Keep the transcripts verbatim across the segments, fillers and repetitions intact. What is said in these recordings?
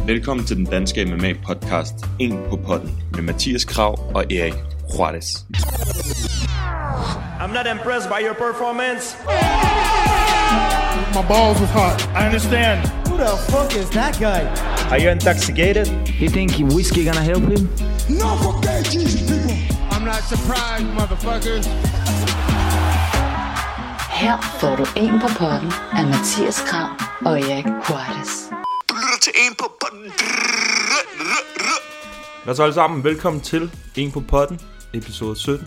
Velkommen til den danske M M A podcast, En på potten, med Mathias Krav og Erik Juarez. I'm not impressed by your performance. My balls was hot. I understand. Who the fuck is that guy? Are you intoxicated? You think whiskey gonna help him? No for gay Jesus people. I'm not surprised, motherfuckers. Her får du En på potten af Mathias Krav og Erik Juarez. Du lytter til En på potten. Lad os alle sammen, velkommen til En på potten, episode sytten.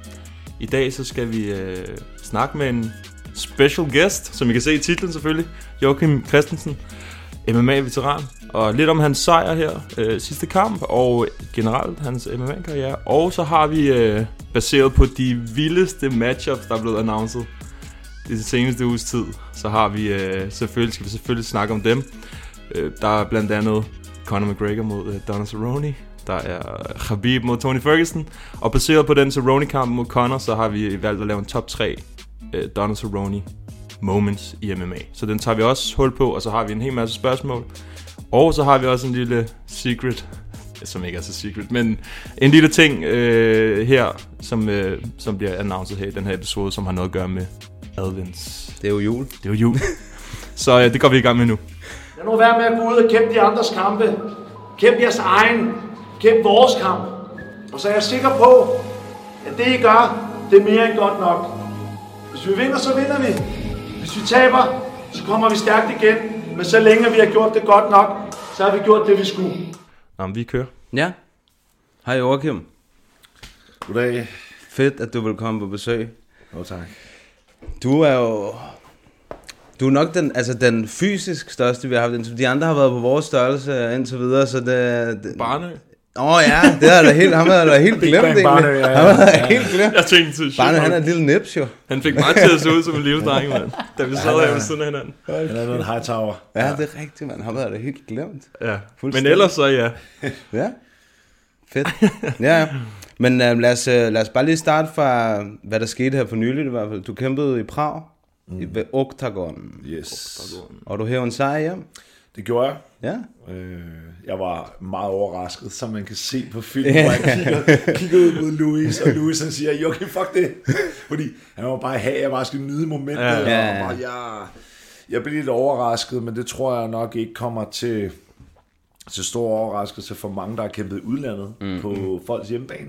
I dag så skal vi øh, snakke med en special guest, som I kan se i titlen selvfølgelig, Joachim Christensen, M M A-veteran, og lidt om hans sejr her, øh, sidste kamp, og generelt hans M M A-karriere. Og så har vi, øh, baseret på de vildeste matchups, der er blevet announced i det seneste uges tid, så har vi øh, selvfølgelig, skal vi selvfølgelig snakke om dem. Øh, der er blandt andet Conor McGregor mod øh, Donald Cerrone. Der er Khabib mod Tony Ferguson. Og baseret på den Cerrone-kamp mod Conor, så har vi valgt at lave en top tre øh, Donald Cerrone moments i M M A. Så den tager vi også hul på, og så har vi en hel masse spørgsmål. Og så har vi også en lille secret, som ikke er så secret, men en lille ting øh, her, som, øh, som bliver announced her i den her episode, som har noget at gøre med advents. Det er jo jul. Det er jo jul. Så øh, det går vi i gang med nu. Lad nu være med at gå ud og kæmpe de andres kampe. Kæmp jeres egen. Kæmp vores kamp. Og så er jeg sikker på, at det I gør, det er mere end godt nok. Hvis vi vinder, så vinder vi. Hvis vi taber, så kommer vi stærkt igen. Men så længe vi har gjort det godt nok, så har vi gjort det, vi skulle. Nå, men vi kører. Ja. Hej Joachim. Goddag. Fedt, at du vil komme på besøg. Jo, tak. Du er jo... Du er nok den, altså den fysisk største, vi har haft. De andre har været på vores størrelse indtil videre, så det... det... Barnø. Åh oh, ja, det er da helt, han er da helt glemt egentlig. Barnø, ja, ja. Han er helt glemt. Jeg tænkte til Barnø, han er en lille nips jo. Han fik meget til at se ud som en lille dreng, mand. Da vi sad her ved siden af hinanden. Han er noget Hightower. Ja, det er rigtigt, mand. Han er da helt glemt. Ja, men ellers så ja. Ja, fedt. Ja, ja. Men uh, lad, os, uh, lad os bare lige starte fra, hvad der skete her for nylig i hvert fald. Du kæmpede i Prag, mm. i, ved Octagon. Yes. Octagon. Og du hævde en sejr hjem. Det gjorde jeg. Ja. Øh, jeg var meget overrasket, som man kan se på filmen, hvor jeg kigger, kigger ud mod Louis, og Louis han siger, okay, fuck det. Fordi han var bare have, jeg bare skulle nyde momentet, ja, ja, ja. Og bare, ja, jeg blev lidt overrasket, men det tror jeg nok ikke kommer til, til stor overraskelse for mange, der har kæmpet i udlandet mm, på mm. folks hjemmebane.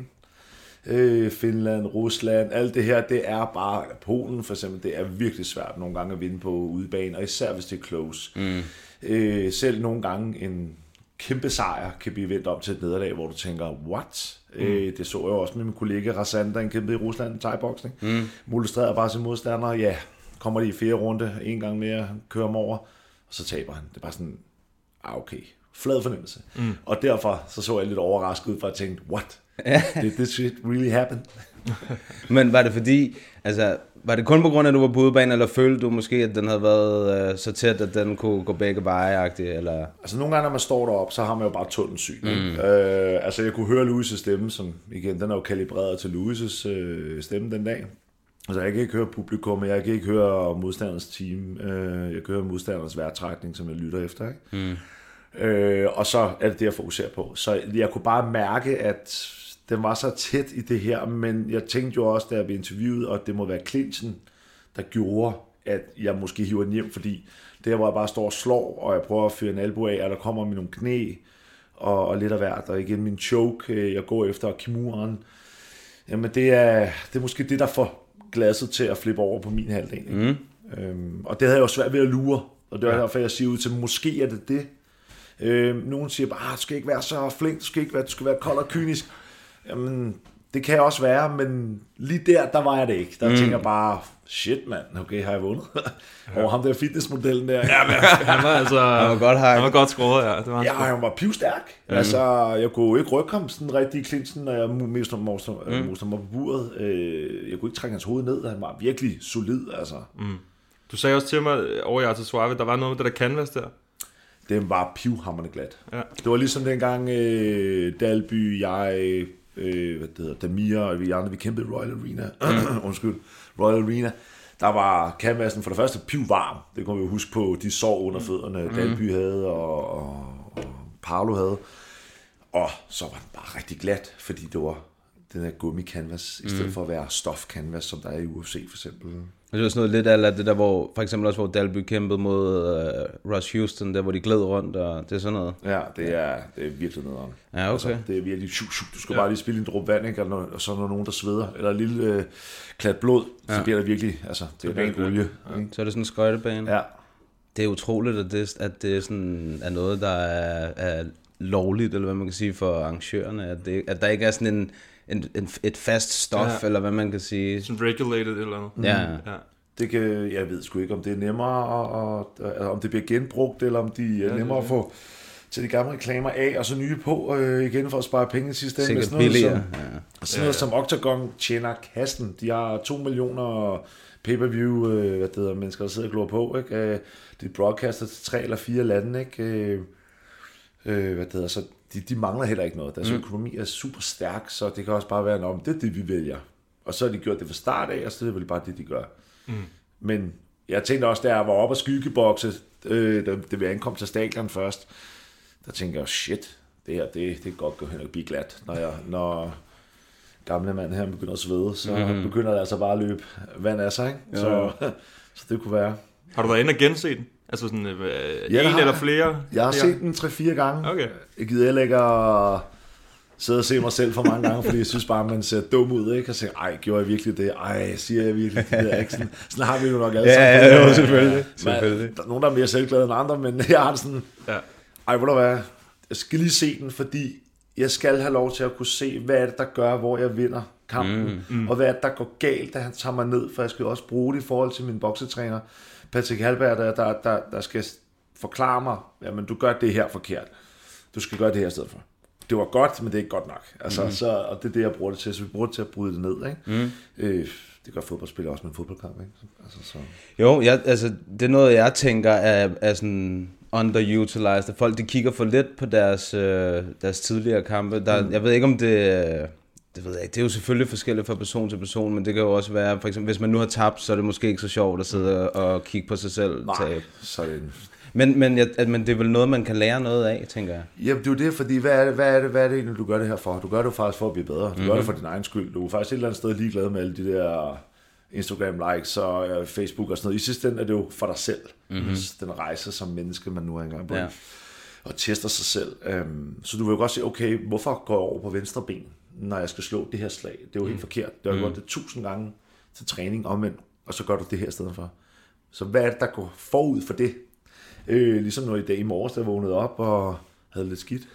Øh, Finland, Rusland, alt det her, det er bare, Polen for eksempel, det er virkelig svært nogle gange at vinde på udebane, og især hvis det er close. Mm. Øh, selv nogle gange en kæmpe sejr kan blive vendt op til et nederlag, hvor du tænker, what? Mm. Øh, det så jeg også med min kollega Razan, der kæmpede i Rusland i thai-boksning. Mm. Molestrerede bare sin modstander, ja, kommer de i fjerde runde, en gang mere, kører ham over, og så taber han. Det er bare sådan, ah okay, flad fornemmelse. Mm. Og derfor så så jeg lidt overrasket ud, for at tænke, what? Did this shit really happen? Men var det fordi, altså, var det kun på grund af, at du var på udebane, eller følte du måske, at den havde været øh, så tæt, at den kunne gå begge veje-agtigt, eller? Altså nogle gange, når man står deroppe, så har man jo bare tunnelsyn. Mm. Øh, altså jeg kunne høre Louis' stemme, som igen, den er jo kalibreret til Louis' øh, stemme den dag. Altså jeg kan ikke høre publikum, jeg kan ikke høre modstanderens team, øh, jeg kan høre modstanderens vejrtrækning, som jeg lytter efter, ikke? Mm. Øh, og så er det det, jeg fokuserer på. Så jeg kunne bare mærke, at den var så tæt i det her, men jeg tænkte jo også, da jeg blev interviewet, og det må være clinchen, der gjorde, at jeg måske hiver den hjem, fordi der, hvor jeg bare står og slår, og jeg prøver at fyre en albu af, og der kommer med nogle knæ, og, og lidt af hvert, og igen min choke, jeg går efter kimuren, jamen det er, det er måske det, der får glasset til at flippe over på min halvdel. Mm. Øhm, og det havde jeg jo svært ved at lure, og det var derfor, jeg siger ud til, måske er det det. Øhm, nogen siger bare, du skal ikke være så flink, du skal ikke være, du skal være kold og kynisk. Jamen, det kan jeg også være, men lige der, der var jeg det ikke. Der mm. tænker jeg bare, shit mand, okay, har jeg vundet? Ja. Over ham der fitnessmodellen der. Ja, men han var altså, han var godt, han var godt skåret, ja. Det var ja, han var pivstærk. Mm. Altså, jeg kunne ikke rykke ham sådan rigtig i klinsen, når jeg moster mm. mig på buret. Jeg kunne ikke trække hans hoved ned, han var virkelig solid, altså. Mm. Du sagde også til mig over i Arte Suave, der var noget med det der canvas der. Den var pivhamrende glat. Ja. Det var ligesom dengang øh, Dalby, jeg, øh, hvad det hedder, Damir og vi andre, vi kæmpede Royal Arena. Undskyld, Royal Arena. Der var canvasen for det første pivvarm. Det kunne vi jo huske på de sår under fødderne, mm. Dalby havde, og, og, og Paolo havde. Og så var den bare rigtig glat, fordi det var den her gummi-canvas, i stedet mm. for at være stof-canvas, som der er i U F C for eksempel. Det var sådan noget lidt af det der, hvor for eksempel også, hvor Dalby kæmpede mod uh, Ross Houston, der hvor de gled rundt, og det er sådan noget. Ja, det er, det er virkelig nederen. Ja, okay. Altså, det er virkelig, shuk, shuk, du skal ja. bare lige spille en dråbe vand, ikke? Og, og så er der nogen, der sveder, eller en lille øh, klat blod, ja. så bliver der virkelig, altså, det er rent olie. Ja. Så er det sådan en skøjtebane. Ja. Det er utroligt, at det, at det sådan er noget, der er, er lovligt, eller hvad man kan sige, for arrangørerne, at, det, at der ikke er sådan en, en, en et fast stof, ja. eller hvad man kan sige. Sådan regulated eller noget. Ja. ja. Det kan, jeg ved sgu ikke, om det er nemmere, og, og, om det bliver genbrugt, eller om de er ja, nemmere at få til de gamle reklamer af, og så nye på øh, igen for at spare penge i sidste ende. Sikkert billigere. Som, ja. Sådan noget ja, ja. som Octagon tjener kassen. De har to millioner pay-per-view øh, hvad det hedder, mennesker, der sidder og glor på. Ikke? De broadcaster til tre eller fire lande. Ikke? Øh, hvad det hedder, så de, de mangler heller ikke noget. Deres mm. økonomi er super stærk, så det kan også bare være, om det er det, vi vælger. Og så har de gjort det fra start af, og så er det vel bare det, de gør. Mm. Men jeg tænkte også, da jeg var oppe og skyggebokse, øh, da, da vi ankom til stadion først, der tænkte jeg, shit, det her, det, det kan godt gå hen og blive glat. Når, jeg, når gamle mand her begynder at svede, så mm. begynder det altså bare at løbe vand af sig. Ikke? Ja. Så, så det kunne være. Har du været inde og gense den? Altså sådan øh, ja, en eller flere? Jeg har flere? set den tre-fire gange. Okay. Jeg gider heller ikke at sidde og se mig selv for mange gange, fordi jeg synes bare, man ser dum ud, ikke? Og siger, ej, gjorde jeg virkelig det? Ej, siger jeg virkelig det? Der, ikke? Sådan, sådan har vi jo nok alle ja, sammen. Ja, ja, selvfølgelig. selvfølgelig. Der er nogen, der er mere selvglade end andre, men jeg har det sådan, ja. ej, hvor der hvad? Jeg skal lige se den, fordi jeg skal have lov til at kunne se, hvad er det, der gør, hvor jeg vinder kampen, mm, mm. og hvad er det, der går galt, da han tager mig ned, for jeg skal også bruge det i forhold til min boksetræner, Patrick Hallberg, der, der, der, der skal forklare mig, jamen du gør det her forkert. Du skal gøre det her i stedet for. Det var godt, men det er ikke godt nok. Altså, mm. så, og det er det, jeg bruger det til. Så vi bruger det til at bryde det ned. Ikke? Mm. Øh, det gør fodboldspillere også med en fodboldkamp. Ikke? Altså, så. Jo, jeg, altså, det er noget, jeg tænker er, er sådan underutilized. Folk de kigger for lidt på deres, øh, deres tidligere kampe. Der, mm. Jeg ved ikke, om det... Det ved jeg ikke. Det er jo selvfølgelig forskelligt fra person til person, men det kan jo også være, for eksempel, hvis man nu har tabt, så er det måske ikke så sjovt at sidde og kigge på sig selv. Nej, tabe. så er det... Men, men, jeg, men det er vel noget, man kan lære noget af, tænker jeg. Jamen, det er jo det, fordi hvad er det, hvad er det, hvad er det egentlig, du gør det her for? Du gør det jo faktisk for at blive bedre. Du mm-hmm. gør det for din egen skyld. Du er faktisk et eller andet sted ligeglad med alle de der Instagram-likes og Facebook og sådan noget. I sidste ende er det jo for dig selv. Mm-hmm. Den rejse som menneske, man nu er engang på. Ja. Og tester sig selv. Um, så du vil jo godt sige, okay, hvorfor går jeg over på venstre ben, når jeg skal slå det her slag? Det er jo helt mm. forkert. Det har mm. gjort det tusind gange til træning omvendt, og så gør du det her i stedet for. Så hvad er det, der går forud for det? Øh, ligesom når i dag i morges, der vågnede op og havde lidt skidt.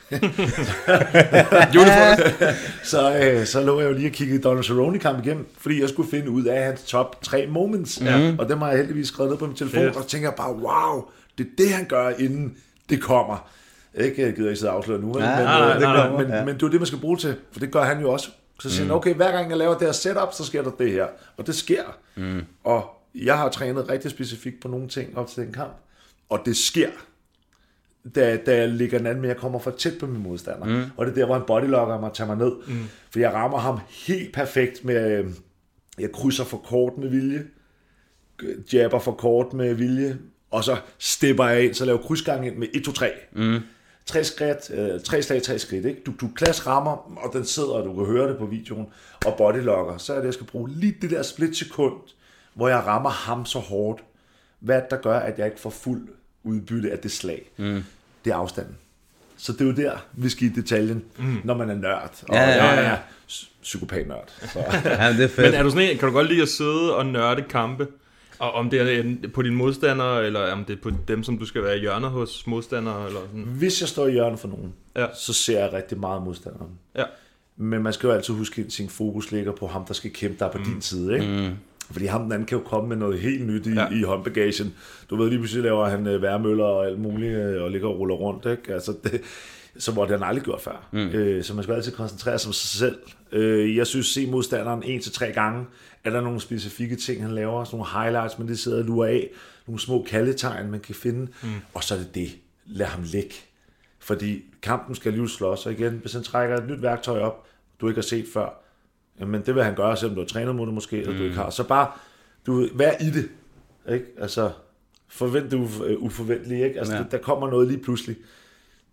så, øh, så lå jeg jo lige og kiggede Donald Cerrone-kamp igennem, fordi jeg skulle finde ud af hans top tre moments. Ja. Og dem har jeg heldigvis skrevet ned på min telefon, Fedt. og så tænker jeg bare, wow, det er det, han gør, inden det kommer. Ikke, jeg gider ikke sidde og afsløre nu, ja, men, nej, nej, nej, nej, men, ja. men det er det, man skal bruge til, for det gør han jo også. Så siger mm. han, okay, hver gang jeg laver det her setup, så sker der det her. Og det sker. Mm. Og jeg har trænet rigtig specifikt på nogle ting op til den kamp. Og det sker, da, da jeg ligger den anden, men jeg kommer for tæt på min modstander. Mm. Og det er der, hvor han bodylocker mig og tager mig ned. Mm. For jeg rammer ham helt perfekt med, jeg krydser for kort med vilje, jabber for kort med vilje, og så stepper jeg ind, så laver krydsgang ind med et, to, tre. Mm. Tre skridt, øh, tre slag, tre skridt, ikke? Du, du klask rammer, og den sidder, og du kan høre det på videoen, og bodylocker. Så er det, jeg skal bruge lige det der split sekund, hvor jeg rammer ham så hårdt. Hvad er det, der gør, at jeg ikke får fuld udbytte af det slag? Mm. Det er afstanden. Så det er jo der, vi skal i detaljen, mm. når man er nørd. Og ja, ja, ja. jeg er psykopat-nørd. Så. Ja, det er fedt. Men er du sådan en, kan du godt lide at sidde og nørde kampe? Og om det er på dine modstandere, eller om det er på dem, som du skal være i hjørnet hos modstandere? Eller sådan? Hvis jeg står i hjørnet for nogen, ja. så ser jeg rigtig meget modstanderen. Ja. Men man skal jo altid huske, at sin fokus ligger på ham, der skal kæmpe der på mm. din side. Ikke? Mm. Fordi ham den anden kan jo komme med noget helt nyt i, ja. i håndbagagen. Du ved, lige pludselig laver han øh, værmøller og alt muligt, øh, og ligger og ruller rundt. Ikke? Altså det, så var det han aldrig gjort før. Mm. Øh, så man skal altid koncentrere sig om sig selv. Øh, jeg synes, se modstanderen en til tre gange. Er der nogle specifikke ting, han laver? Sådan nogle highlights, man lige sidder og lurer af. Nogle små kaldetegn, man kan finde. Mm. Og så er det det. Lad ham ligge. Fordi kampen skal lige slås. Og igen, hvis han trækker et nyt værktøj op, du ikke har set før, men det vil han gøre, selvom du har trænet mod det måske, eller mm. du ikke har. Så bare, du, vær i det. Ikke? Altså, forvent det uforventeligt, ikke? Altså, ja. der kommer noget lige pludselig.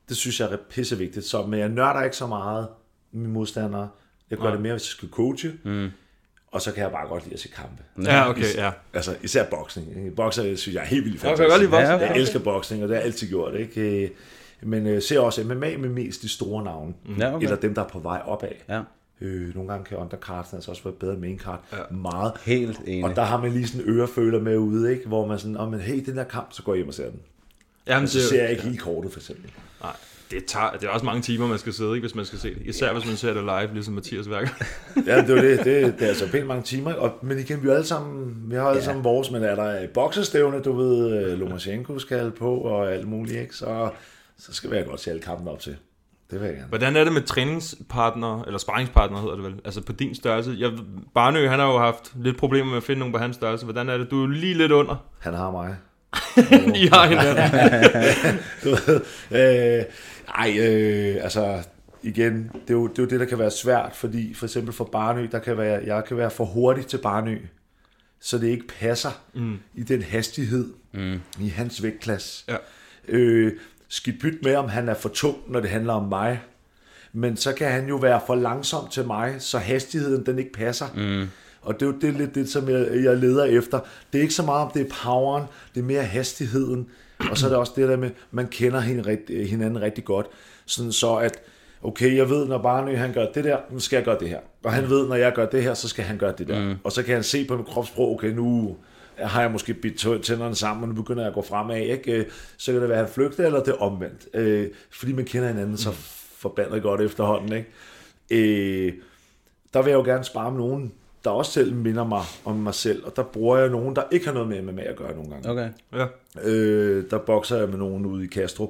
Det synes jeg er pissevigtigt. Så, men jeg nørder ikke så meget mine modstandere. Jeg gør Nej. det mere, hvis jeg skal coache. Mm. Og så kan jeg bare godt lide at se kampe. Ja, okay, ja. Altså, især boksning. Bokser, synes jeg er helt vildt fantastisk. Okay, jeg, ja, okay. jeg elsker boksning, og det har jeg altid gjort, ikke? Men øh, ser også M M A med mest de store navne. Mm. Ja, okay. Eller dem, der er på vej opad. Ja. Øh, nogle gange kan undercards altså også være bedre end maincard. Ja. Meget. Helt enig. Og der har man lige sådan en øreføler med ude, ikke? Hvor man sådan, oh, men hey, den der kamp, så går jeg hjem og ser den. Jamen, så ser jeg ikke ja. hele kortet, for eksempel. Nej. Det, tager, det er også mange timer, man skal sidde, ikke, hvis man skal se det. Især ja. hvis man ser det live, ligesom Mathias værker. Ja, det er det. Det, det er altså pænt mange timer. Og, men igen, vi er alle sammen, vi har alle ja. sammen vores, men er der boksestævne, du ved, Lomachenko skal på og alt muligt, ikke? Så, så skal vi godt se alle kampen op til. Det vil jeg gerne. Hvordan er det med træningspartner, eller sparringspartner hedder det vel? Altså på din størrelse. Jeg, Barnø, han har jo haft lidt problemer med at finde nogen på hans størrelse. Hvordan er det? Du er lige lidt under. Han har mig. I har hinanden. Du ved, øh, ej, øh, altså igen, det er, jo, det er jo det, der kan være svært, fordi for eksempel for Barnø, der kan være, jeg kan være for hurtig til Barnø, så det ikke passer mm. i den hastighed mm. i hans vægtklasse. Ja. Øh, skidt byt med, om han er for tung, når det handler om mig, men så kan han jo være for langsom til mig, så hastigheden den ikke passer. Mm. Og det er jo det, lidt det, som jeg, jeg leder efter. Det er ikke så meget, om det er poweren, det er mere hastigheden. Og så er det også det der med, man kender hinanden rigtig godt. Sådan så at, okay, jeg ved, når Barnø han gør det der, nu skal jeg gøre det her. Og han ved, når jeg gør det her, så skal han gøre det der. Mm. Og så kan han se på mit kropssprog, okay, nu har jeg måske bidt tænderne sammen, og nu begynder jeg at gå fremad, ikke? Så kan det være, at han flygter, eller det er omvendt. Fordi man kender hinanden så forbandet godt efterhånden, ikke? Der vil jeg jo gerne spare med nogen, der også selv minder mig om mig selv, og der bruger jeg nogen, der ikke har noget med M M A at gøre nogle gange. Okay. Ja. Øh, der bokser jeg med nogen ude i Kastrup,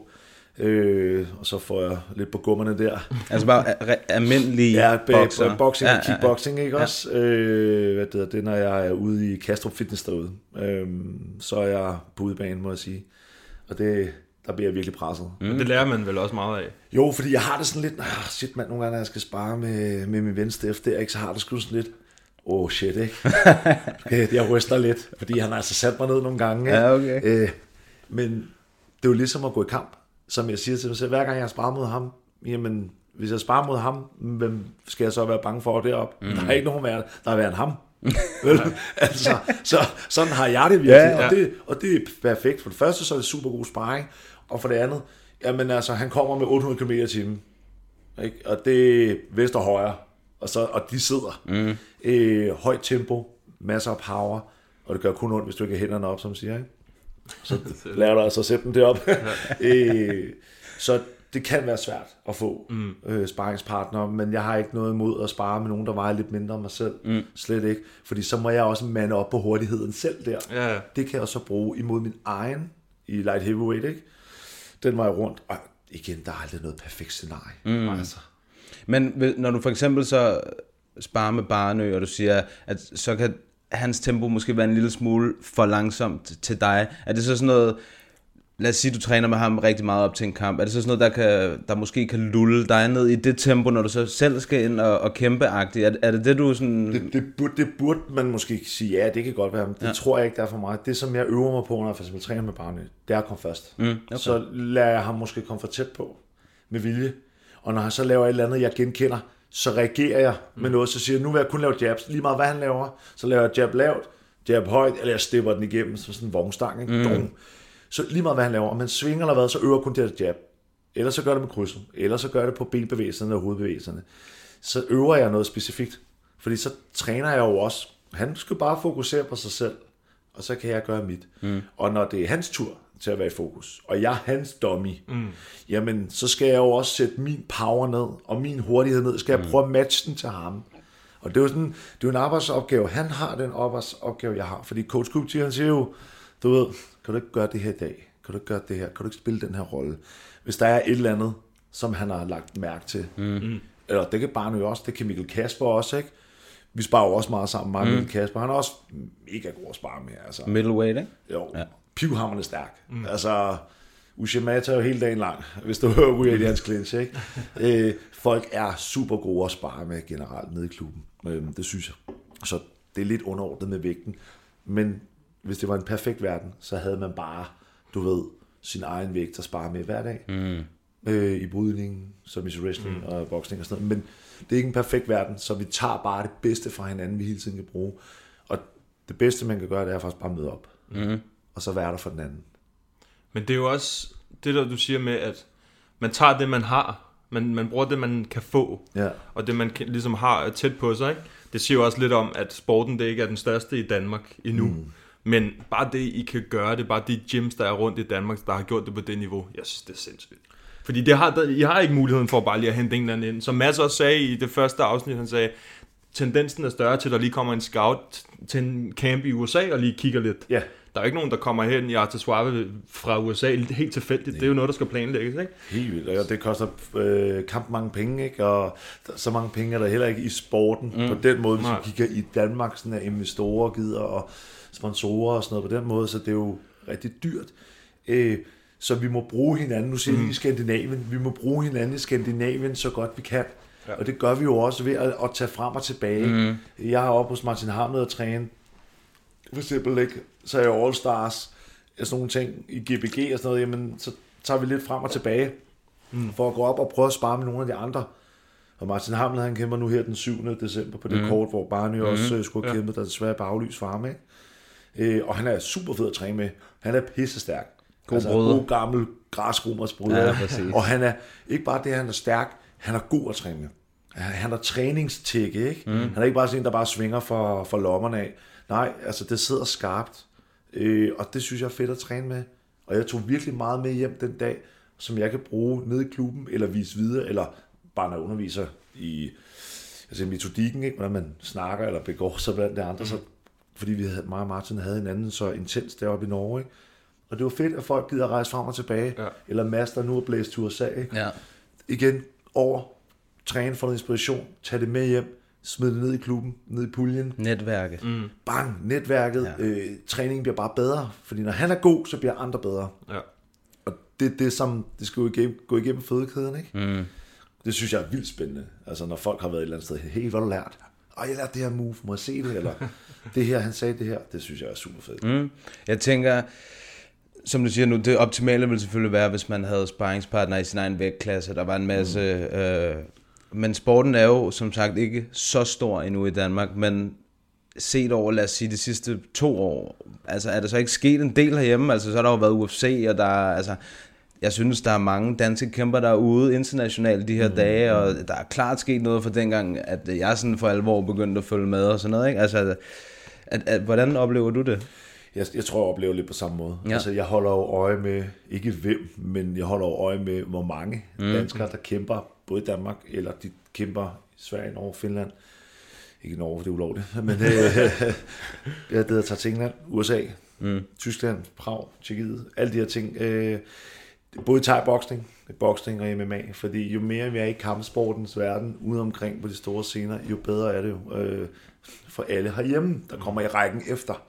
øh, og så får jeg lidt på gummerne der. Altså bare almindelige ja, bokser? Boxing og kickboxing, ikke ja. også? Øh, hvad det er det, når jeg er ude i Kastrup Fitness derude. Øh, så er jeg på udebane, må jeg sige. Og det... der bliver jeg virkelig presset. Mm. Det lærer man vel også meget af? Jo, fordi jeg har det sådan lidt, ah, shit mand, nogle gange, når jeg skal spare med, med min ven Steff der, ikke, så har det sgu sådan lidt, åh oh, shit, ikke? Okay, jeg ryster lidt, fordi han har altså sat mig ned nogle gange, ikke? Ja, okay. Øh, men det er jo ligesom at gå i kamp, som jeg siger til mig selv, hver gang jeg har sparet mod ham, jamen, hvis jeg sparer mod ham, hvem skal jeg så være bange for deroppe? Mm. Der er ikke nogen værd, der er værd end ham. altså, så, sådan har jeg det virkelig, ja, ja. Og, det, og det er perfekt. For det første, så er det super god sparring, og for det andet, jamen altså, han kommer med otte hundrede kilometer i timen, ikke? Og det er vest og højre, og, så, og de sidder. Mm. Øh, højt tempo, masser af power, og det gør kun ondt, hvis du ikke har hænderne op, som siger, ikke? Så lærer du altså at sætte dem derop. øh, så det kan være svært at få mm. øh, sparringspartnere, men jeg har ikke noget imod at spare med nogen, der vejer lidt mindre end mig selv. Mm. Slet ikke. Fordi så må jeg også mande op på hurtigheden selv der. Ja, ja. Det kan jeg så bruge imod min egen i light heavyweight, ikke? Den var jeg rundt. Og igen, der er aldrig noget perfekt scenarie. Mm. Altså. Men når du for eksempel så sparer med Barnø, og du siger, at så kan hans tempo måske være en lille smule for langsomt til dig. Er det så sådan noget... Lad os sige, du træner med ham rigtig meget op til en kamp. Er det så sådan noget, der, kan, der måske kan lulle dig ned i det tempo, når du så selv skal ind og, og kæmpe-agtigt? Er, er det det, du sådan... Det, det, burde, det burde man måske sige, ja, det kan godt være, men det ja. tror jeg ikke, der er for mig. Det, som jeg øver mig på, når jeg for eksempel træner med Barnø, det er at komme først. Mm, okay. Så lader jeg ham måske komme for tæt på med vilje. Og når han så laver et eller andet, jeg genkender, så reagerer jeg mm. med noget, så siger jeg, nu vil jeg kun lave jabs. Lige meget hvad han laver, så laver jeg jab lavt, jab højt, eller jeg stepper den igennem, som sådan en vognstang, ikke? Mm. Så lige meget hvad han laver, om man svinger eller hvad, så øver kun det jab. Eller så gør det med krydset. Eller så gør det på benbevægelserne og hovedbevægelserne. Så øver jeg noget specifikt. Fordi så træner jeg jo også. Han skal bare fokusere på sig selv. Og så kan jeg gøre mit. Mm. Og når det er hans tur til at være i fokus, og jeg er hans dummy, mm. jamen så skal jeg jo også sætte min power ned, og min hurtighed ned. Skal jeg prøve at matche den til ham. Og det er jo sådan, det er jo en arbejdsopgave. Han har den arbejdsopgave, jeg har. Fordi Coach Gupti, han siger jo, du ved, kan du ikke gøre det her i dag? Kan du ikke gøre det her? Kan du ikke spille den her rolle? Hvis der er et eller andet, som han har lagt mærke til. Mm. Eller det kan Barnø også, det kan Mikkel Kasper også, ikke? Vi sparer jo også meget sammen med mm. Mikkel Kasper. Han er også mega god at spare med. Altså. Middleweight, ikke? Jo, ja. Pivhamrende stærk. Mm. Altså, Ushimata er jo hele dagen lang, hvis du hører ud i hans clinch, ikke? øh, folk er super gode at spare med generelt nede i klubben. Øh, det synes jeg. Så det er lidt underordnet med vægten. Men hvis det var en perfekt verden, så havde man bare, du ved, sin egen vægt at spare med hver dag. Mm. øh, i brydning, som i wrestling mm. og boksning og sådan noget. Men det er ikke en perfekt verden, så vi tager bare det bedste fra hinanden, vi hele tiden kan bruge. Og det bedste, man kan gøre, det er faktisk bare møde op. Mm. Og så være der for den anden. Men det er jo også det, der du siger med, at man tager det, man har. Man, man bruger det, man kan få. Ja. Og det, man kan, ligesom har tæt på sig. Ikke? Det siger jo også lidt om, at sporten det ikke er den største i Danmark endnu. Mm. Men bare det, I kan gøre det, bare de gyms, der er rundt i Danmark, der har gjort det på det niveau, jeg synes, det er sindssygt. Fordi det har, I har ikke muligheden for bare lige at hente en eller anden ind. Som Mads også sagde i det første afsnit, han sagde, tendensen er større til, at der lige kommer en scout til en camp i U S A og lige kigger lidt. Ja. Der er ikke nogen, der kommer hen i Arte Suave fra U S A helt tilfældigt. Det er jo noget, der skal planlægges, ikke? Helt vildt. Og det koster øh, kamp mange penge, ikke? Og så mange penge er der heller ikke i sporten. Mm. På den måde, hvis vi kigger i Danmark, sådan af investorer gider og sponsorer og sådan noget på den måde, så det er jo rigtig dyrt. Øh, så vi må bruge hinanden. Nu siger vi mm. i Skandinavien. Vi må bruge hinanden i Skandinavien så godt vi kan. Ja. Og det gør vi jo også ved at, at tage frem og tilbage. Mm. Jeg har oppe hos Martin Hamlet og træne. For eksempel, ikke? Så er jeg All Stars, sådan nogle ting i G B G og sådan noget, jamen, så tager vi lidt frem og tilbage, mm. for at gå op og prøve at spare med nogle af de andre. Og Martin Hamlet, han kæmper nu her den syvende december på det mm. kort, hvor Barney mm. også skulle have kæmpet, der desværre bare aflyst for ham, ikke? Øh, og han er super fed at træne med. Han er pissestærk. God altså, god gammel græsromersbryder. Ja, og han er, ikke bare det, han er stærk, han er god at træne med. Han er træningstække, ikke? Mm. Han er ikke bare sådan en, der bare svinger for, for lommerne af. Nej, altså det sidder skarpt, øh, og det synes jeg er fedt at træne med. Og jeg tog virkelig meget med hjem den dag, som jeg kan bruge nede i klubben, eller vise videre, eller bare når jeg underviser i altså metodikken, ikke? Hvordan man snakker eller begår sig blandt det andre. Mm. Så, fordi vi havde, mig og Martin havde en anden så intens deroppe i Norge, ikke? Og det var fedt, at folk gider rejse frem og tilbage, ja. Eller Mads, der nu er blæst til U S A, ikke? Ja. Igen over, træne for noget inspiration, tage det med hjem, smid det ned i klubben, ned i puljen. Netværket. Mm. Bang, netværket. Ja. Øh, træningen bliver bare bedre, fordi når han er god, så bliver andre bedre. Ja. Og det, det er som, det skal gå igennem, gå igennem fødekæden, ikke? Mm. Det synes jeg er vildt spændende. Altså når folk har været et eller andet sted, hey, hvad har du lært? Ej, jeg lærte det her move, må jeg se det? Eller det her, han sagde det her, det synes jeg er super fedt. Mm. Jeg tænker, som du siger nu, det optimale ville selvfølgelig være, hvis man havde sparringspartner i sin egen vægtklasse. Der var en masse... Mm. Øh, Men sporten er jo som sagt ikke så stor endnu i Danmark, men set over, lad os sige, de sidste to år, altså er der så ikke sket en del herhjemme? Altså så har der jo været U F C, og der er, altså, jeg synes, der er mange danske kæmper, der er ude internationalt de her mm. dage, og der er klart sket noget for dengang, at jeg sådan for alvor begyndte at følge med og sådan noget, ikke? Altså, at, at, at, hvordan oplever du det? Jeg, jeg tror, jeg oplever lidt på samme måde. Ja. Altså, jeg holder jo øje med, ikke hvem, men jeg holder jo øje med, hvor mange mm. danskere, der kæmper, både i Danmark, eller de kæmper i Sverige, Norge, Finland. Ikke i Norge, det er ulovligt. Men øh, jeg hedder tager til England, U S A, mm. Tyskland, Prag, Tjekkiet, alle de her ting. Øh, både thai-boksning, boksning og M M A, fordi jo mere vi er i kampsportens verden, ude omkring på de store scener, jo bedre er det jo øh, for alle herhjemme, der kommer i rækken efter.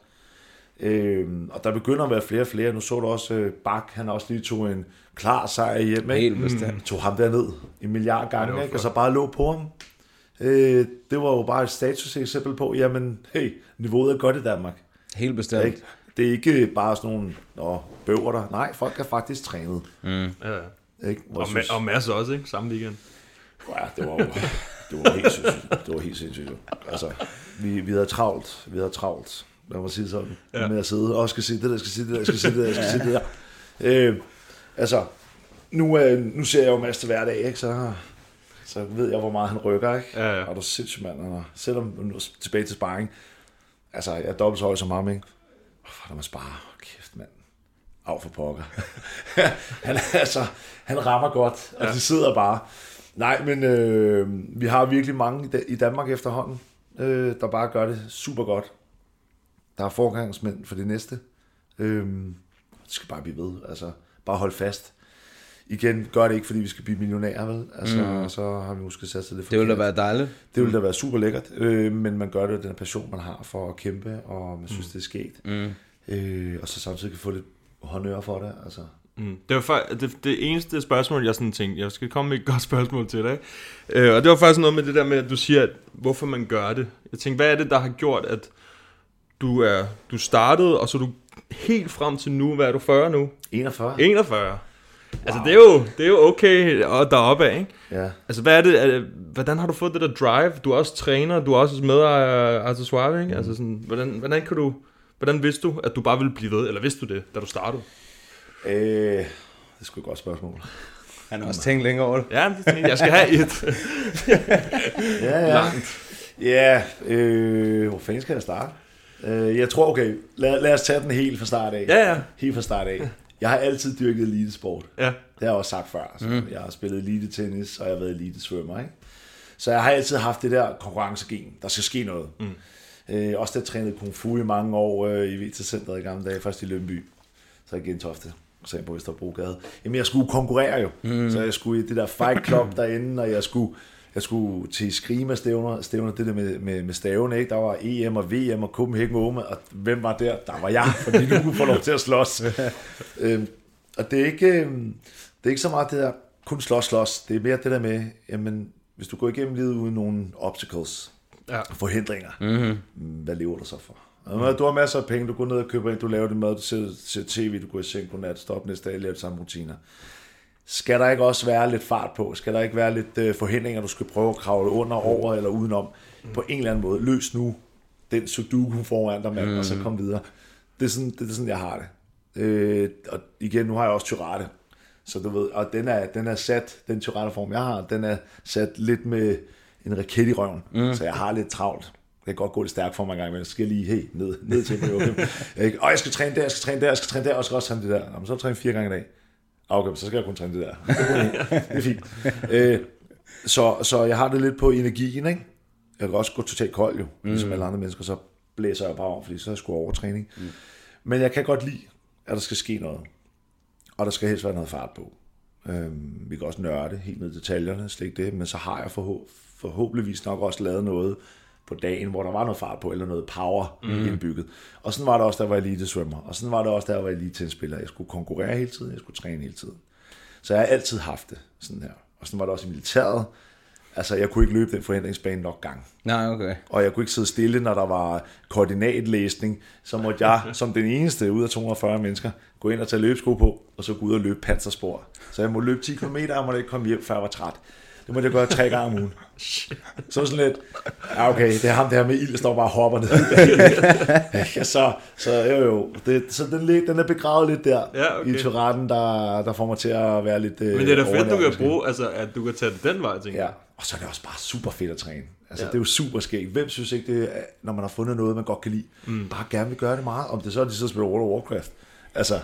Øhm, og der begynder at være flere og flere. Nu så du også øh, Bak, han også lige tog en klar sejr hjem, ikke? Helt bestemt. Mm. Tog ham derned en milliard gange, ja, ikke? Og så bare lå på ham. Øh, det var jo bare et status eksempel på, jamen, hey, niveauet er godt i Danmark. Helt bestemt. Ikke? Det er ikke bare sådan nogle nå, bøver der. Nej, folk er faktisk trænet. Mm. Ja, ja. Ikke? Og, synes... og masser også, ikke? Samme weekend. Ja, det var jo det var helt sindssygt. Det var helt sindssygt. Altså, vi, vi havde travlt. Vi havde travlt. Lad mig sige sådan, ja. Med at sidde, og skal sige det der, skal sige det der, skal sige det der, skal sige det der. Øh, altså, nu, øh, nu ser jeg jo Mads til hverdag, ikke? Så, så ved jeg, hvor meget han rykker, ikke? Ja, ja. Og du er sindssygt, mand. Og selvom nu er tilbage til sparring, altså, jeg er dobbelt så høj som ham, ikke? Hvorfor er man sparer? Kæft, mand. Af for pokker. han, altså, han rammer godt, og ja. Det sidder bare. Nej, men øh, vi har virkelig mange i Danmark efterhånden, øh, der bare gør det super godt. Der er forgangsmænd for det næste. Øhm, det skal bare blive ved. Altså, bare hold fast. Igen, gør det ikke, fordi vi skal blive millionærer, vel? Altså, mm. så har vi måske sat sig det forkert. Det ville da være dejligt. Det ville da være super lækkert. Øh, men man gør det af den passion, man har for at kæmpe, og man synes, mm. det er sket. Mm. Øh, og så samtidig kan få lidt honør for det. Altså. Mm. Det var faktisk det, det eneste spørgsmål, jeg sådan tænkte, jeg skal komme med et godt spørgsmål til dig. Øh, og det var faktisk noget med det der med, at du siger, at hvorfor man gør det. Jeg tænkte, hvad er det, der har gjort, at Du er du startede, og så er du helt frem til nu, hvad er du, fyrre nu? enogfyrre. enogfyrre. Altså, det er jo, det er jo okay og deroppe af, ikke? Ja. Altså, hvad er det, er, hvordan har du fået det der drive? Du er også træner, du er også medejer af Arte Suave, ikke? Mm. Altså, sådan, hvordan, hvordan kan du, hvordan vidste du, at du bare ville blive ved, eller vidste du det, da du startede? Øh, det er sgu et godt spørgsmål. Han har også tænkt længere over det. Ja, jeg skal have et. ja, ja. Langt. Ja, øh, hvor fanden skal jeg starte? Øh, jeg tror, okay, lad, lad os tage den helt fra start af. Ja, ja. Helt fra start af. Jeg har altid dyrket elitesport. Ja. Det har jeg også sagt før. Altså. Mm. Jeg har spillet elite-tennis, og jeg har været elite-svømmer. Ikke? Så jeg har altid haft det der konkurrencegen. Der skal ske noget. Mm. Øh, også da jeg trænede kung fu i mange år øh, i V T-centret i gamle dage. Først i Lønby, så i Gentofte. Så på Østerbrogade. Jamen, jeg skulle konkurrere jo. Mm. Så jeg skulle i det der fight club derinde, og jeg skulle, jeg skulle til Skrima-stævner, stævner, det der med, med, med stavene, ikke? Der var E M og V M og Copenhagen Open, og hvem var der? Der var jeg, fordi du kunne få lov til at slås. øhm, og det er, ikke, øhm, det er ikke så meget det der, kun slås, slås. Det er mere det der med, jamen, hvis du går igennem livet uden nogle obstacles, ja. forhindringer, mm-hmm. hvad lever du så for? Du har masser af penge, du går ned og køber ind, du laver det mad, du ser, ser tv, du går i seng på nat, stop næste dag, laver de samme rutiner. Skal der ikke også være lidt fart på? Skal der ikke være lidt uh, forhindringer, du skal prøve at kravle under, over eller udenom? Mm. På en eller anden måde. Løs nu den sudoku foran dig, mand, mm. og så kom videre. Det er sådan, det er sådan jeg har det. Øh, og igen, nu har jeg også Tourette. Så du ved, og den er, den er sat, den Tourette-form, jeg har, den er sat lidt med en raket i røven. Mm. Så jeg har lidt travlt. Det kan godt gå lidt stærkt for mig en gang, men jeg skal lige hey, ned, ned til mig. Okay. Og jeg skal træne der, jeg skal træne der, jeg skal træne der, og jeg skal også træne det der. Jamen, så træne fire gange i dag. Okay, så skal jeg kun træne det der. Det er fint. Øh, så, så jeg har det lidt på energien, ikke? Jeg kan også gå totalt kold jo, mm. ligesom alle andre mennesker, så blæser jeg bare over, fordi så er jeg sgu overtræning. Mm. Men jeg kan godt lide, at der skal ske noget. Og der skal helst være noget fart på. Øhm, vi kan også nørde helt ned i detaljerne, slet ikke det, men så har jeg forhå- forhåbentligvis nok også lavet noget på dagen, hvor der var noget fart på, eller noget power mm. indbygget. Og sådan var det også, der var elite-svømmer. Og sådan var det også, der var elite-tennisspiller. Jeg skulle konkurrere hele tiden, jeg skulle træne hele tiden. Så jeg har altid haft det sådan her. Og sådan var det også i militæret. Altså, jeg kunne ikke løbe den forhindringsbane nok gang. Nej, okay. Og jeg kunne ikke sidde stille, når der var koordinatlæsning. Så måtte jeg, som den eneste ud af to hundrede og fyrre mennesker, gå ind og tage løbesko på, og så gå ud og løbe panserspor. Så jeg måtte løbe ti kilometer, og jeg måtte ikke komme hjem, før jeg var træt. Det måtte jeg gøre tre gange om ugen. Så sådan lidt, ja okay, det er ham der med ild, der står bare og hopper ned. ja, så, så jo jo, det, så den, den er begravet lidt der, ja, okay. i Touretten, der, der får mig til at være lidt. Men det er da fedt, du kan bruge, altså at du kan tage det den vej, tænker jeg. Ja, og så er det også bare super fedt at træne. Altså ja. Det er jo super skægt. Hvem synes ikke det, er, når man har fundet noget, man godt kan lide, mm. bare gerne vil gøre det meget, om det så er de så spiller World of Warcraft. Altså,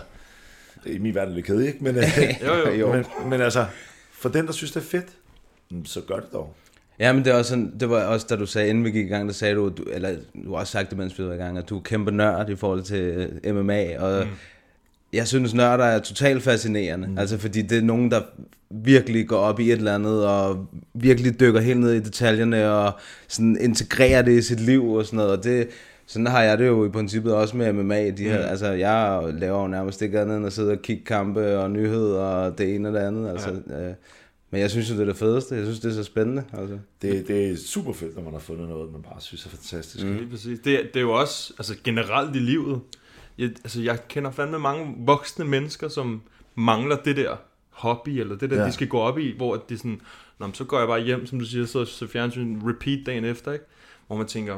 i min verden er det kæde, ikke? Men, jo, jo. men, men altså, for den, der synes det er fedt, så gør det dog. Ja, men det er også sådan, det var også da du sagde, inden vi gik i gang, der sagde du, du eller du har også sagt det, mens vi var i gang, at du er kæmpe nørd i forhold til M M A, og mm. jeg synes, nørder er totalt fascinerende, mm. altså fordi det er nogen, der virkelig går op i et eller andet, og virkelig dykker helt ned i detaljerne, og sådan integrerer det i sit liv, og sådan noget, og det, sådan har jeg det jo i princippet også med M M A, de her, mm. altså jeg laver jo nærmest ikke andet end at sidde og kigge kampe, og nyheder, og det ene og det andet, altså, ja. øh, Men jeg synes jo, det er det fedeste. Jeg synes, det er så spændende. Altså. Det, det er super fedt, når man har fundet noget, man bare synes er fantastisk. Mm. Det, det er jo også altså, generelt i livet. Jeg, altså, jeg kender fandme mange voksne mennesker, som mangler det der hobby, eller det der, ja. de skal gå op i, hvor de sådan, nå, så går jeg bare hjem, som du siger, så, så fjernsyn repeat dagen efter, ikke? Hvor man tænker,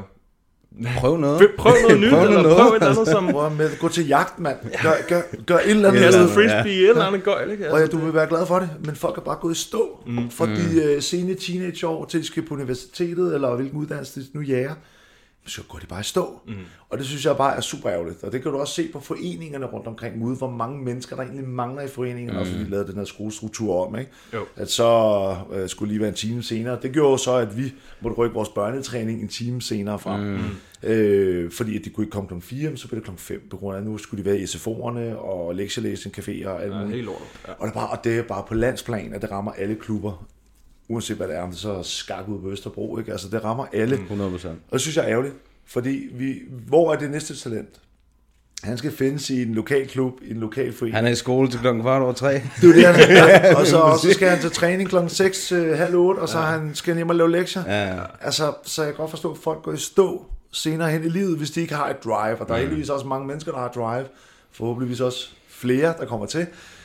prøv noget. Prøv noget nyt, prøv eller noget. prøv et eller andet som... Prøv med, gå til jagt, mand. Gør, gør, gør et eller andet. Kaste frisbee, ja. et eller andet gøjl, ikke? Altså, og ja, du vil være glad for det, men folk er bare gået i stå. Mm. For de uh, sene teenageår til de skal på universitetet, eller hvilken uddannelse de nu jager, så går de bare i stå. Mm. Og det synes jeg bare er super ærgerligt. Og det kan du også se på foreningerne rundt omkring ude, hvor mange mennesker der egentlig mangler i foreningerne, mm. også fordi de lavede den her skolestruktur om, ikke? Jo. At så uh, skulle lige være en time senere. Det gjorde så, at vi måtte rykke vores børnetræning en time senere frem. Mm. Øh, fordi at de kunne ikke komme klokken fire, så blev det klokken fem, på grund af, at nu skulle de være i S F O'erne og lektielæsning, caféer og alt muligt. Ja, helt lort. Ja. Og, det er bare, og det er bare på landsplan, at det rammer alle klubber. Uanset hvad det er, om det så er skak ude på Østerbro, ikke? Altså det rammer alle. hundrede procent. Og det synes jeg er ærgerligt, fordi vi, hvor er det næste talent? Han skal findes i en lokal klub, i en lokal forening. Han er i skole til klokken kvart over tre. Det er det, han ja. og, så, og så skal han til træning klokken seks, øh, halv otte, og så ja. han skal hjem og lave lektier. Ja. Altså, så jeg kan godt forstå, at folk går i stå senere hen i livet, hvis de ikke har et drive. Og der er heldigvis også mange mennesker, der har drive. Forhåbentligvis også flere, der kommer til.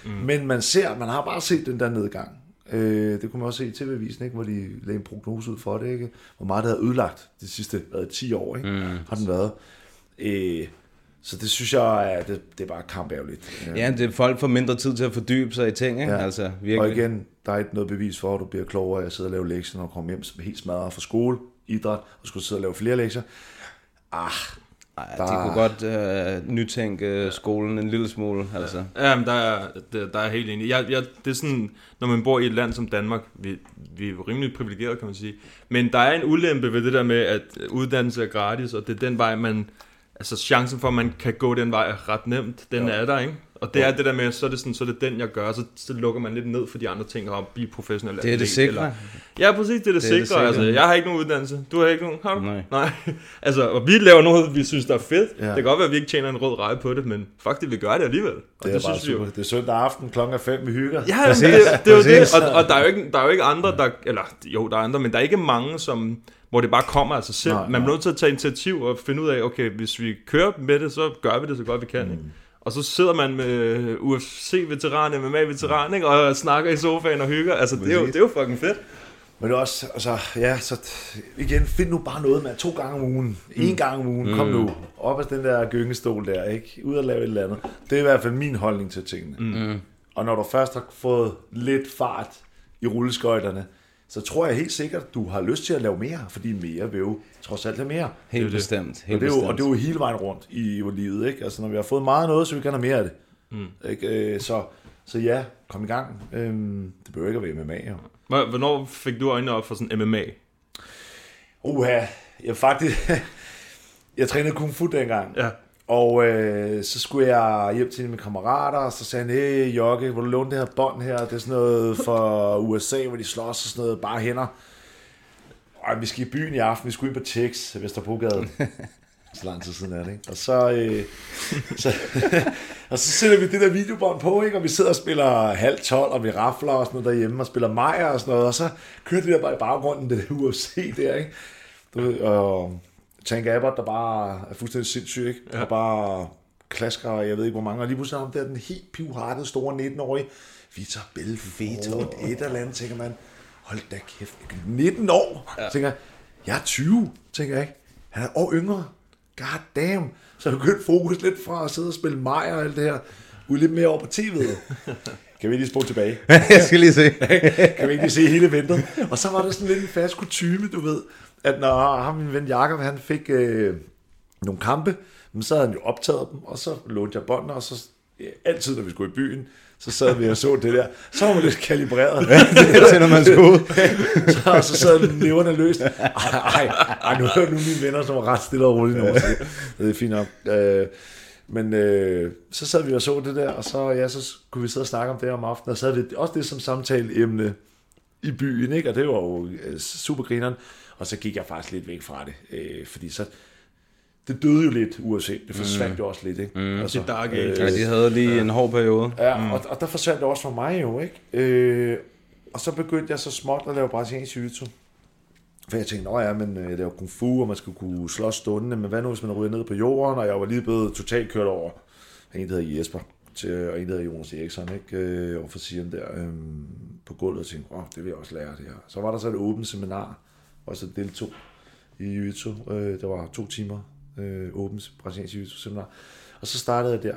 Mm. Men man ser, man har bare set den der nedgang. Øh, det kunne man også se i T V-avisen, ikke? Hvor de lagde en prognose ud for det, ikke? Hvor meget det havde ødelagt de sidste hvad, ti år, ikke? Mm. Har den været. Øh, så det synes jeg, at det, det er bare kampærgerligt. Ja, det er folk får mindre tid til at fordybe sig i ting, ikke? Ja. Altså, virkelig. Og igen, der er ikke noget bevis for, at du bliver klogere af at sidde og lave lektier, når du kommer hjem helt smadret fra skole, idræt, og skulle sidde og lave flere lektier. Ah, Ej, der... de kunne godt øh, nytænke skolen en lille smule, altså. Ja, men der er, der, der er helt enig. Jeg, jeg, det er sådan, når man bor i et land som Danmark, vi, vi er rimelig privilegerede, kan man sige. Men der er en ulempe ved det der med, at uddannelse er gratis, og det er den vej, man... Altså chancen for, at man kan gå den vej er ret nemt. Den ja. er der, ikke? Og det er det der med, så er det, sådan, så er det den, jeg gør. Så, så lukker man lidt ned for de andre ting, og at blive professionel. Det er det sikre. Eller... Ja, præcis, det er det, det, er det sikre. Altså, jeg har ikke nogen uddannelse. Du har ikke nogen? Har du? Nej. Nej. Altså, og vi laver noget, vi synes, der er fedt. Ja. Det kan godt være, at vi ikke tjener en rød reje på det, men faktisk, vi gør det alligevel. Og det, det er bare super. Det er søndag aften klokken fem, vi hygger. Ja, det, det, det er jo det. Og, og der, er jo ikke, der er jo ikke andre, der... Eller, jo, der er andre, men der er ikke mange, som... hvor det bare kommer af sig selv. Nej, man er nødt til at tage initiativ og finde ud af, okay, hvis vi kører med det, så gør vi det så godt vi kan. Mm. Ikke? Og så sidder man med U F C-veteran, M M A-veteran, ikke? Og snakker i sofaen og hygger. Altså, det er, jo, det er jo fucking fedt. Men det er også, altså, ja, så igen, find nu bare noget med to gange om ugen, mm. en gang om ugen, mm. kom nu, op af den der gyngestol der, ikke? Ud og lave et eller andet. Det er i hvert fald min holdning til tingene. Mm. Og når du først har fået lidt fart i rulleskøjterne, så tror jeg helt sikkert, at du har lyst til at lave mere, fordi mere vil jo trods alt have mere. Helt bestemt. Helt og, det er jo, bestemt. og det er jo hele vejen rundt i, i livet, ikke? Altså, når vi har fået meget af noget, så vi kan have mere af det. Mm. Ikke? Så, så ja, kom i gang. Øhm, det behøver ikke at være M M A, jo. Hvornår fik du øjnene op for sådan M M A? Uha, jeg faktisk... jeg trænede kung fu dengang. Ja. Og øh, så skulle jeg hjem til mine kammerater, og så sagde han, hey Jokke, vil du låne det her bånd her? Det er sådan noget fra U S A, hvor de slås og sådan noget, bare hænder. Og vi skal i byen i aften, vi skulle ind på Tex, Vesterbrogade. Så lang tid siden er det, ikke? Og så, øh, så, og så sætter vi det der videobånd på, ikke? Og vi sidder og spiller halv tolv, og vi rafler og sådan noget derhjemme, og spiller Maja og sådan noget, og så kørte vi der bare i baggrunden, det der U F C der, ikke? Du ved, og Tank Abbott, der bare er fuldstændig sindssyg, ikke? Ja. Og bare klasker, jeg ved ikke hvor mange, og lige pludselig ham der, den helt pivhartede, store nitten-årige, Vitor Belfort, et eller andet, tænker man, hold da kæft, nitten år, ja. Tænker jeg, jeg er tyve, tænker jeg ikke, han er år yngre, god damn, så jeg begyndt fokus lidt fra at sidde og spille Maja og alt det her, ud lidt mere over på tv'et. Kan vi lige spole tilbage? Jeg skal lige se. Kan vi ikke lige se hele eventet? Og så var der sådan lidt en fast kutyme, du ved, at når ham, min ven Jakob, han fik øh, nogle kampe, så havde han jo optaget dem, og så lånte jeg båndene, og så ja, altid, når vi skulle i byen, så sad vi og så det der. Så var man lidt kalibreret. Ja, det tænder man sgu. så, så sad leverne løst. Ej, ej, ej, nu er nu mine venner, som var ret stille og roligt. Nu, så det er fint nok. Øh, men øh, så sad vi og så det der, og så, ja, så kunne vi sidde og snakke om det om aftenen, og så havde vi også det som samtaleemne i byen, ikke? Og det var jo super grineren. Og så gik jeg faktisk lidt væk fra det, øh, fordi så det døde jo lidt, U F C. Det forsvandt mm. jo også lidt, ikke? Mm. Altså, det dark age. Øh, ja, de havde lige ja. en hård periode. Ja, mm. og, og der forsvandt det også for mig jo, ikke? Øh, og så begyndte jeg så småt at lave brasiliansk jiu-jitsu. For jeg tænkte, nå ja, men jeg laver kung fu, og man skulle kunne slås stående, men hvad nu, hvis man ryger ned på jorden, og jeg var lige blevet totalt kørt over en, der hedder Jesper, til, og en, der hedder Jonas Eriksson, ikke? Øh, og for Sian der øh, på gulvet, og tænkte, åh, oh, det vil jeg også lære det her. Så var der så et åbent seminar, og så deltog i jiu-jitsu. Øh, der var to timer øh, åbent brasiliansk jiu-jitsu seminar. Og så startede jeg der.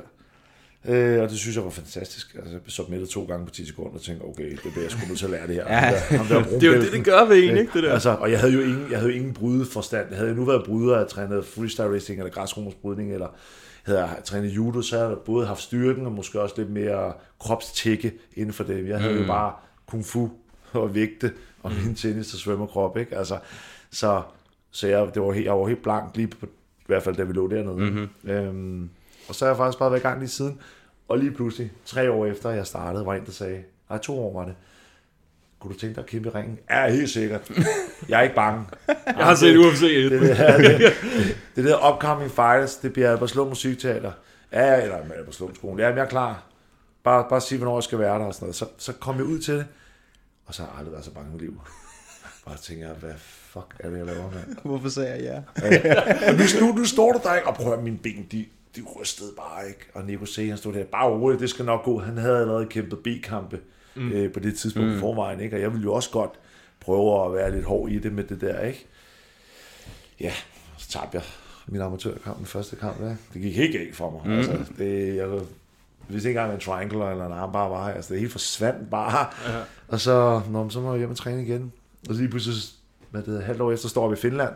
Øh, og det synes jeg var fantastisk. Altså, jeg blev submittet to gange på ti sekunder og tænkte, okay, det bliver jeg sgu nødt til at lære det her. Ja. Ham der, ham der det er jo det, det gør ved en, ikke? Det der. Altså, og jeg havde jo ingen, jeg havde jo ingen brydeforstand. Jeg havde nu været bryder, jeg trænede freestyle racing eller græsromersbrydning, eller havde jeg trænet judo, så havde jeg både haft styrken og måske også lidt mere kropstække inden for det. Jeg havde mm. jo bare kung fu og vægte og min tennis og svømmerkrop, ikke? Altså, så, så jeg, det var helt, jeg var helt blank lige på, i hvert fald da vi lå dernede. Mm-hmm. Øhm, og så har jeg faktisk bare været i gang lige siden. Og lige pludselig, tre år efter jeg startede, var en, der sagde, nej, to år var det. Kunne du tænke dig at kæmpe i ringen? Ja, helt sikkert. Jeg er ikke bange. Jeg har set U F C. Det, det, det, det, det der upcoming fighters, det bliver Albertslund Musikteater. Ja, eller Albertslund skolen. Ja, jeg er klar. Bare, bare sig, hvornår jeg skal være der og sådan noget. Så, så kom jeg ud til det. Og så har jeg aldrig været så bange i mit liv. Bare tænker jeg, hvad fuck er det, jeg laver, mand? Hvorfor sagde jeg ja? ja. Og nu, nu, nu står du der ikke, og prøver mine ben, de de rystede bare ikke, og Nico C, han stod der, bare roligt, det skal nok gå, han havde allerede kæmpet B-kampe mm. øh, på det tidspunkt mm. i forvejen, ikke? Og jeg ville jo også godt prøve at være lidt hård i det med det der, ikke? Ja, så tabte jeg min amatørkamp, min første kamp, ja. Det gik helt galt for mig, mm. altså, det, jeg hvis ikke engang en triangle eller en armbar var, altså det helt forsvandt bare, ja. Og så, nå, så må jeg hjem og træne igen, og så lige pludselig, hvad det hedder, halvt år efter, står vi i Finland,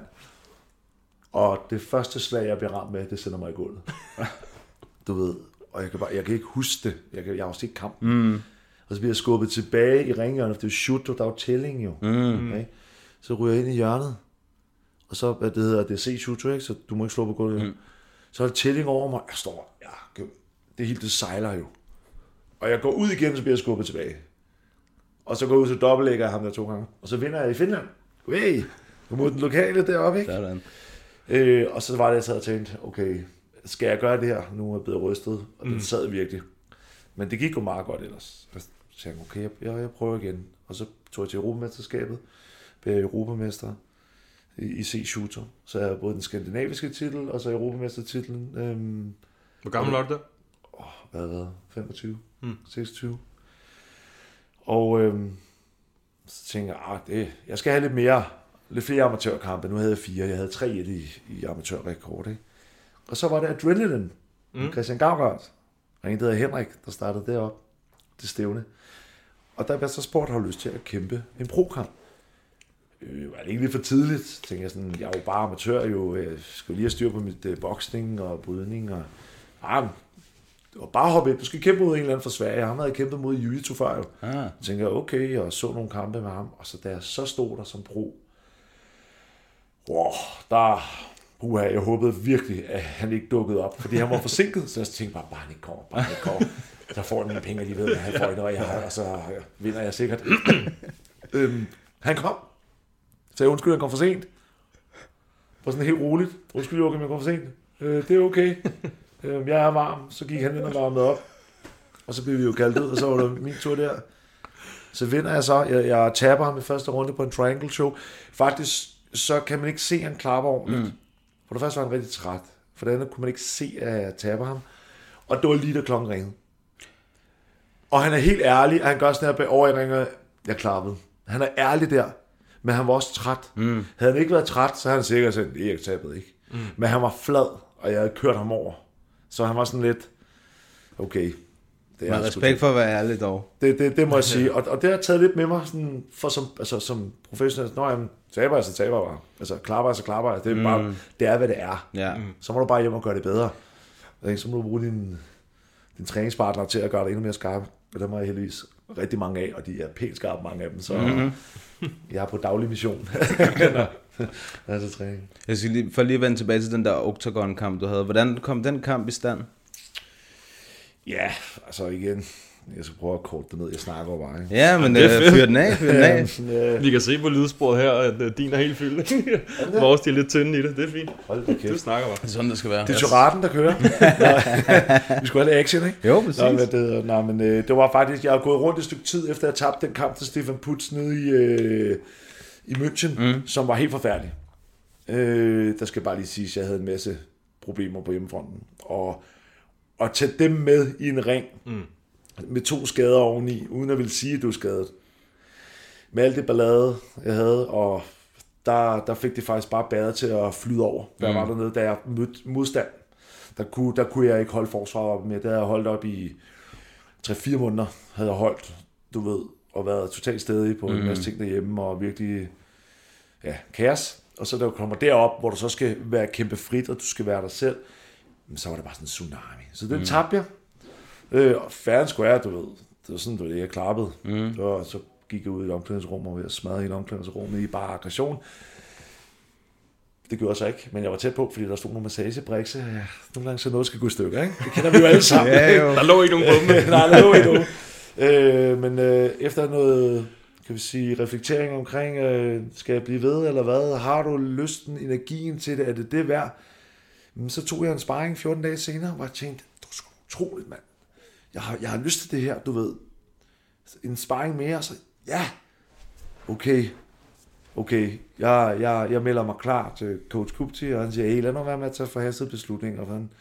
og det første slag, jeg bliver ramt med, det sender mig i gulvet. Du ved, og jeg kan, bare, jeg kan ikke huske det. Jeg, kan, jeg har også ikke kampen. Mm. Og så bliver jeg skubbet tilbage i ringhjørnet, for det er jo shooter, der er jo tælling jo. Mm. Okay? Så ryger jeg ind i hjørnet, og så, hvad det hedder, det er C-shooter, ikke? Så du må ikke slå på gulvet. Mm. Så er der tælling over mig, jeg står, ja, det hele det sejler jo. Og jeg går ud igen, så bliver jeg skubbet tilbage. Og så går jeg ud, så dobbeltlægger jeg ham der to gange. Og så vinder jeg i Finland. Hey, mod den lokale deroppe, ikke? Sådan. Øh, og så var det, jeg sad og tænkte, okay, skal jeg gøre det her? Nu er jeg blevet rystet, og den sad virkelig. Men det gik jo meget godt ellers. Så tænkte jeg, okay, jeg, jeg prøver igen. Og så tog jeg til Europamesterskabet, blev jeg europamester i, i C-shooter. Så jeg havde både den skandinaviske titel, og så europamestertitlen. Øhm, Hvor gammel var du der? Åh, hvad havde været? femogtyve? Hmm. seksogtyve? Og øhm, så tænkte jeg, ah, det, jeg skal have lidt mere, lidt flere amatørkampe. Nu havde jeg fire, jeg havde tre i, i amatørrekord, ikke? Og så var det Adrenaline, mm. Christian Gavgaard, og en, der hedder Henrik, der startede derop, det stævne. Og der var så sport, har lyst til at kæmpe en pro-kamp. Øh, var det ikke lidt for tidligt? Tænkte jeg sådan, jeg er jo bare amatør, jo. Jeg skal lige have styr på mit uh, boksning og brydning. Og, ah, og bare hoppe ind. Du skal kæmpe mod en eller anden fra Sverige. Han havde kæmpet mod jiu-jitsu før jo. Ah. Jeg tænkte, okay, og så nogle kampe med ham. Og så da jeg så stod der som pro, wow, der... Uha, jeg håbede virkelig, at han ikke dukkede op, fordi han var forsinket, så jeg tænkte bare, bare han ikke kommer, bare han ikke kommer. Så får han mine penge alligevel, han får det, og, jeg har, og så vinder jeg sikkert. øhm, han kom, så jeg undskyld, han kom for sent. Var sådan helt roligt. Undskyld, Joachim, jeg kom for sent. Øh, det er okay. Øh, jeg er varm. Så gik han ind og varmede op, og så blev vi jo kaldt ud, og så var der min tur der. Så vinder jeg så. Jeg, jeg taber ham i første runde på en triangle show. Faktisk så kan man ikke se, at han klapper ordentligt. Mm. For det første var han rigtig træt. For det andet kunne man ikke se, at jeg taber ham. Og det var lige da klokken ringede. Og han er helt ærlig, at han gør sådan her over i ringer, jeg klappede. Han er ærlig der, men han var også træt. Mm. Havde han ikke været træt, så havde han sikkert sagt, jeg tabede ikke. Mm. Men han var flad, og jeg havde kørt ham over. Så han var sådan lidt, okay. Det er respekt for at være ærlig dog. Det, det, det må jeg sige. Og, og det har jeg taget lidt med mig sådan, for som, altså, som professionel. Når jeg taber jeg, så taber jeg bare. Altså klapper jeg, så klapper jeg. Det er, mm. bare, det er hvad det er. Ja. Så må du bare hjem og gøre det bedre. Så må du bruge din, din træningspartner til at gøre det endnu mere skarp. Og dem har jeg heldigvis rigtig mange af, og de er pænt skarpe, mange af dem. Så mm-hmm. jeg er på daglig mission. Altså træning. Jeg skal lige, for lige at vende tilbage til den der Octagon-kamp, du havde. Hvordan kom den kamp i stand? Ja, altså igen, jeg skal prøve at korte det ned, jeg snakker over bare. Ja, men øh, fyr den af, fyr den af. Ja, vi kan se på lydsporet her, at uh, din er helt fyldt. Vores de er lidt tynde i det, det er fint. Hold da kæft. Du snakker bare. Det er sådan, det skal være. Det er Turaten, der kører. Vi skulle have lidt action, ikke? Jo, præcis. Nå, men, det, nej, men øh, det var faktisk, jeg har gået rundt et stykke tid, efter jeg tabte den kamp til Stefan Putz nede i, øh, i München, mm. som var helt forfærdelig. Øh, der skal bare lige sige, at jeg havde en masse problemer på hjemmefronten. Og Og tage dem med i en ring, mm. med to skader oveni, uden at ville sige, at du er skadet. Med alt det ballade, jeg havde, og der, der fik det faktisk bare badet til at flyde over. Der mm. var dernede, da jeg mødte modstand. Der kunne, der kunne jeg ikke holde forsvaret op med. Der havde jeg holdt op i tre fire måneder, havde jeg holdt, du ved, og været totalt stedig på mm. en masse ting derhjemme, og virkelig, ja, kaos. Og så der kommer derop, hvor du så skal være kæmpe frit, og du skal være dig selv, så var det bare sådan en tsunami. Så den mm. tabte jeg. Øh, og færden skulle jeg, du ved. Det var sådan, det var det, jeg klappede. Mm. Og så gik jeg ud i et omklædningsrum, og jeg smadrede hele omklædningsrummet i bare aggression. Det gjorde jeg så ikke, men jeg var tæt på, fordi der stod nogle massagebrikse. Ja, nogle gange så noget skal gå i stykker, ikke? Det kender vi jo alle sammen. Ja, jo. Der lå ikke nogen bombe. Nej, der lå ikke nogen. Øh, men øh, efter noget, kan vi sige, reflektering omkring, øh, skal jeg blive ved, eller hvad? Har du lysten, energien til det? Er det det værd? Så tog jeg en sparring fjorten dage senere, og jeg tænkte, det var sgu utroligt, mand. Jeg har, jeg har lyst til det her, du ved. En sparring mere, så ja, okay, okay. Jeg, jeg, jeg melder mig klar til coach Kupti, og han siger, hey, lad nu være med at tage forhastede beslutninger. For han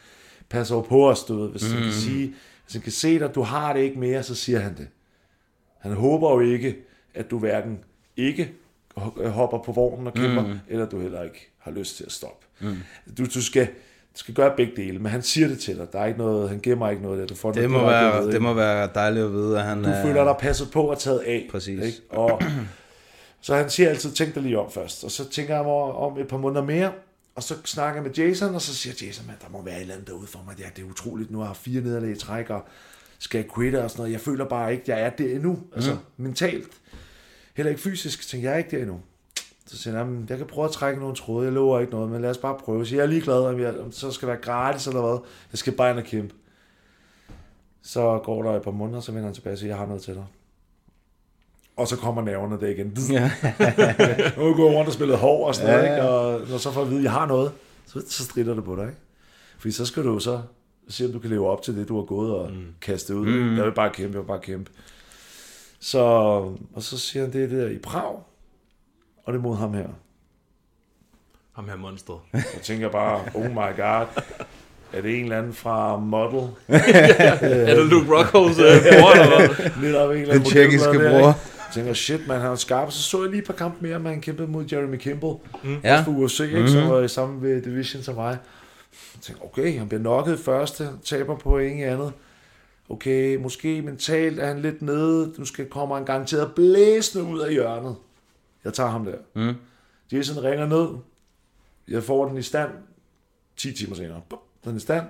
passer jo på os, du ved. Hvis, mm. han kan sige, hvis han kan se dig, du har det ikke mere, så siger han det. Han håber jo ikke, at du hverken ikke hopper på vognen og kæmper, mm. eller du heller ikke har lyst til at stoppe. Mm. Du, du, skal, du skal gøre begge dele, men han siger det til dig. Der er ikke noget, han gemmer ikke noget der. Du får det, må være, det, det må være dejligt at vide, at han du er... føler dig passet på og taget af. Præcis. Ikke? Og, så han siger altid, tænk dig lige om først. Og så tænker jeg mig om et par måneder mere, og så snakker jeg med Jason, og så siger Jason, man, der må være et eller andet derude for mig. Ja, det er utroligt, nu har jeg fire nederlag i træk, og skal jeg quitte og sådan noget. Jeg føler bare ikke, jeg er der endnu. Altså, mm. mentalt. Heller ikke fysisk, tænker jeg er ikke der endnu. Så siger jeg, jeg kan prøve at trække nogle tråde, jeg lover ikke noget, men lad os bare prøve. Så jeg er ligeglad, om, jeg, om så skal være gratis eller hvad. Jeg skal bare ind og kæmpe. Så går der et par måneder, så vender han tilbage og siger, jeg har noget til dig. Og så kommer nerverne der igen. Ja. Nu går jeg rundt og spiller hår og sådan noget, ja, ja. Og når så får at vide, at jeg har noget, så, så strider det på dig, ikke? Fordi så skal du så se, om du kan leve op til det, du har gået og mm. kastet ud. Mm. Jeg vil bare kæmpe, jeg vil bare kæmpe. Så, og så siger han, det er det der i Prag, og det er mod ham her. Ham her monster. Jeg tænker bare, oh my god, er det en eller anden fra Model? Er det Luke Rockholds uh, bror, eller hvad? Lidt af en eller anden den tjekkiske bror. Jeg tænker, shit, man, han er skarp. Så så jeg lige et par kampe mere, man kæmpede mod Jeremy Kimball. Mm. Ja. Også for U F C, ikke? Mm-hmm. Som var sammen ved Division som mig. Jeg tænkte, okay, han bliver knocket første, taber på ingen andet. Okay, måske mentalt er han lidt nede. Nu skal komme han garanteret blæsende ud af hjørnet. Jeg tager ham der. Mm. Jason ringer ned. Jeg får den i stand. ti timer senere. Bum, den i stand.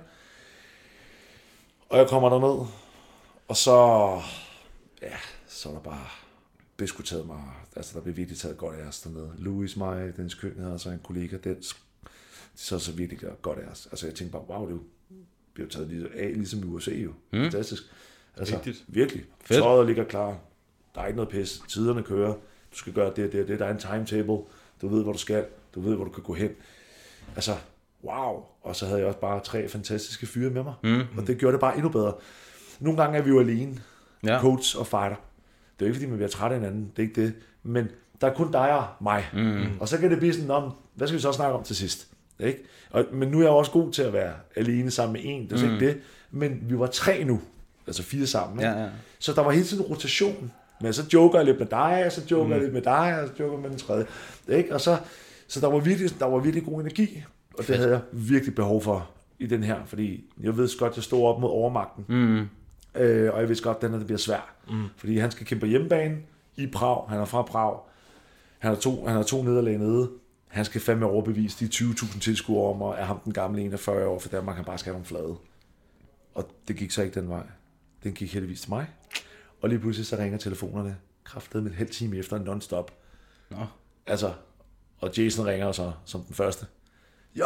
Og jeg kommer derned. Og så... Ja, så er der bare diskuteret mig. Altså, der bliver virkelig taget godt af os dernede. Louis, mig, Dennis Køkken og så en kollega, den så så virkelig godt af os. Altså, jeg tænkte bare, wow, det bliver taget af, ligesom i U S A jo. Mm. Fantastisk. Altså, Rigtigt. Virkelig. Tøjet ligger klar. Der er ikke noget pis. Tiderne kører. Du skal gøre det og det og det. Der er en timetable. Du ved, hvor du skal. Du ved, hvor du kan gå hen. Altså, wow. Og så havde jeg også bare tre fantastiske fyre med mig. Mm. Og det gjorde det bare endnu bedre. Nogle gange er vi jo alene. Ja. Coach og fighter. Det er jo ikke, fordi man bliver træt af hinanden. Det er ikke det. Men der er kun dig og mig. Mm. Og så kan det blive sådan om, hvad skal vi så snakke om til sidst? Ikke? Og, men nu er jeg også god til at være alene sammen med en. Det er mm. ikke det. Men vi var tre nu. Altså fire sammen. Ikke? Ja, ja. Så der var hele tiden rotation. Men så joker jeg lidt med dig, og så joker mm. jeg lidt med dig, og så joker jeg med den tredje. Ikke? Og så, så der var virkelig, der var virkelig god energi. Og det havde jeg virkelig behov for i den her. Fordi jeg ved godt, at jeg stod op mod overmagten. Mm. Øh, og jeg vidste godt, at den her det bliver svær. Mm. Fordi han skal kæmpe på hjemmebane i Prag. Han er fra Prag. Han har to, han har to nederlag nede. Han skal fandme overbevise de tyve tusind tilskuere om, og er ham den gamle enogfyrre år, for Danmark kan bare skal have nogle flade. Og det gik så ikke den vej. Den gik heldigvis til mig. Og lige pludselig så ringer telefonerne. Kraftedeme en halv time efter en non-stop. Nå. Altså, og Jason ringer så som den første. Ja!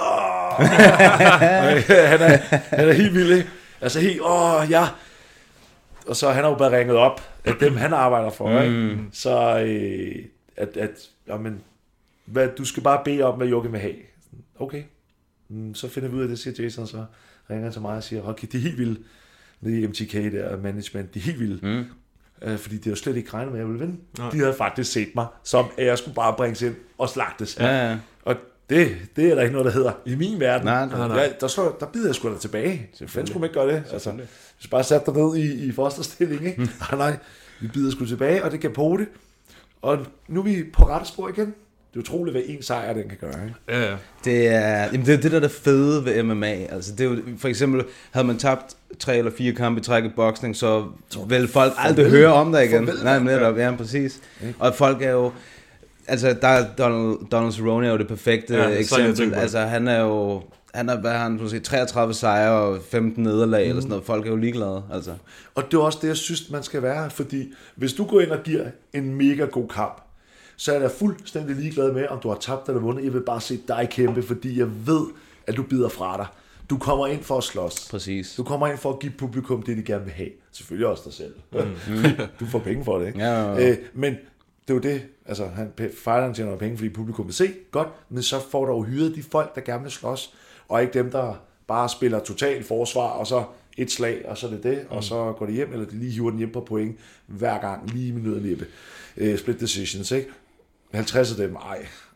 han, er, han er helt vild, ikke? Altså helt, åh, ja. Og så han har jo bare ringet op, at dem han arbejder for, mm. ikke? Så, øh, at, at, jamen, hvad, du skal bare bede om, hvad Joachim vil have. Okay. Så finder vi ud af det, siger Jason, så ringer han til mig og siger, okay, de er helt vilde. Nede i M T K der, management, de er helt vilde. Mm. Øh, fordi de har jo slet ikke regnet med, at jeg ville vinde. Nej. De havde faktisk set mig, som at jeg skulle bare bringes ind og slagtes. Ja, ja. Og det, det er der ikke noget, der hedder i min verden. Nej, nej, nej. Ja, der, slår, der bider jeg sgu da tilbage. Fanden skulle man ikke gøre det? Altså, hvis bare satte dig ned i, i fosterstilling, ikke? nej, nej, vi bider sgu tilbage, og det kan på det. Og nu er vi på rette spor igen. Det er utroligt, hvad en sejr den kan gøre, ikke? Ja, ja. Det er, jamen det er det, der er det fede ved M M A. Altså, det er jo, for eksempel, havde man tabt tre eller fire kampe i træk i boksning, så vil folk aldrig høre om dig igen. Forvel, Nej, men netop, ja, præcis. Okay. Og folk er jo... Altså, der er Donald, Donald Cerrone er jo det perfekte ja, eksempel. Altså, han er jo... Han har, hvad har han, sige, treogtredive sejre og femten nederlag mm. eller sådan noget. Folk er jo ligeglade, altså. Og det er også det, jeg synes, man skal være. Fordi hvis du går ind og giver en mega god kamp, så er jeg fuldstændig ligeglad med, om du har tabt eller vundet. Jeg vil bare se dig kæmpe, fordi jeg ved, at du bider fra dig. Du kommer ind for at slås. Præcis. Du kommer ind for at give publikum det, de gerne vil have. Selvfølgelig også dig selv. Mm. Du får penge for det, ikke? Ja, ja, ja. Øh, men det er jo det. Altså, han, fighteren tjener jo penge, fordi publikum vil se. Godt, men så får du jo hyret de folk, der gerne vil slås. Og ikke dem, der bare spiller total forsvar, og så et slag, og så er det det. Mm. Og så går de hjem, eller de lige hiver den hjem på point hver gang. Lige med nød og næppe. Øh, split decisions, ikke? halvtreds af dem, ej,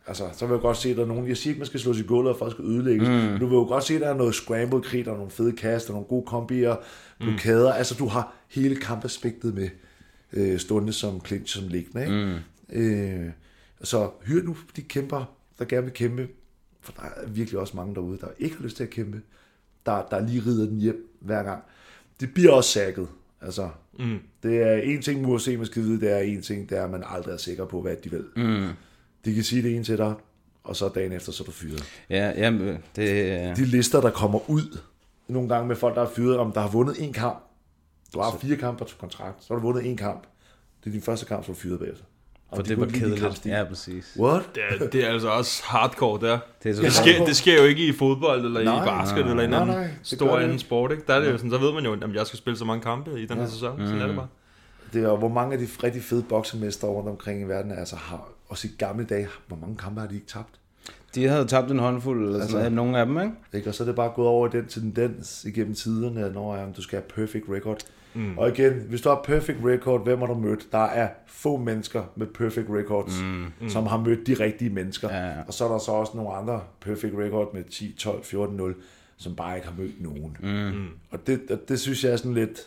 Altså, så vil jeg godt se, at der er nogen... Jeg siger ikke, man skal slås i gulvet, og folk skal ødelægges. Mm. Du vil jo godt se, at der er noget scramble-krig, der er nogle fede kast, der er nogle gode kombier, blokader. Mm. Altså, du har hele kampaspektet med øh, stående som clinch, som liggende. Ikke? Mm. Øh, så hyr nu de kæmper, der gerne vil kæmpe. For der er virkelig også mange derude, der ikke har lyst til at kæmpe. Der, der lige rider den hjem hver gang. Det bliver også sækket. Altså, mm. det er en ting, U F C man skal vide, det er en ting, det er, at man aldrig er sikker på, hvad de vil. Mm. De kan sige det ene til dig, og så dagen efter, så er du fyret. Ja, jamen, det... De lister, der kommer ud, nogle gange med folk, der er fyret, om der har vundet en kamp. Du har fire kampe til kontrakt, så har du vundet en kamp. Det er din første kamp, så er du fyret bagefter. For det var kedeligt. Ja, præcis. What? Det er, det er altså også hardcore der. Det, er så det, sker, det sker jo ikke i fodbold, eller nej, i basket, nej, eller en nej, anden nej, stor anden sport. Ikke? Der er det jo sådan, så ved man jo, at jeg skal spille så mange kampe i den her ja. sæson. Sådan mm. er det bare. Det er, hvor mange af de rigtig fede boksemestre rundt omkring i verden, altså har, også i gamle dage, hvor mange kampe har de ikke tabt? De havde tabt en håndfuld, eller altså, sådan, nogle af dem, ikke? ikke? Og så er det bare gået over i den tendens igennem tiderne, når ja, du skal have perfect record. Mm. Og igen, hvis du har perfect record, hvem har du mødt? Der er få mennesker med perfect records, mm. Mm. som har mødt de rigtige mennesker. Ja, ja. Og så er der så også nogle andre perfect record med ti, tolv, fjorten, nul, som bare ikke har mødt nogen. Mm. Og det, og det synes jeg er sådan lidt...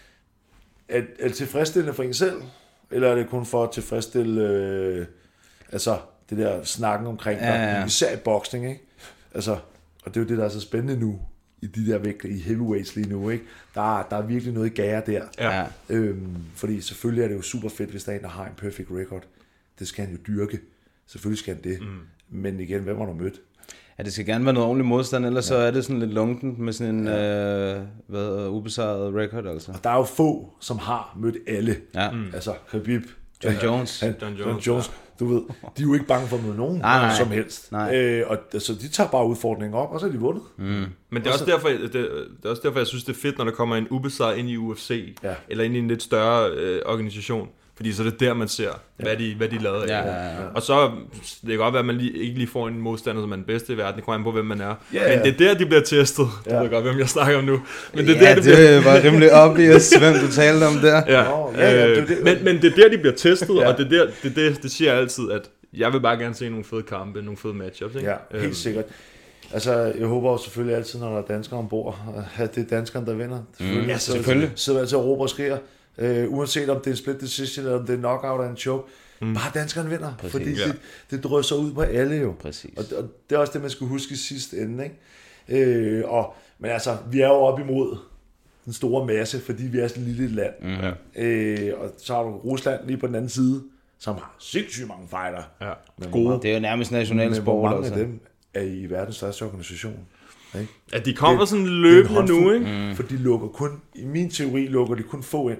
Er, er det tilfredsstillende for en selv? Eller er det kun for at tilfredsstille... Øh, altså, det der snakken omkring ja, ja. Der, især i boksning, ikke? Altså, og det er jo det, der er så spændende nu, i de der vægte, i heavyweights lige nu, ikke? Der er, der er virkelig noget gære der. Ja. Øhm, fordi selvfølgelig er det jo super fedt, hvis der er en, der har en perfect record. Det skal han jo dyrke. Selvfølgelig skal han det. Mm. Men igen, hvem har du mødt? Ja, det skal gerne være noget ordentligt modstand, ellers ja. så er det sådan lidt lunkent med sådan en ja. øh, hvad, ubesejret record, altså. Og der er jo få, som har mødt alle. Ja. Mm. Altså, Khabib, John Jones. Han, John Jones, John Jones ja. Du ved, de er jo ikke bange for at møde nogen, nej, nej. som helst. Øh, og så de tager bare udfordringen op, og så er de vundet. Mm. Men det er, også derfor, det, det er også derfor, jeg synes, det er fedt, når der kommer en ubesejret ind i U F C, ja. eller ind i en lidt større øh, organisation. Fordi så er det der, man ser, ja. hvad, de, hvad de lavede. Ja, ja, ja. Og så det kan godt være, at man lige, ikke lige får en modstander, som er den bedste i verden. Det kommer an på, hvem man er. Ja, ja. Men det er der, de bliver testet. Ja. Du ved godt, hvem jeg snakker om nu. Men det er ja, der, det, det bliver... var rimelig obvious, hvem du talte om der. Ja. Oh, ja, ja, det, det. Men, men det er der, de bliver testet, ja. og det, er der, det, det, det siger jeg altid, at jeg vil bare gerne se nogle fede kampe, nogle fede matchups. Ikke? Ja, helt øhm. sikkert. Altså, jeg håber også selvfølgelig altid, når der er danskere ombord, at det er danskeren, der vinder. Mm. Ja, selvfølgelig. Så sidder altid og råber og skriger. Uh, uanset om det er en split decision, eller om det er knockout eller en choke. Mm. Bare danskeren vinder. Præcis, fordi ja. det, det drøser ud på alle jo. Præcis. Og, og det er også det, man skulle huske i sidste ende. Ikke? Uh, og, men altså, vi er jo op imod den store masse, fordi vi er sådan et lille land. Mm. Uh, og så har du Rusland lige på den anden side, som har sindssygt mange fighter. Ja. Gode. Det er jo nærmest national sport. Hvor mange altså. af dem er i verdens største organisation. Ikke? At de kommer det, sådan løbende nu, ikke? Mm. For de lukker kun, i min teori lukker de kun få ind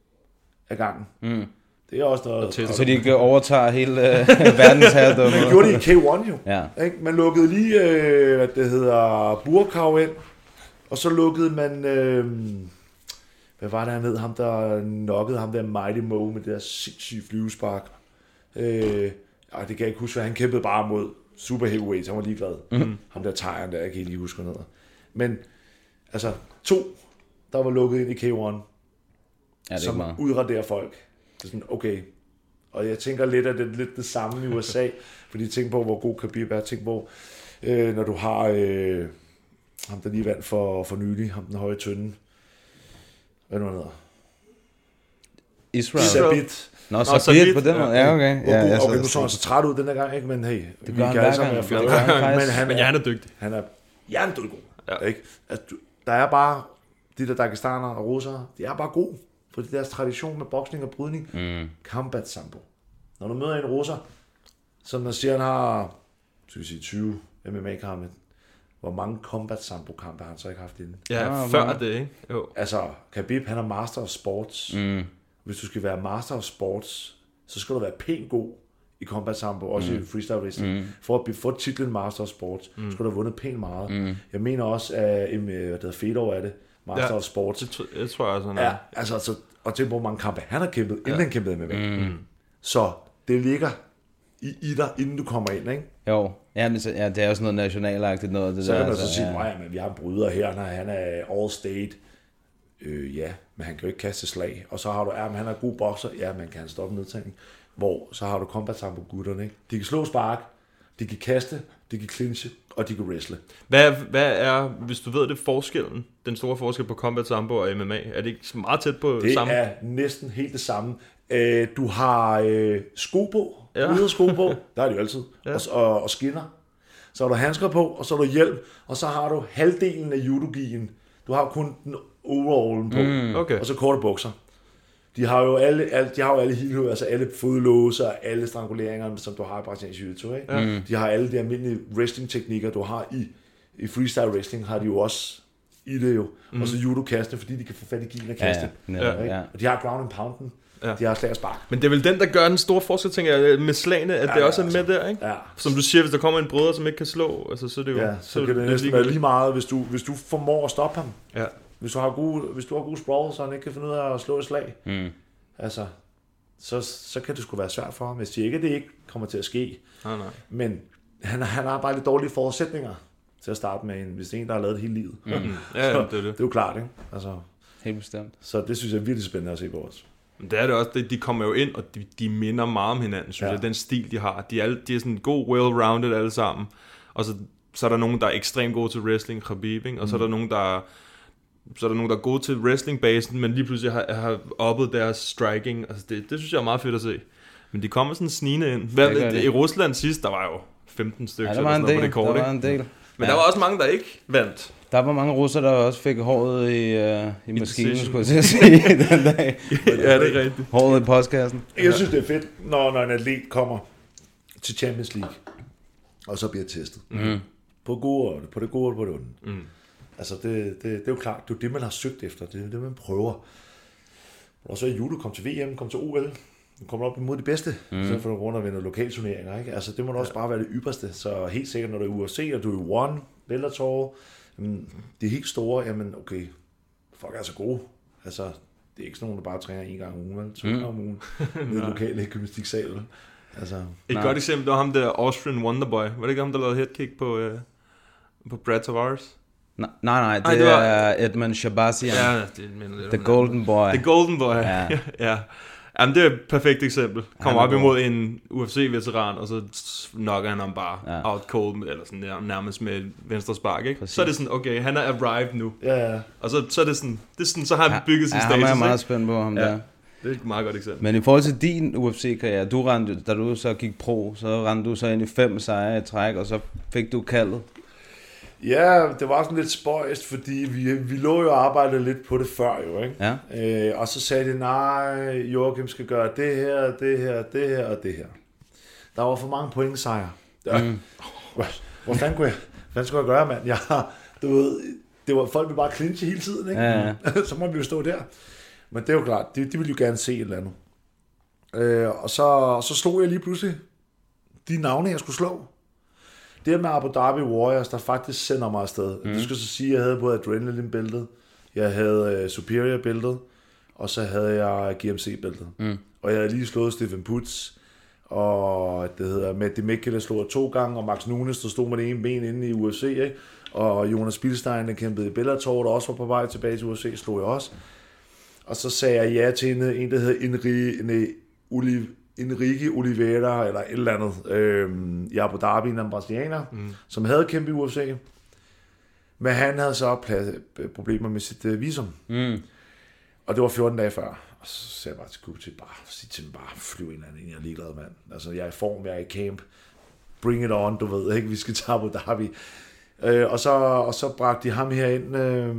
af gangen. Mm. Det er også noget... Så, så de ikke overtager hele øh, verdensherredømmet. Man gjorde det i K et jo. Ja. Ikke? Man lukkede lige, øh, hvad det hedder, Burkav ind, og så lukkede man... Øh, hvad var det, han hed? Ham, der knockede ham der Mighty Mo med det der sindssyge flyvespark. Øh, ej, det kan jeg ikke huske, for han kæmpede bare mod super heavyweight, han var ligeglad. Mm. Ham der Tyron der, jeg kan ikke lige huske noget. Men, altså, to, der var lukket ind i K et, ja, det som udraderer folk. Det er sådan, okay. Og jeg tænker lidt, at det er lidt det samme i U S A, fordi tænk på, hvor god Khabib er. Tænk på, øh, når du har øh, ham, der lige vandt for, for nylig, ham den høje tynde. Hvad nu han hedder? Israel. Sabit. Nå, så Sabit på den måde. Ja, okay. Ja, ja, ja, okay, nu så han så træt ud den der gang, ikke? Men hey, det gør han hver gang. Men han, men han er dygtig. Han er hjernedød god. Ja. Ikke? Altså, der er bare, de der dagestanere og russere, de er bare gode. Fordi deres tradition med boksning og brydning, mm. combat sambo. Når du møder en russer, som man siger, han har skal vi sige, tyve M M A-kampe, hvor mange combat sambo kampe har han så ikke haft inden? Ja, ja før det, ikke? Jo. Altså, Khabib, han er master of sports. Mm. Hvis du skal være master of sports, så skal du være pænt god i combat sambo, også mm. i freestyle wrestling. Mm. For at få titlen master of sports, mm. skal du have vundet pænt meget. Mm. Jeg mener også, at hvad hedder Fedor er det, master ja, of sports. Det, det tror jeg også, han er. Ja, altså, altså, og tænk på, hvor mange kampe han har kæmpet, inden ja. han kæmpede med mig. Mm. Så det ligger i, i dig, inden du kommer ind, ikke? Jo, ja, men, ja, det er jo sådan noget nationalagtigt noget. Det så der, kan man så altså, sige, ja. ja, men vi har en bryder her, når han er all state. Øh, ja, men han kan jo ikke kaste slag. Og så har du, ja, men han er god bokser. Ja, man kan stoppe nedtagning. Hvor så har du combat sambo gutterne, ikke? De kan slå spark, De kan kaste, de kan clinche, og de kan wrestle. Hvad er, hvad er, hvis du ved det, forskellen, den store forskel på Combat Sambo og M M A? Er det ikke meget tæt på det samme? Det er næsten helt det samme. Øh, du har øh, sko på, ja. ude sko på, der er det jo altid, ja. og, og, og skinner. Så har du handsker på, og så har du hjelm, og så har du halvdelen af judogien. Du har kun den overallen på, mm, okay. og så korte bukser. De har jo alle, alle, de har jo alle heel, altså alle fodlåser, alle stranguleringer, som du har i brasiliansk jiu-jitsu, ikke? Ja. De har alle de almindelige wrestling-teknikker, du har i, i freestyle wrestling, har de jo også i det jo. Mm. Og så judo-kaste, fordi de kan få fat i gien og kaste. Ja, ja, ja. Og de har ground and pounden. Ja. De har slag og spark. Men det er vel den, der gør den store forskel, tænker jeg, med slagene, at ja, det også er med der, ikke? Ja. Som du siger, hvis der kommer en brødre, som ikke kan slå, altså, så er det jo... Ja, så, så kan det, det næsten være lige meget, hvis du, hvis du formår at stoppe ham. Ja. Hvis du har gode, hvis du har gode sprawl, så han ikke kan finde ud af at slå et slag. Mm. Altså, så, så kan det sgu være svært for ham. Hvis det ikke, det ikke kommer til at ske. Nej, nej. Men han, han har bare lidt dårlige forudsætninger til at starte med, en, hvis det er en, der har lavet det hele livet. Mm. Ja, så, det er det. Det er jo klart, ikke? Altså, helt bestemt. Så det synes jeg er virkelig spændende at se på os. Det er det også. De kommer jo ind, og de, de minder meget om hinanden, synes ja. jeg. Den stil, de har. De er, de er sådan god, well-rounded alle sammen. Og så, så er der nogen, der er ekstremt gode til wrestling, Khabib, ikke? Og mm. så er der nogen, der er, så er der nogen, der er gode til wrestling-basen, men lige pludselig har, har oppet deres striking. Altså det, det synes jeg er meget fedt at se. Men de kommer sådan snigende ind. Hvad, det det. I Rusland sidst, der var jo femten stykker. Ja, der var en del. På det kort, der var en del. Men ja. der var også mange, der ikke vandt. Der var mange russer, der også fik håret i, uh, i maskinen, skulle jeg til at sige, den dag. Ja, det er rigtigt. Håret i postkassen. Jeg synes, det er fedt, når, når en atlet kommer til Champions League, og så bliver testet. Mm. På, gode, på det gode og på det onde. Mm. Altså, det, det, det er jo klart, det er det, man har søgt efter. Det er det, man prøver. Og så er judo, kom til V M, kom til O L. Du kommer op imod de bedste, mm. så får du rundt og vinde lokalturneringer, ikke? Altså, det må da også bare være det ypperste. Så helt sikkert, når du er i U F C, og du er i One, Bellator, jamen, de er helt store, jamen okay, folk er altså gode. Altså, det er ikke sådan nogen, der bare træner en gang om ugen, eller to gange om ugen, i det lokale gymnastiksal. Altså, et nej. godt eksempel, det var ham der Austrian Wonderboy. Var det ikke ham, der lavede headkick på, uh, på Brad Tavares? Nej, nej, det, Ej, det var... er Edmund Shabazian. Ja, det mener det. The Golden Boy. The Golden Boy, ja. ja. Jamen, det er et perfekt eksempel. Kommer op imod en U F C-veteran, og så knocker han ham bare ja. out cold, eller sådan nærmest med venstre spark, ikke? Så er det sådan, okay, han er arrived nu. Ja, ja. Og så, så er det sådan, det er sådan, så har han bygget sin ja, status, ikke? Ja, han er meget ikke? spændt på ham ja. der. Det er et meget godt eksempel. Men i forhold til din U F C-karriere, du rendte, da du så gik pro, så rendte du så ind i fem sejre i træk, og så fik du kaldet. Ja, det var sådan lidt spøjst, fordi vi, vi lå jo og arbejdede lidt på det før jo, ikke? Ja. Øh, og så sagde de, nej, Joachim skal gøre det her, det her, det her og det her. Der var for mange pointsejre. Mm. Hvor, hvor fanden kunne jeg, hvad skulle jeg gøre, mand? Jeg, du ved, det var, folk ville bare clinche hele tiden, ikke? Ja, ja. Så må vi jo stå der. Men det er jo klart, de, de ville jo gerne se et eller andet. Øh, og så, så slog jeg lige pludselig de navne, jeg skulle slå. Det med Abu Dhabi Warriors, der faktisk sender mig afsted. Mm. Det skal så sige, at jeg havde både Adrenaline-bæltet, jeg havde uh, Superior-bæltet, og så havde jeg G M C-bæltet. Mm. Og jeg havde lige slået Stephen Putz, og det hedder Mette Mikkel, der slog to gange, og Max Nunes, der stod med det ene ben inde i U F C, ikke? Og Jonas Bilstein, der kæmpede i Bellator, der også var på vej tilbage til U F C, slog jeg også. Og så sagde jeg ja til en, en der hedder Enrique, nej, Olive, Enrique Oliveira, eller et eller andet, øhm, i Abu Dhabi, en brasilianer, mm. som havde kæmpet i U F C. Men han havde så problemer med sit uh, visum. Mm. Og det var fjorten dage før. Og så sagde jeg bare til Kubiti, bare sig til dem, bare flyv en eller anden, jeg er ligeglad, mand. Altså, jeg er i form, jeg er i camp. Bring it on, du ved ikke, vi skal til Abu Dhabi. Øh, og, så, og så bragte de ham herind. Øh,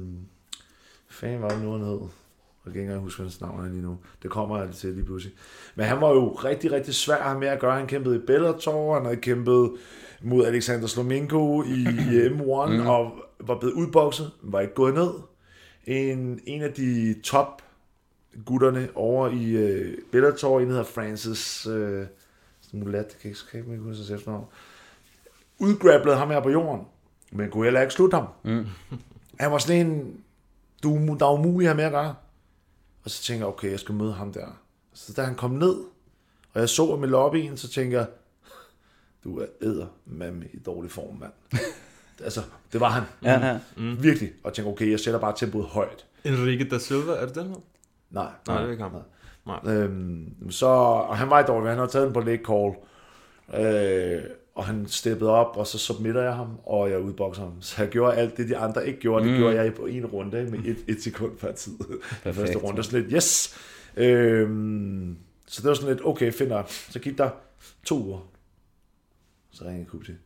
fanden var det nu, han hed? Jeg kan ikke engang huske, hans navn er lige nu. Det kommer jeg til lige pludselig. Men han var jo rigtig, rigtig svær med at gøre. Han kæmpede i Bellator, han havde kæmpet mod Alexander Slomenko i, i M et, mm. og var blevet udbokset, var ikke gået ned. En, en af de top gutterne over i uh, Bellator, en hedder Francis uh, Mulat, kan jeg ikke huske sig efternavn, udgrablede ham her på jorden, men kunne heller ikke slutte ham. Mm. Han var sådan en, du, der var umuligt at have med at gøre. Og så tænker jeg, okay, jeg skal møde ham der. Så da han kom ned, og jeg så ham i lobbyen, så tænker jeg, du er eddermame i dårlig form, mand. Altså, det var han. Ja, ja. Mm. Virkelig. Og tænker, okay, jeg sætter bare tempoet højt. Enrique da Silva, er det den her? Nej. Nej, det er ikke ham. Nej. Øhm, så, og han var i dårlig, han havde taget den på leg call. Øh, og han steppede op, og så submitter jeg ham, og jeg udbokser ham. Så jeg gjorde alt det, de andre ikke gjorde, det mm. gjorde jeg på en runde, med et, et sekund per tid. Den første runde, sådan lidt, yes! Øhm, så det var sådan lidt, okay, finder. Så gik der to uger. Så ringede jeg Kubti.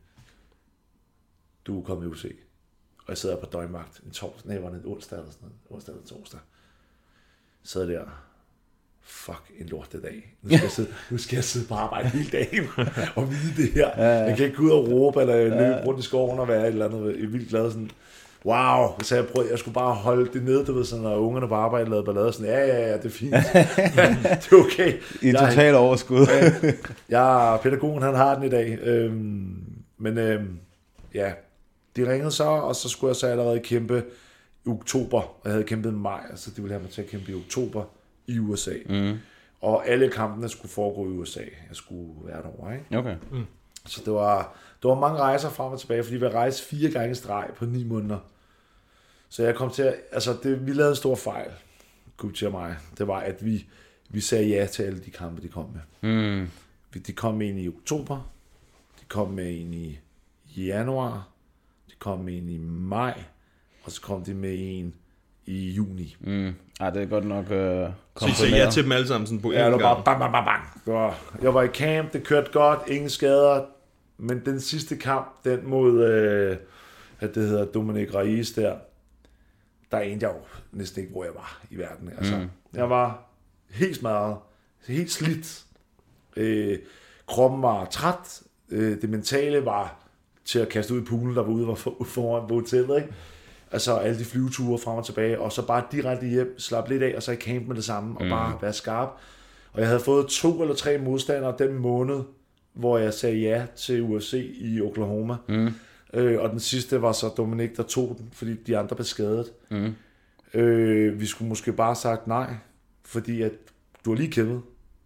Du er kommet i U C. Og jeg sidder på døgnvagt en torsdag, nej, var det en onsdag eller sådan noget, onsdag eller torsdag. Så sidder der, fuck, en lortedag. Nu skal jeg sidde, nu skal jeg sidde på arbejde hele dagen og vide det her. Jeg kan ikke gå ud og råbe eller løbe rundt i skoven og være et eller andet vildt glad. Sådan, wow, så jeg prøvede, jeg skulle bare holde det nede, du ved, sådan, når ungerne på arbejde lavede ballade, sådan, ja, ja, ja, det er fint. Det er okay. I total overskud. Ja, pædagogen, han har den i dag. Øhm, men øhm, ja, de ringede så, og så skulle jeg så allerede kæmpe i oktober. Og jeg havde kæmpet i maj, så de ville have mig til at kæmpe i oktober i U S A. Mm. Og alle kampene skulle foregå i U S A. Jeg skulle være derovre, ikke? Okay. Mm. Så det var, det var mange rejser frem og tilbage, fordi vi rejste fire gange streg på ni måneder. Så jeg kom til at, altså det, vi lavede en stor fejl, Kubti og mig. Det var, at vi, vi sagde ja til alle de kampe, de kom med. Mm. De kom med en i oktober, de kom med en i januar, de kom med en i maj, og så kom de med en i juni. Mm. Ej, det er godt nok øh, Så I sagde ja til dem alle sammen sådan på en ja, gang? Ja, det var bare bang, bang, bang, bang. Det var, jeg var i camp, det kørte godt, ingen skader, men den sidste kamp, den mod, øh, at det hedder Dominic Reyes der, der endte jeg jo næsten ikke, hvor jeg var i verden. Altså, mm. Jeg var helt smadret, helt slidt. Øh, kroppen var træt, øh, det mentale var til at kaste ud i poolen, der var ude for, foran på hotellet, ikke? Altså alle de flyveture frem og tilbage, og så bare direkte hjem, slappe lidt af, og så i camp med det samme, og mm. bare være skarp. Og jeg havde fået to eller tre modstandere den måned, hvor jeg sagde ja til U F C i Oklahoma. Mm. Øh, og den sidste var så Dominic, der tog den, fordi de andre blev skadet. Mm. Øh, vi skulle måske bare have sagt nej, fordi at du har lige kæmpet.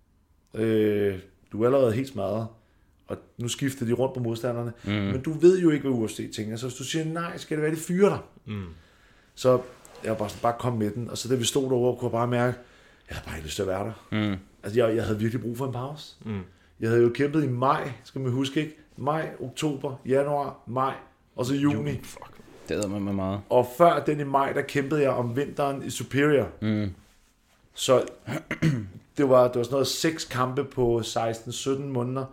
Øh, du er allerede helt smadret. Og nu skifter de rundt på modstanderne. Mm. Men du ved jo ikke, hvad U F C tænker. Så hvis du siger nej, skal det være, de fyrer dig. Mm. Så jeg var bare sådan, bare kom med den. Og så da vi stod derovre, kunne jeg bare mærke, jeg havde bare ikke lyst til at være der. Mm. Altså, jeg, jeg havde virkelig brug for en pause. Mm. Jeg havde jo kæmpet i maj, skal man huske, ikke? Maj, oktober, januar, maj, og så juni. juni. Fuck. Det havde man med meget. Og før den i maj, der kæmpede jeg om vinteren i Superior. Mm. Så det var, det var sådan noget seks kampe på seksten sytten måneder.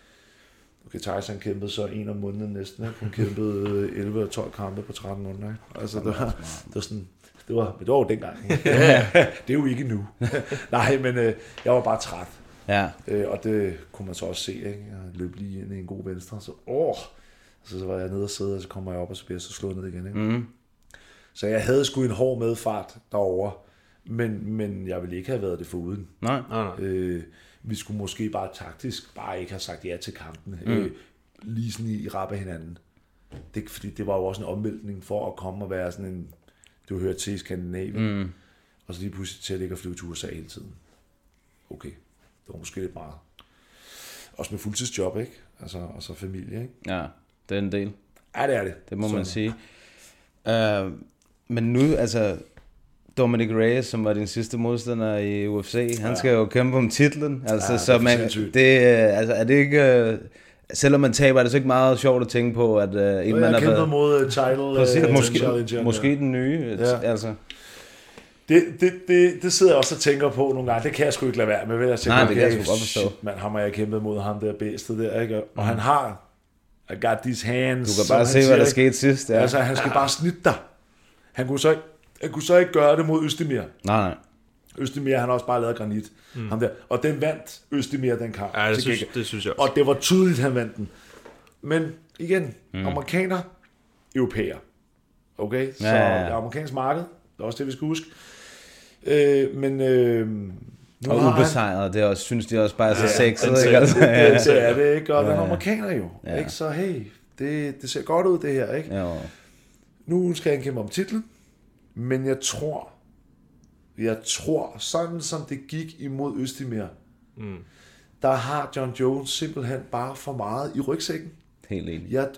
Okay, Tyson kæmpede så en om måneden næsten. Ikke? Hun kæmpede elleve og tolv kampe på tretten måneder. Ikke? Altså, det var, det var sådan, det var, det var jo dengang. Ja, det er jo ikke nu. Nej, men øh, jeg var bare træt. Ja. Øh, og det kunne man så også se. Ikke? Jeg løb lige ind i en god venstre, så åh, så, så var jeg nede og sidde, og så kommer jeg op, og så bliver jeg så slået ned igen. Ikke? Mm. Så jeg havde sgu en hård medfart derovre, men, men jeg ville ikke have været det foruden. Nej, nej, nej. Øh, vi skulle måske bare taktisk bare ikke have sagt ja til kampen. Mm. Øh, lige sådan i, i rap af hinanden. Det, fordi det var jo også en omvæltning for at komme og være sådan en, du hører til i Skandinavien, mm. og så lige pludselig til at ligge og flyve til U S A hele tiden. Okay, det var måske lidt meget. Også med fuldtidsjob, ikke? Altså, og så familie, ikke? Ja, det er en del. Ja, det er det. Det må så man sige. Uh, men nu, altså, Dominic Reyes, som var din sidste modstander i U F C, han ja. skal jo kæmpe om titlen. Altså, ja, så man, det, altså, er det ikke... Uh, selvom man taber, er det så ikke meget sjovt at tænke på, at uh, en man har været... Jeg kæmper mod title Præcis, uh, måske, challenger. Måske den nye, ja. altså... Det, det, det, det sidder jeg også og tænker på nogle gange. Det kan jeg sgu ikke lade være med. Ved at tænke, Nej, det okay, kan jeg sgu godt forstå. Shit, man, ham har jeg kæmpet mod ham der bedste der, ikke? Og mm. han har... I got these hands. Du kan bare se, siger, hvad der skete sidst. Ja. Altså, han skal bare snitte dig. Han kunne så ikke, han kunne så ikke gøre det mod Østemir. Nej, nej. Østemir, han har også bare lavet granit. Mm. Ham der. Og den vandt Østemir, den kamp. Ja, det synes, det synes jeg også. Og det var tydeligt, han vandt den. Men igen, mm. amerikaner, europæer. Okay? Så ja, ja, ja. Det er amerikansk marked. Det er også det, vi skal huske. Øh, men... Øh, og ubesejret, det er også, synes de også bare er så ja, sexet. Det, ikke? det, det, det er det, ikke? Og ja, den amerikaner jo. Ja. Ikke? Så hey, det, det ser godt ud, det her. Ikke? Ja. Nu skal han kæmpe om titlen, men jeg tror, jeg tror, sådan som det gik imod Østemir, mm. der har John Jones simpelthen bare for meget i rygsækken. Helt enig. Jeg,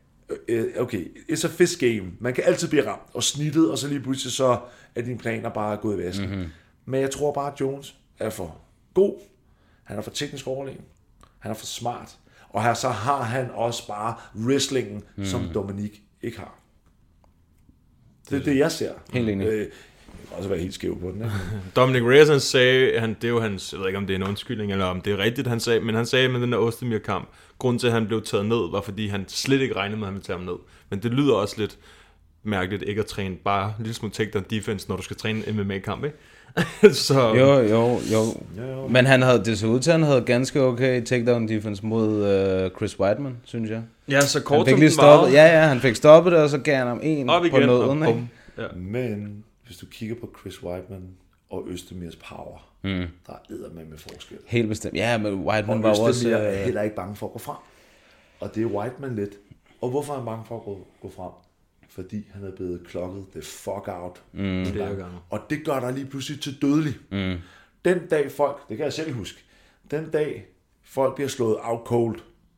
okay, it's a fist game. Man kan altid blive ramt og snittet, og så lige pludselig så er dine planer bare gået i vasken. Mm-hmm. Men jeg tror bare, at Jones er for god. Han er for teknisk overlegen. Han er for smart. Og her så har han også bare wrestlingen, mm. som Dominik ikke har. Det er det, jeg ser. Helt enig. Øh, jeg kan også være helt skæv på den. Ikke? Dominic Reyes, han sagde, han, det er jo hans, jeg ved ikke om det er en undskyldning, eller om det er rigtigt, han sagde, men han sagde med den der Ozdemir-kamp, grunden til, at han blev taget ned, var fordi han slet ikke regnede med, at han ville tage ham ned. Men det lyder også lidt mærkeligt ikke at træne bare en lille smule takedown defense, når du skal træne en M M A-kamp, ikke? Så... Jo, jo, jo. Men han havde, det så ud til, at han havde ganske okay takedown defense mod uh, Chris Weidman, synes jeg. Ja, så kort han fik lige stoppet, ja, ja, han fik stoppet det, og så gav han ham en op på igen, nåden, op, ikke? Ja. Men hvis du kigger på Chris Weidman og Özdemirs power, mm. der er eddermame med forskel. Helt bestemt. Ja, men Weidman og var Özdemir også... er heller ikke bange for at gå frem. Og det er Weidman lidt. Og hvorfor er han bange for at gå, gå frem? Fordi han er blevet klokket the fuck out. Mm. Det og det gør dig lige pludselig til dødelig. Mm. Den dag folk, det kan jeg selv huske, den dag folk bliver slået out cold,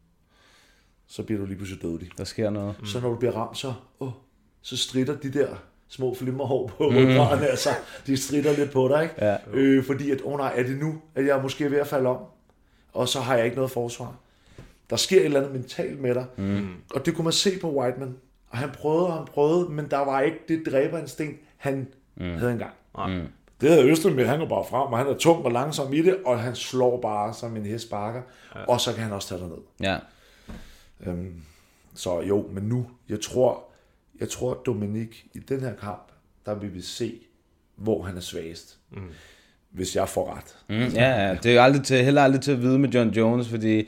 så bliver du lige pludselig dødelig. Der sker noget. Så når du bliver ramt, så, åh, så stritter de der små flimmerhår på ryggraden, mm. altså, de stritter lidt på dig, ikke? Ja. Øh, fordi at, åh oh nej, er det nu, at jeg er måske ved at falde om, og så har jeg ikke noget forsvar. Der sker et eller andet mentalt med dig, mm. og det kunne man se på Weidman, og han prøvede, og han prøvede, men der var ikke det dræberinstinkt, han mm. havde engang. Mm. Det havde Özdemir, han går bare frem, og han er tung og langsom i det, og han slår bare som en hest sparker, ja. Og så kan han også tage dig ned. Ja. Øhm, så jo, men nu, jeg tror, jeg tror, at Dominik i den her kamp, der vil vi se, hvor han er svagest. Mm. Hvis jeg får ret. Mm, ja, ja, det er aldrig til, heller aldrig til at vide med John Jones, fordi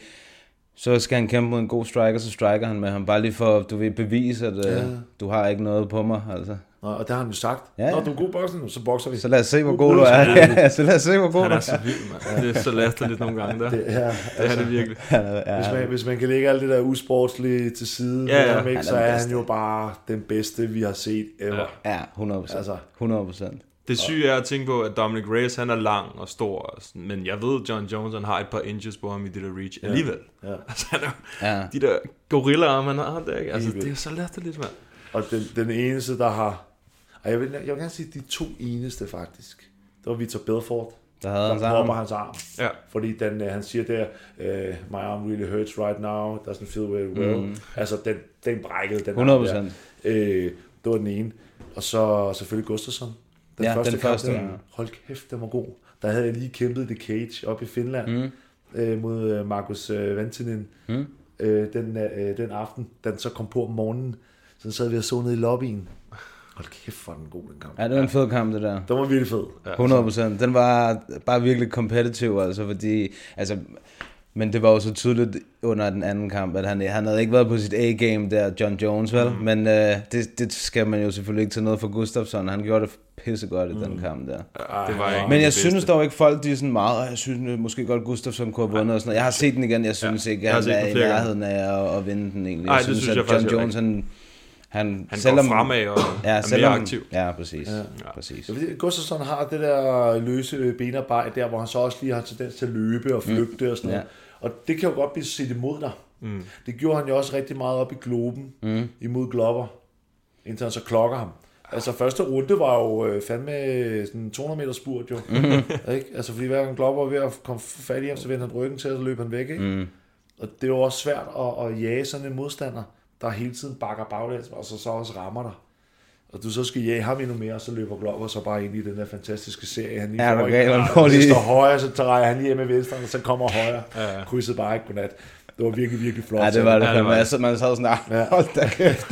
så skal han kæmpe mod en god striker, så striker han med ham. Bare lige for, du vil bevise, at ja. du har ikke noget på mig, altså. Nå, og det har han jo sagt. Ja. Når du er god bokser nu, så bokser vi. Så lad os se, hvor god du er. Ja, så lad os se, hvor god du er. Han er så vild, man. Det er så latterligt nogle gange der. Det, ja, altså, det er det virkelig. Ja, hvis, man, hvis man kan lægge alt det der usportslige til side, ja, ja. Ham, ikke, han så er bedste. han jo bare den bedste, vi har set ever. Ja, hundrede procent. Altså. hundrede procent. Det syge er at tænke på, at Dominic Reyes, han er lang og stor, og sådan, men jeg ved, at John Jones, han har et par inches på ham i det der reach ja. alligevel. Ja. Altså, han er, ja. De der gorillaer, man har der, ikke? Altså, det er så latterligt, mand. Og den, den eneste, der har... Og jeg vil, jeg vil gerne sige, de to eneste, faktisk. Det var Vitor Belfort, der havde der hans arm. hans arm. Ja. Fordi den, han siger der, uh, my arm really hurts right now, doesn't feel very well. Mm. Altså, den, den brækkede, den hundrede procent. Uh, det var den ene. Og så selvfølgelig Gustafsson. Den ja, første den kamp, første, der, ja. Hold kæft, den var god. Der havde jeg lige kæmpet The Cage op i Finland mm. øh, mod øh, Markus øh, Vantinen. Mm. Øh, den, øh, den aften, den så kom på om morgenen, så sad vi og så ned i lobbyen. Hold kæft, hvor den god, den kamp. Ja, det var en fed kamp, det der. Den var virkelig fed. hundrede procent. Den var bare virkelig competitive, altså, fordi... Altså, men det var jo så tydeligt under den anden kamp, at han, han havde ikke været på sit A-game der, John Jones, vel? Mm. Men øh, det, det skal man jo selvfølgelig ikke tage noget for Gustafsson. Han gjorde det pissegodt i mm. den kamp der. Ja, det var men jeg synes dog ikke, folk de er sådan meget, og jeg synes måske godt, Gustafsson kunne have vundet og sådan noget. Jeg har set den igen, jeg synes ja, ikke, at han er i nærheden af at, at vinde den egentlig. Ej, jeg synes, synes at jeg John Jones, han... Han, han selvom, går fremad og ja, er selvom, mere aktiv. Ja, præcis. Ja. præcis. Gustafsson har det der løse benarbejde der, hvor han så også lige har tendens til at løbe og flygte mm. og sådan noget. Ja. Og det kan jo godt blive set imod dig. Mm. Det gjorde han jo også rigtig meget op i Globen mm. imod Glover, indtil han så klokker ham. Altså første runde var jo øh, fandme sådan to hundrede meter spurt jo. Mm. Ikke? Altså fordi hver gang Glover var ved at komme fat i ham, så vendte han ryggen til, og så løb han væk. Ikke? Mm. Og det er jo også svært at, at jage sådan en modstander, der hele tiden bakker baglæns, og så, så også rammer dig. Og du så skal jage ham endnu mere, og så løber Glover så bare ind i den der fantastiske serie. Han lige ja, får okay, ikke, og lige står højre, så drejer han lige med venstre, og så kommer højre. Ja, ja. Krydset bare ikke godnat. Det var virkelig, virkelig flot. Ja, det var det. Ja, det var det. Man sad sådan, ja. Hold da kæft.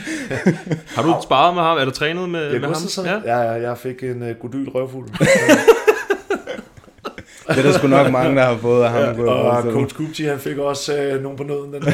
Har du sparet med ham? Er du trænet med, jeg med ham? Så, ja? ja, ja, jeg fik en uh, godyl røvfuld. Det er der sgu nok mange, der har fået af ham. Ja, og Coach Kupchi, han fik også øh, nogen på nøden. Den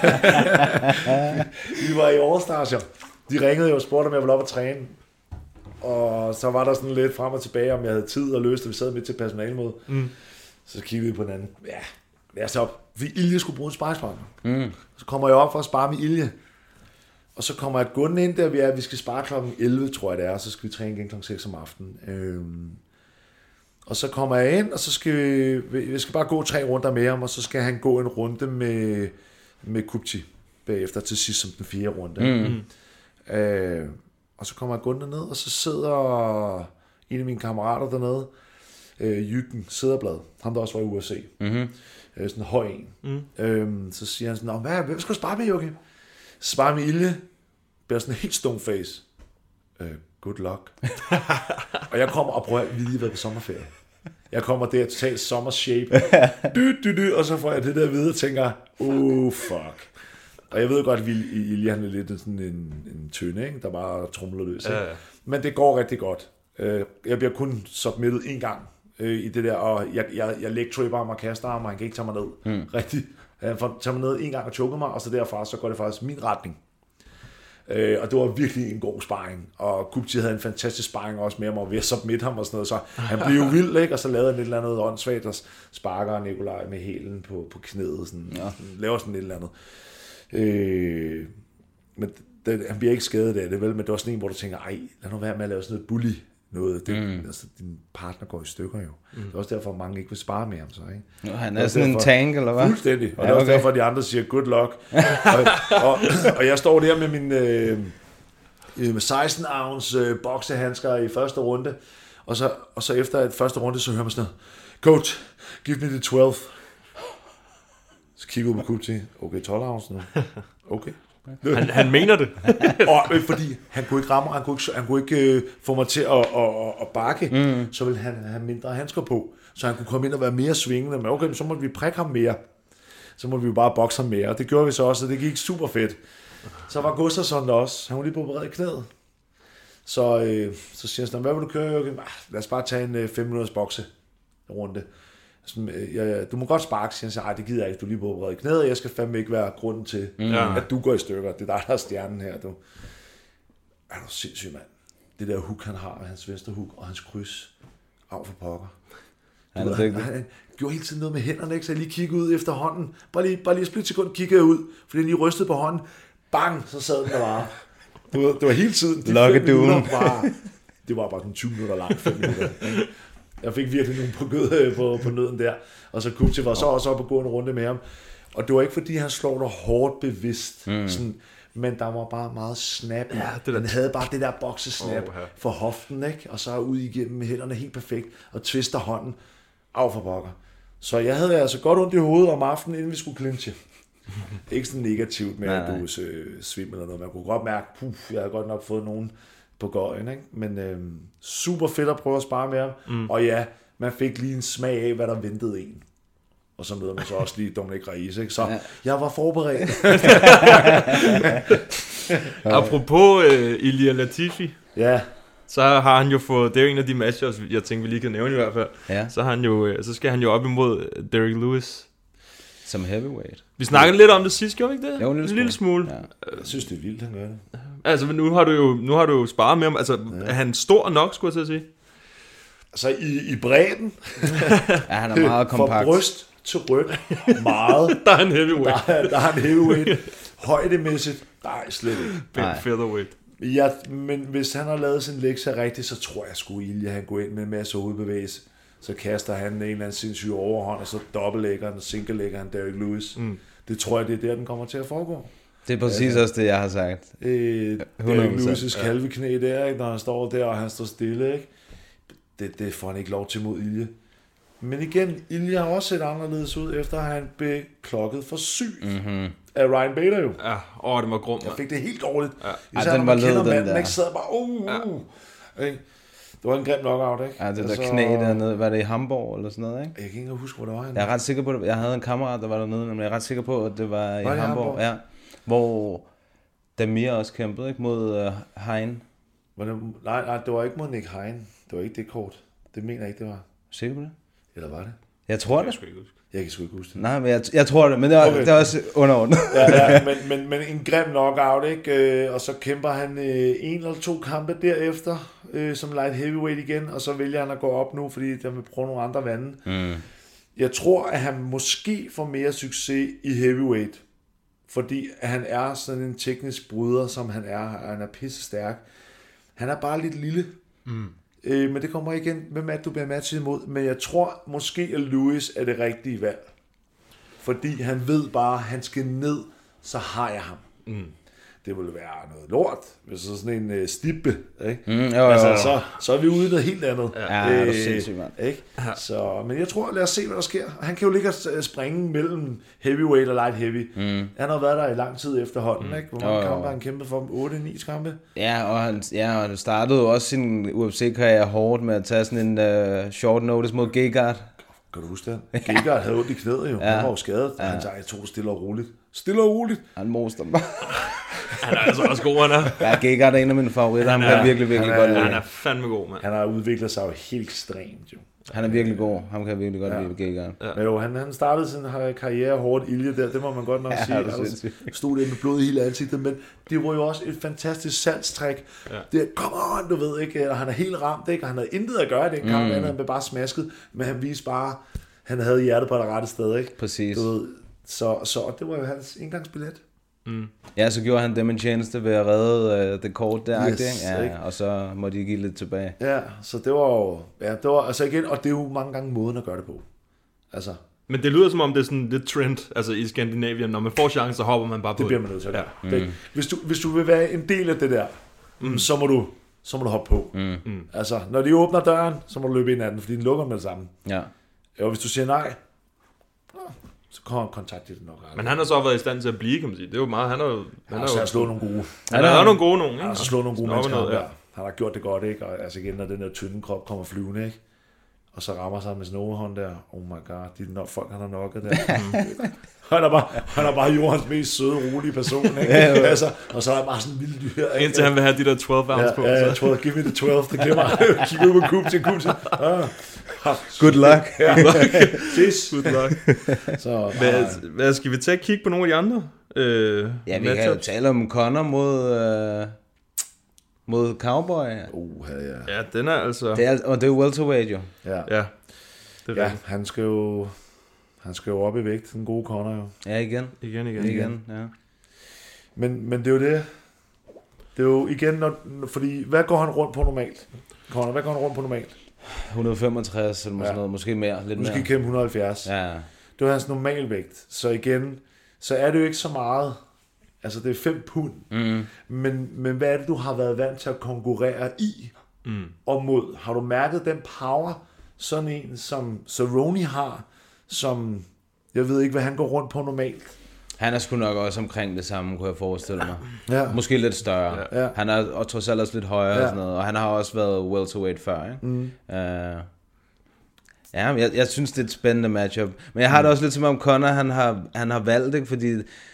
vi var i All-Stars, jo. De ringede jo og spurgte, om jeg ville op og træne. Og så var der sådan lidt frem og tilbage, om jeg havde tid og løst, og vi sad midt til personalemøde. Mm. Så kiggede vi på hinanden. Ja, lad os op. Vi Ilje skulle bruge en sparringspartner. Mm. Så kommer jeg op for at spare med Ilje. Og så kommer jeg gående ind der, vi er. Vi skal spare klokken elleve, tror jeg det er. Så skal vi træne igen klokken seks om aftenen. Øhm. Og så kommer jeg ind, og så skal vi, vi skal bare gå tre runder med ham, og så skal han gå en runde med, med Kupchi bagefter til sidst som den fjerde runde. Mm. Øh, og så kommer jeg gående ned, og så sidder en af mine kammerater dernede, øh, Jytten Sæderblad, ham der også var i U S A. Mm-hmm. Øh, sådan en høj en. Mm. Øhm, så siger han sådan, hvad, hvem skal du spare med, Joachim? Så sparer med Ilje, bliver sådan en helt stone face. Øh, good luck. Og jeg kommer og prøver at lige været på sommerferie. Jeg kommer der totalt sommershape. Dy, dy, dy, og så får jeg det der videre og tænker, oh fuck. Og jeg ved godt, at Ilje han er lidt sådan en, en tønde, ikke? Der bare trumler løs. Ikke? Ja, ja. Men det går rigtig godt. Jeg bliver kun submittet en gang i det der, og jeg, jeg, jeg leg-tripper ham og kaster ham, og han kan ikke tage mig ned. Mm. Rigtig. Han får taget mig ned en gang og choker mig, og så derfra så går det faktisk min retning. Øh, og det var virkelig en god sparring, og Kupti havde en fantastisk sparring også med mig, og ved at submit ham og sådan noget, så han blev jo vild, ikke? Og så lavede han et eller andet åndssvagt, og sparker Nikolaj med hælen på, på knæet, sådan, ja. Laver sådan et eller andet. Øh, men det, han bliver ikke skadet af det, vel, men det var sådan en, hvor du tænker, ej, lad nu være med at lave sådan noget bully noget. Det, mm. altså, din partner går i stykker jo. Mm. Det er også derfor, at mange ikke vil spare med ham så, ikke? Jo, han er, er sådan derfor, en tank, eller hvad? Fuldstændig. Og ja, det er også okay. Derfor, at de andre siger, good luck. og, og, og jeg står der med min øh, med seksten ounce øh, boksehandsker i første runde, og så, og så efter et første runde, så hører man sådan noget, coach, give me the tolv. Så kigger jeg på Kupti, okay, tolv ounce nu. Okay. Han, han mener det. Og øh, fordi han kunne ikke ramme, han kunne ikke, han kunne ikke øh, få mig til at, at, at bakke, mm. så ville han have mindre handsker på, så han kunne komme ind og være mere svingende. Men okay, så måtte vi prikke ham mere. Så måtte vi jo bare bokse ham mere. Og det gjorde vi så også, og det gik super fedt. Så var Gustafsson der også. Han var lige på opereret i knæet. Så, øh, så siger han, hvad vil du køre, Jørgen? Lad os bare tage en øh, fem minutters bokse runde. Sådan, jeg, du må godt sparke, siger han, så, ej, det gider jeg ikke, du er lige på opereret i knæet, og jeg skal fandme ikke være grunden til, mm. at du går i stykker. Det er dig, der er stjernen her. Du. Er du sindssyg, mand? Det der hook, han har, hans venstre hook, og hans kryds, af for pokker. Han, du, han, han gjorde hele tiden noget med hænderne, ikke? Så jeg lige kiggede ud efter hånden. Bare lige, bare lige et split sekund kiggede jeg ud, fordi han lige rystede på hånden. Bang, så sad den der bare. Det var, det var hele tiden. De fem minutter bare, det var bare sådan tyve minutter langt, fem minutter. Jeg fik virkelig nogen på, gød, på, på nøden der. Og så Kupti var så også op og gå en runde med ham. Og det var ikke fordi, han slår dig hårdt bevidst. Mm. Sådan, men der var bare meget snap. Ja, det han havde bare det der boksesnap oh, for hoften, ikke? Og så ud igennem hænderne helt perfekt. Og twister hånden af for pokker. Så jeg havde altså godt ondt i hovedet om aftenen, inden vi skulle clinche. Ikke sådan negativt med, nej, at du øh, svimmel eller noget. Man kunne godt mærke, puff, jeg havde godt nok fået nogen på gøjen, ikke? Men øh, super fedt at prøve at spare med ham. Mm. Og ja, man fik lige en smag af, hvad der ventede en. Og så møder man så også lige Dominic Reyes, ikke? Så ja. Jeg var forberedt. Apropos øh, Ilia Latifi. Ja. Så har han jo fået, det er jo en af de matches, jeg tænker, vi lige kan nævne i hvert fald. Ja. Så, har han jo, så skal han jo op imod Derrick Lewis. Som heavyweight. Vi snakkede lidt om det sidst, gjorde vi ikke det? Jo, en lille, en lille smule. Ja. Jeg synes, det er vildt, han gør det. Altså, nu har du jo, nu har du jo sparet med ham. Altså, ja. Er han stor nok, skulle jeg til at sige? Altså, i, i bredden. Ja, han er meget kompakt. Fra bryst til ryg. Meget. Der er en heavyweight. Der, der er en heavyweight. Højdemæssigt. Nej, slet ikke. Big featherweight. Ja, men hvis han har lavet sin lektie rigtigt, så tror jeg sgu Ilja, han går ind med en masse hovedbevægelse. Så kaster han en eller anden sindssyg overhånd, og så dobbeltlægger han, og sinkellægger han Derrick Lewis. Mm. Det tror jeg, det er der, den kommer til at foregå. Det er præcis altså, også det, jeg har sagt. Øh, Derrick Lewis' kalveknæ der, ikke, når han står der, og han står stille. Ikke? Det, det får han ikke lov til mod Ilja. Men igen, Ilja har også set anderledes ud, efter han blev klokket for syg mm-hmm. af Ryan Bader jo. Ja, åh, det var grumt. Jeg fik det helt dårligt. Ja, ja den var led, den manden, der. Ikke sad bare, uh, uh. Ja. Ikke? Det var en grim knockout, ikke? Ja, det der altså, knæ dernede, var det i Hamburg eller sådan noget, ikke? Jeg kan ikke huske, hvor det var. Jeg er ret sikker på det. Jeg havde en kammerat, der var dernede, men jeg er ret sikker på, at det var, var i Hamburg. Hamburg. Ja, hvor Damir også kæmpede, ikke? Mod uh, Hein. Var det, nej, nej, det var ikke mod Nick Hein. Det var ikke det kort. Det mener jeg ikke, det var. Sikker på det? Eller var det? Jeg tror det. Jeg kan sgu ikke huske det. Nej, men jeg, jeg tror det, men det var, okay. Det var også underordnet. ja, ja, men, men, men en grim knockout, ikke? Og så kæmper han øh, en eller to kampe derefter, øh, som light heavyweight igen, og så vælger han at gå op nu, fordi han vil prøve nogle andre vande. Mm. Jeg tror, at han måske får mere succes i heavyweight, fordi han er sådan en teknisk bryder, som han er. Han er pisse stærk. Han er bare lidt lille. Mm. Øh, men det kommer igen, hvem er det, du bliver matchet imod. Men jeg tror måske, at Lewis er det rigtige valg. Fordi han ved bare, at han skal ned, så har jeg ham. Mm. det ville være noget lort, hvis så sådan en uh, stibbe, ikke? Mm, jo, jo, jo. Altså, så, så er vi ude i noget helt andet. Ja, det er sindssygt, mand. Ikke? Så, men jeg tror, lad os se, hvad der sker. Han kan jo ligge og springe mellem heavyweight og light heavy. Mm. Han har været der i lang tid efterhånden, mm. ikke? Hvor mange kampe har han kæmpet for? otte ni kampe? Ja, og han, ja, og han startede jo også sin U F C-karriere hårdt med at tage sådan en uh, short notice mod Gegard. Kan du huske det? Gegard havde ondt i knæet jo. Ja. Han var jo skadet. Ja. Han sagde, jeg tog det stille og roligt. Stille og roligt. Han moster mig. Han er altså også god, han er. Ja, Gegard er en af mine favoritter. Han, han er virkelig, virkelig han godt lide. lide. Han er fandme god, mand. Han har udviklet sig jo helt ekstremt, jo. Han er virkelig god. Han kan virkelig godt ja. lide Gegard. Ja. Men jo, han, han startede sin karriere hårdt ilje der. Det må man godt nok ja, sige. Altså, stod det med blod i hele ansigtet. Men det var jo også et fantastisk salgstræk. Ja. Det er, come on, du ved ikke. Og han er helt ramt, ikke? Og han havde intet at gøre i den kamp. Mm. Han blev bare smasket. Men han viste bare, han havde hjertet på det rette sted, ikke? Præcis. Du ved, så, så det var jo hans indgangsbillet. Mm. Ja, så gjorde han dem en tjeneste ved at redde uh, det kort der, yes, ja, ikke? Og så må de give lidt tilbage. Ja, så det var jo, ja, det var, altså igen, og det er jo mange gange måden at gøre det på. Altså. Men det lyder som om det er sådan lidt trend, altså i Skandinavien, når man får chance, så hopper man bare på det. Det bliver man nødt til. Ja. Mm. Hvis, du, hvis du vil være en del af det der, mm. så må du, så må du hoppe på. Mm. Mm. Altså, når de åbner døren, så må du løbe ind ad den, fordi den lukker med det samme. Ja. Og hvis du siger nej, så kommer han kontakt til den nok. Men han har så været i stand til at blive, kan man sige. Det er jo meget, han har jo... Han har også slået nogle gode. Han har nogle gode nogen, ikke? Han har slået nogle gode mennesker. Noget, ja. Han har gjort det godt, ikke? Og altså igen, når den der tynde krop kommer flyvende, ikke? Og så rammer sig med sin overhånd der. Oh my god, de nok, folk han har nokket der. han, er bare, han er bare jordens mest søde, rolige person, ikke? Ja, ja. Altså, og så er han bare sådan en lille dyr. Indtil han vil have de der tolv ounce ja, på. Ja, jeg tror, give me the twelve, det glemmer jeg. Kig ud på kub til kub til. Ah. Good luck. Ja. Good luck. Så, hvad, hvad skal vi tage og kigge på nogle af de andre? Øh, ja, vi kan jo tale om Conor mod... Øh... mod Cowboy. Uh, ja. Ja, den er altså... Det er, og det er welterweight jo. Ja. Ja, det er ja han skal jo... Han skal jo op i vægt, den gode Conor jo. Ja, igen. Igen, igen, igen. igen ja. Men, men det er jo det. Det er jo igen, når, fordi hvad går han rundt på normalt? Conor, hvad går han rundt på normalt? et hundrede og femogtres eller ja. noget, måske mere. Lidt måske mere. kæmpe et hundrede og halvfjerds. Ja. Det var hans normalvægt. Så igen, så er det jo ikke så meget... Altså, det er fem pund. Mm. Men, men hvad er det, du har været vant til at konkurrere i mm. og mod? Har du mærket den power, sådan en som Cerrone har, som, jeg ved ikke, hvad han går rundt på normalt? Han er sgu nok også omkring det samme, kunne jeg forestille mig. Ja. Måske lidt større. Ja. Han er og trods alt også lidt højere ja. og sådan noget, og han har også været welterweight før, ikke? Mm. Uh, ja, jeg, jeg synes, det er et spændende matchup. Men jeg har mm. det også lidt som om Conor, han har, han har valgt det, fordi...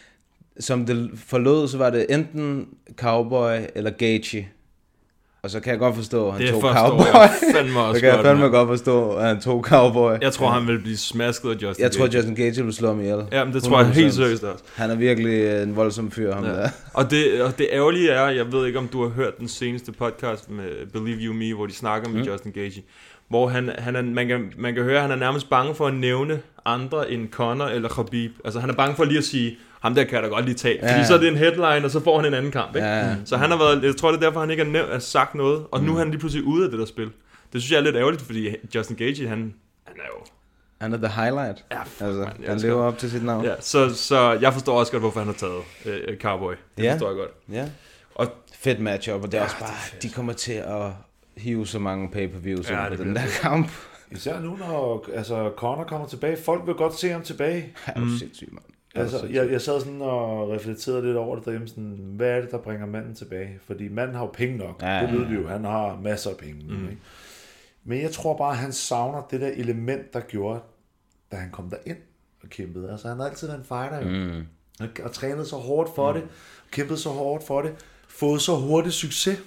Som det forlod, så var det enten Cowboy eller Gaethje. Og så kan jeg godt forstå, at han tog Cowboy. Så kan jeg fandme godt forstå, at han tog Cowboy. Jeg tror, han vil blive smasket af Justin Jeg tror, Justin Gaethje vil slå ham ihjel. Ja, men det tror jeg helt seriøst også. Han er virkelig en voldsom fyr, ham ja. der. Og det, og det ærgerlige er, jeg ved ikke, om du har hørt den seneste podcast med Believe You Me, hvor de snakker med mm. Justin Gaethje. Hvor han, han er, man, kan, man kan høre, at han er nærmest bange for at nævne andre end Conor eller Khabib. Altså han er bange for lige at sige, ham der kan da godt lige tage. Ja. Fordi så er det en headline, og så får han en anden kamp. Ikke? Ja. Så han har været, jeg tror det er derfor, han ikke har nævnt, sagt noget. Og mm. nu er han lige pludselig ude af det der spil. Det synes jeg er lidt ærgerligt, fordi Justin Gaethje, han, han er jo... Han er the highlight. Ja, fuck, altså, man, han lever op til sit navn. Ja, så, så jeg forstår også godt, hvorfor han har taget øh, Cowboy. Det ja. forstår jeg godt. Ja. Og fedt matchup, og det er ja, også bare, det er de kommer til at hive så mange pay-per-views ja, på den der kamp. Især nu, når altså, Conor kommer tilbage. Folk vil godt se ham tilbage. Ja, det er mm. sindssygt, mand. Altså, jeg, jeg sad sådan og reflekterede lidt over det derhjemme, sådan, hvad er det, der bringer manden tilbage? Fordi manden har jo penge nok, ja, det ved vi jo, han har masser af penge. Mm. Ikke? Men jeg tror bare, at han savner det der element, der gjorde, da han kom derind og kæmpede. Altså, han har altid været en fighter, jo. Mm. Og, og trænet så hårdt for mm. det, kæmpet så hårdt for det, fået så hurtigt succes.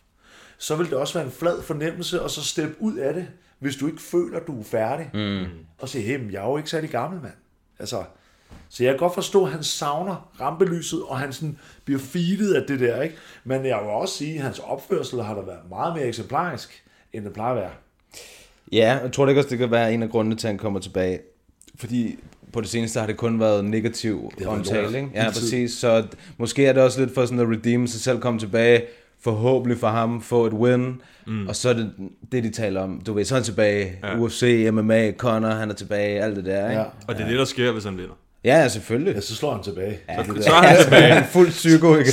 Så vil det også være en flad fornemmelse, og så steppe ud af det, hvis du ikke føler, du er færdig. Mm. Og sige, hey, jeg er jo ikke særlig gammel, mand. Altså... Så jeg kan godt forstå, at han savner rampelyset, og han sådan bliver feedet af det der, ikke? Men jeg vil også sige, at hans opførsel har der været meget mere eksemplarisk, end det plejer at være. Ja, jeg tror det ikke også, det kan være en af grundene til, at han kommer tilbage. Fordi på det seneste har det kun været negativ omtale, ikke? Ja, præcis. Så måske er det også lidt for sådan at redeem sig selv, komme tilbage, forhåbentlig for ham, få et win, mm. og så er det det, de taler om. Du ved, så er han tilbage, ja. U F C, M M A, Conor, han er tilbage, alt det der, ikke? Ja. Og det er ja. det, der sker, hvis han vinder. Ja, selvfølgelig. Ja, så slår han tilbage. Ja, så, så er han tilbage. Han er fuldt psyko, ikke?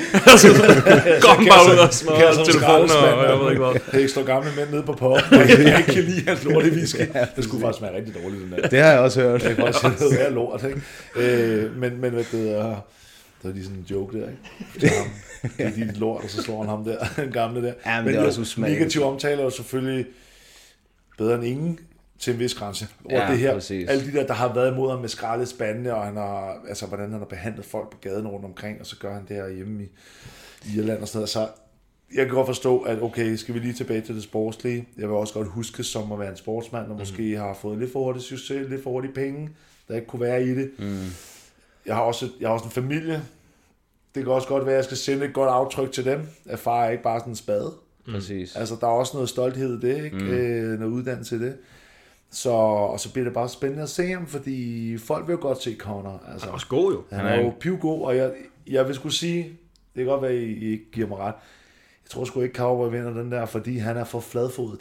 Går han bare ud og smadrer telefoner, og jeg ved ikke hvad. Jeg kan ikke slå gamle mænd ned på påren. Jeg ikke kan lide hans lort i whisky. Det skulle faktisk smage rigtig dårligt, den der. Det har jeg også hørt. Det kan også hedde være lort, ikke? Øh, men, men hvad det er... Der er lige sådan en joke der, ikke? Det er dit lort, og så slår han ham der, den gamle der. Ja, men, men det er jo, også usmageligt. negativ omtale er jo selvfølgelig bedre end ingen til en vis grænse. Og ja, det her, præcis. alle de der, der har været imod ham med skraldet spandene, og han har, altså, hvordan han har behandlet folk på gaden rundt omkring, og så gør han det her hjemme i Irland og sådan noget. Så jeg kan godt forstå, at okay, skal vi lige tilbage til det sportslige. Jeg vil også godt huske som at være en sportsmand, og måske mm. har fået lidt for hurtigt succes, lidt for hurtigt penge, der ikke kunne være i det. Mm. Jeg har også, jeg har også en familie. Det kan også godt være, at jeg skal sende et godt aftryk til dem. At far er ikke bare sådan en spade. Mm. Præcis. Altså, der er også noget stolthed i det, ikke? Mm. Øh, noget uddannelse i det. Så, og så bliver det bare spændende at se ham, fordi folk vil jo godt se Conor. Altså, han er også god jo. Han er jo pivgod, og jeg, jeg vil skulle sige, det kan godt være, at I ikke giver mig ret. Jeg tror sgu ikke, Cowboy vinder den der, fordi han er for fladfodet.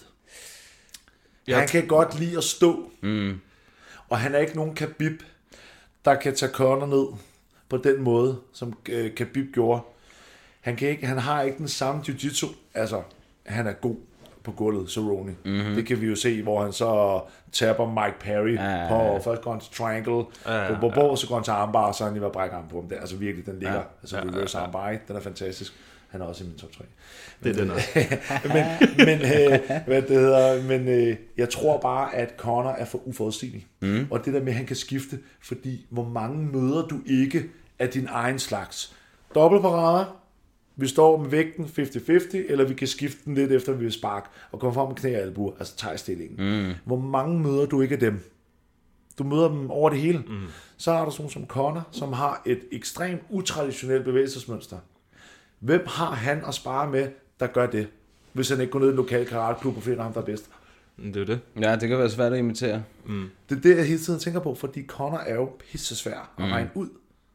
Ja. Han kan godt lide at stå. Mm. Og han er ikke nogen Khabib, der kan tage Conor ned på den måde, som øh, Khabib gjorde. Han, kan ikke, han har ikke den samme jiu-jitsu. Altså, han er god på gulvet, Cerrone. Mm-hmm. Det kan vi jo se, hvor han så tapper Mike Perry ah, på, og først går han til triangle, ah, på, på, på, og så går han til armbar, og så er han lige ved at brække arm på ham der. Altså virkelig, den ligger, ah, altså ah, reverse ah, armbar, den er fantastisk. Han er også i min top tre. Det er den også. men, men, øh, hvad det hedder, men øh, jeg tror bare, at Conor er for uforudsigelig. Mm. Og det der med, at han kan skifte, fordi hvor mange møder du ikke af din egen slags. Dobbeltparader, vi står med vægten halvtreds halvtreds, eller vi kan skifte den lidt efter, vi vil sparke, og komme frem med knæ og albuer, altså tegnstillingen. Mm. Hvor mange møder du ikke af dem? Du møder dem over det hele. Mm. Så har du sådan som Conor, som har et ekstremt utraditionelt bevægelsesmønster. Hvem har han at spare med, der gør det? Hvis han ikke går ned i en lokal karateklub og finder ham, der er bedst. Det er det. Ja, det kan være svært at imitere. Mm. Det er det, jeg hele tiden tænker på, fordi Conor er jo pissesvær at mm. regne ud.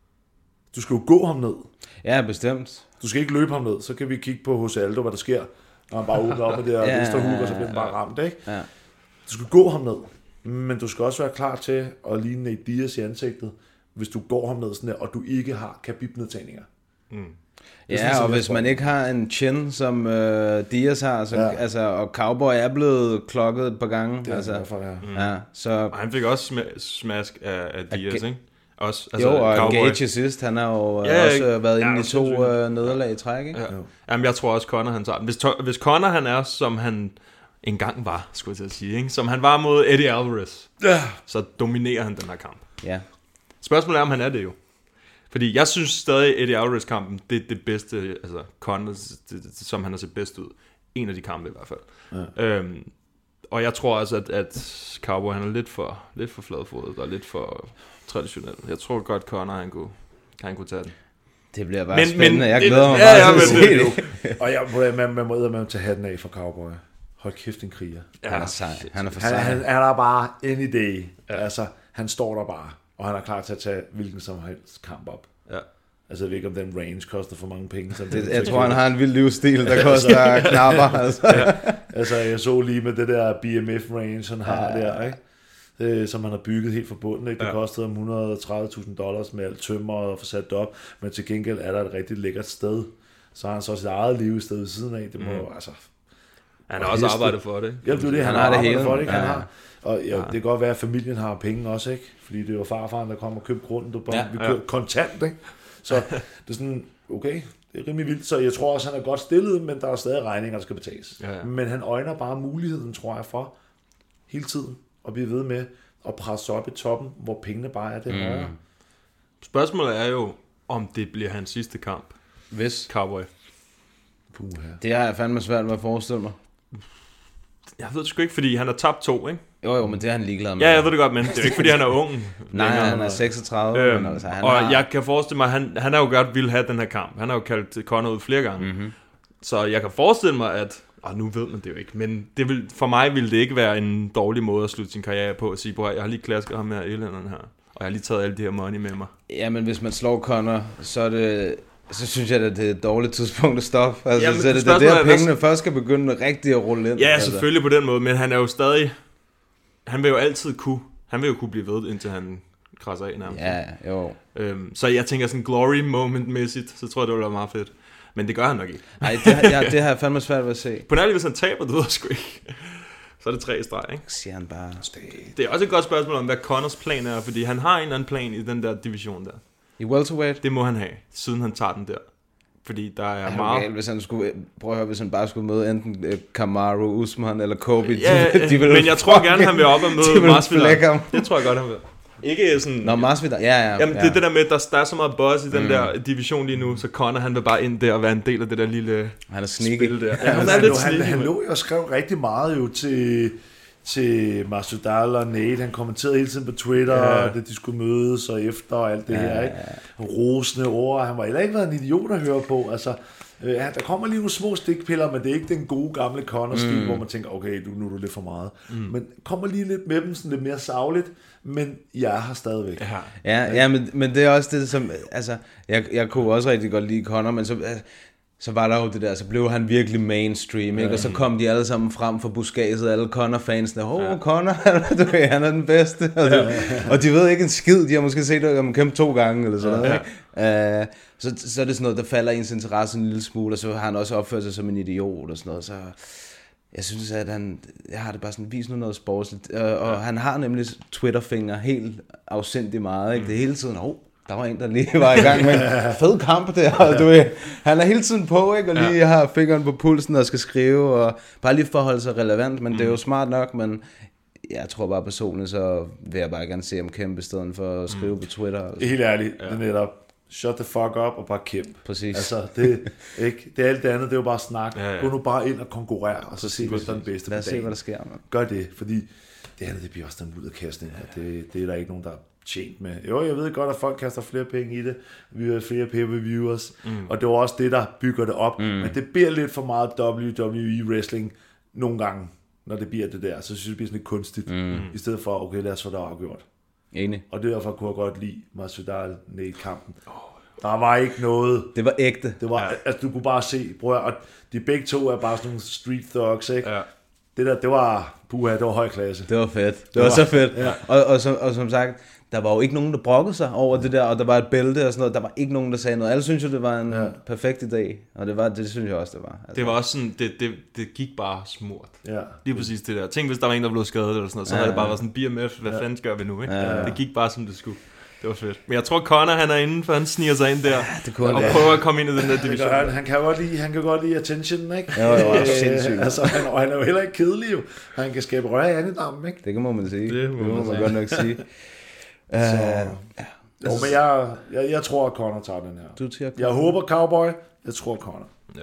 Du skal jo gå ham ned. Ja, bestemt. Du skal ikke løbe ham ned. Så kan vi kigge på hos Aldo, hvad der sker, når han bare åbner op med det der ja, venstre hug, og så bliver han bare ramt, ikke? Ja. Du skal gå ham ned. Men du skal også være klar til at ligne Nate Diaz i ansigtet, hvis du går ham ned sådan der, og du ikke har Khabib-nedtagninger. Mm. Ja, sådan, og hvis man ikke har en chin, som øh, Diaz har, så, ja. altså, og Cowboy er blevet klokket et par gange. Det er altså, derfor, ja. Mm. ja så, og han fik også sm- smask af, af Diaz, Ga- ikke? Også, altså, jo, og Cowboy. Gage sidst, han har jo ja, også øh, været ja, inde i to øh, nederlag i træk, ikke? Ja. Jamen, jeg tror også, Conor han tager den. Hvis, to- hvis Conor han er, som han engang var, skulle jeg til at sige, ikke? Som han var mod Eddie Alvarez, ja. Så dominerer han den her kamp. Ja. Spørgsmålet er, om han er det jo. Fordi jeg synes stadig, Eddie Alvarez-kampen, det er det bedste, altså Conor, det, det, som han har set bedst ud. En af de kampe i hvert fald. Ja. Øhm, og jeg tror også, at, at Cowboy, han er lidt for, lidt for fladfodet og lidt for traditionel. Jeg tror godt, Conor, han kunne, han kunne tage den. Det bliver bare men, spændende. Men, jeg glæder mig ja, bare ja, til at se det. det. Og jeg, man, man må med tage hatten af for Cowboy. Hold kæft, en kriger. Ja, han er sej. Han er for sej. Han, han, han er der bare any day. Ja. Altså, han står der bare. Og han er klar til at tage hvilken som helst kamp op. Ja. Altså, jeg ved ikke, om den range koster for mange penge. Så det, jeg tror, han har en vild livsstil, der koster knapper. Altså. Ja. Altså, jeg så lige med det der B M F range, han har ja. der, ikke? Det, som han har bygget helt fra bunden. Ikke? Det ja. kostede ham et hundrede og tredive tusind dollars med alt tømmer og få sat det op. Men til gengæld er der et rigtig lækkert sted. Så har han så sit eget liv i stedet ved siden af. Det må mm. altså... Han har også arbejdet for det. Ja, det er det, han, han har, har arbejdet for det, ikke? Ja. Han har. Og ja, det kan godt være, at familien har penge også, ikke? Fordi det var farfaren, der kom og købte grunden. Du bare, ja, vi kørte ja. kontant, ikke? Så det er sådan, okay, det er rimelig vildt. Så jeg tror også, han er godt stillet, men der er stadig regninger, der skal betales. Ja, ja. Men han øjner bare muligheden, tror jeg, for hele tiden at blive ved med at presse op i toppen, hvor pengene bare er det mm. højere. Spørgsmålet er jo, om det bliver hans sidste kamp. Hvis Cowboy. Puh, ja. Det har jeg fandme svært med at forestille mig. Jeg ved det sgu ikke, fordi han har tabt to, ikke? Jo, jo, men det er han ligeglad med. Ja, jeg ved det godt, men det er ikke, fordi han er ung. Nej, han er seksogtredive. Øhm, men altså, han og har... jeg kan forestille mig, han, han har jo godt ville have den her kamp. Han har jo kaldt Conor ud flere gange. Mm-hmm. Så jeg kan forestille mig, at... Og nu ved man det jo ikke, men det vil, for mig ville det ikke være en dårlig måde at slutte sin karriere på. At sige, bror, jeg har lige klasket ham her i Irlanderen her. Og jeg har lige taget alle de her money med mig. Ja, men hvis man slår Conor, så er det... Så synes jeg, at det er et dårligt tidspunkt at stoppe. Altså, Jamen, så det, det er der, pengene hvad... først skal begynde rigtig at rulle ind. Ja, altså. Selvfølgelig på den måde, men han er jo stadig... Han vil jo altid kunne... Han vil jo kunne blive ved, indtil han krasser af nærmest. Ja, jo. Øhm, så jeg tænker sådan glory moment-mæssigt, så tror jeg, det ville være meget fedt. Men det gør han nok ikke. Nej, det, ja, det har jeg fandme svært ved at se. På nærmest, hvis han taber, det ved jeg sgu ikke. Så er det tre i streg, ikke? Siger han bare. Det er også et godt spørgsmål om, hvad Conors plan er, fordi han har en eller anden plan i den der division der. I welterweight? Det må han have, siden han tager den der. Fordi der er, er meget... Galt, hvis han skulle, prøv at høre, hvis han bare skulle møde enten Kamaru, Usman eller Kobe. Ja, de, de men jeg tror gerne, han vil op og møde Masvidal. Det tror jeg godt, han vil. Ikke sådan... Nå, Masvidal, ja, ja. Jamen, ja. det er det der med, at der, der er så meget buzz i den mm. der division lige nu, så Conor, han vil bare ind der og være en del af det der lille han er spil der. Ja, ja, han, han, han, han, han lå jo og skrev rigtig meget jo til... til Masvidal og Nate, han kommenterede hele tiden på Twitter, ja. Det de skulle mødes og efter og alt det ja, her, ikke? Rosende ord, han var heller ikke været en idiot at høre på, altså, øh, der kommer lige nogle små stikpiller, men det er ikke den gode gamle Conor-stil, mm. hvor man tænker, okay, du, nu er du lidt for meget, mm. men kommer lige lidt med dem, sådan lidt mere sagligt, men jeg er her stadigvæk. Ja, ja, ja men, men det er også det, som, altså, jeg, jeg kunne også rigtig godt lide Conor, men så... Altså, så var der jo det der, så blev han virkelig mainstream, ikke? Og så kom de alle sammen frem for buskadset, alle Conor-fansene, åh, oh, ja. Conor, du, han er den bedste, og, det, og de ved ikke en skid, de har måske set ham kæmpe to gange, eller sådan noget, ja. uh, så, så er det sådan noget, der falder ens interesse en lille smule, og så har han også opført sig som en idiot, og sådan noget, så jeg synes, at han, jeg har det bare sådan, vis nu noget sportsligt, uh, og ja. Han har nemlig Twitter-finger helt afsindigt meget, ikke? Det er hele tiden, åh, oh, der var en, der lige var i gang med en fed kamp der, og du ved, han er hele tiden på, ikke, og lige ja. Har fingeren på pulsen og skal skrive, og bare lige forholde sig relevant, men mm. det er jo smart nok, men jeg tror bare personligt, så vil jeg bare gerne se ham kæmpe, i stedet for at skrive mm. på Twitter. Altså. Helt ærligt, ja. Det er netop, shut the fuck up og bare kæmpe. Præcis. Altså, det, ikke, det er alt det andet, det er jo bare snak. Ja, ja. Gå nu bare ind og konkurrere, og så se, hvad der er den bedste Lad os på dagen. se, hvad der sker, man. Gør det, fordi det andet, det bliver også den mudderkastning her. Det, det er der ikke nogen, der tjent med. Jo, jeg ved godt, at folk kaster flere penge i det. Vi har flere pay-per-viewers. Mm. Og det var også det, der bygger det op. Mm. Men det bliver lidt for meget W W E wrestling nogle gange, når det bliver det der. Så synes jeg, det bliver sådan lidt kunstigt. Mm. I stedet for, okay, lad os få det afgjort. Enig. Og derfor kunne jeg godt lide Masvidal-Nate-kampen. Oh. Der var ikke noget... Det var ægte. Det var, ja. Altså, du kunne bare se, bror, og de begge to er bare sådan nogle street thugs, ikke? Ja. Det der, det var, puha, det var høj klasse. Det var fedt. Det, det var, var så fedt. Ja. Og, og, som, og som sagt, der var jo ikke nogen, der brokkede sig over det der, og der var et bælte og sådan noget. Der var ikke nogen, der sagde noget. Alle synes jo, det var en ja. Perfekt idé, og det var det synes jeg også, det var. Altså. Det var også sådan, det, det, det gik bare smurt. Ja. Lige præcis det der. Tænk, hvis der var en, der blev skadet eller sådan noget, så ja, havde det bare været sådan, B M F, hvad ja. Fanden gør vi nu, ikke? Ja. Det gik bare, som det skulle. Det var fedt. Men jeg tror, Conor, han er inde, for han sniger sig ind der, ja, det kunne og ja. Prøver at komme ind i den der division. Han, han, kan godt lide, han kan godt lide attention, ikke? Jo, jo, jo, sindssygt. Altså, han, og han er jo heller ikke kedelig, jo. Han kan skabe røre i andedammen, ikke? Det kan man sige. Det må, det må man, man godt nok sige. Så, uh, ja. Jo, men jeg, jeg, jeg tror, at Conor tager den her. Du tager jeg håber Cowboy, jeg tror Conor. Ja.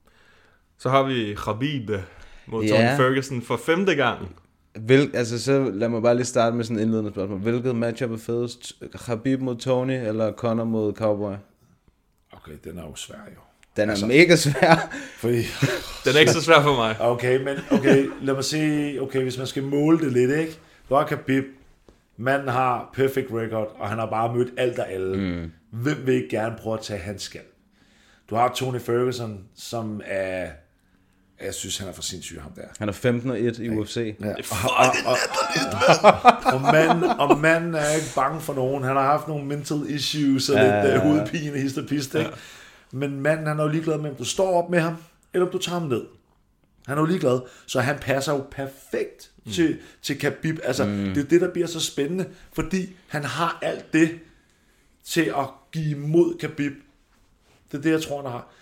Så har vi Khabib mod ja. Tony Ferguson for femte gang. Hvil, altså så lad mig bare lige starte med sådan en indledende spørgsmål. Hvilket matchup er fedest? Khabib mod Tony eller Conor mod Cowboy? Okay, den er jo svær jo. Den er altså, mega svær. Fordi... den er ikke så svær for mig. Okay, men okay, lad mig sige, okay, hvis man skal måle det lidt, ikke? Du har Khabib, manden har perfect record, og han har bare mødt alt og alle. Mm. Hvem vil ikke gerne prøve at tage hans skal? Du har Tony Ferguson, som er... Jeg synes, han er for sindssyg, ham der. Han er femten og et i U F C. Ja. Og, og, og, og, og, manden, og manden er ikke bange for nogen. Han har haft nogle mental issues og ja, lidt uh, hovedpine, hist og pist, ikke? Ja. Men manden, han er jo ligeglad med, om du står op med ham, eller om du tager ham ned. Han er jo ligeglad. Så han passer jo perfekt mm. til, til Khabib. Altså, mm. det er det, der bliver så spændende, fordi han har alt det til at give imod Khabib. Det er det, jeg tror, han har.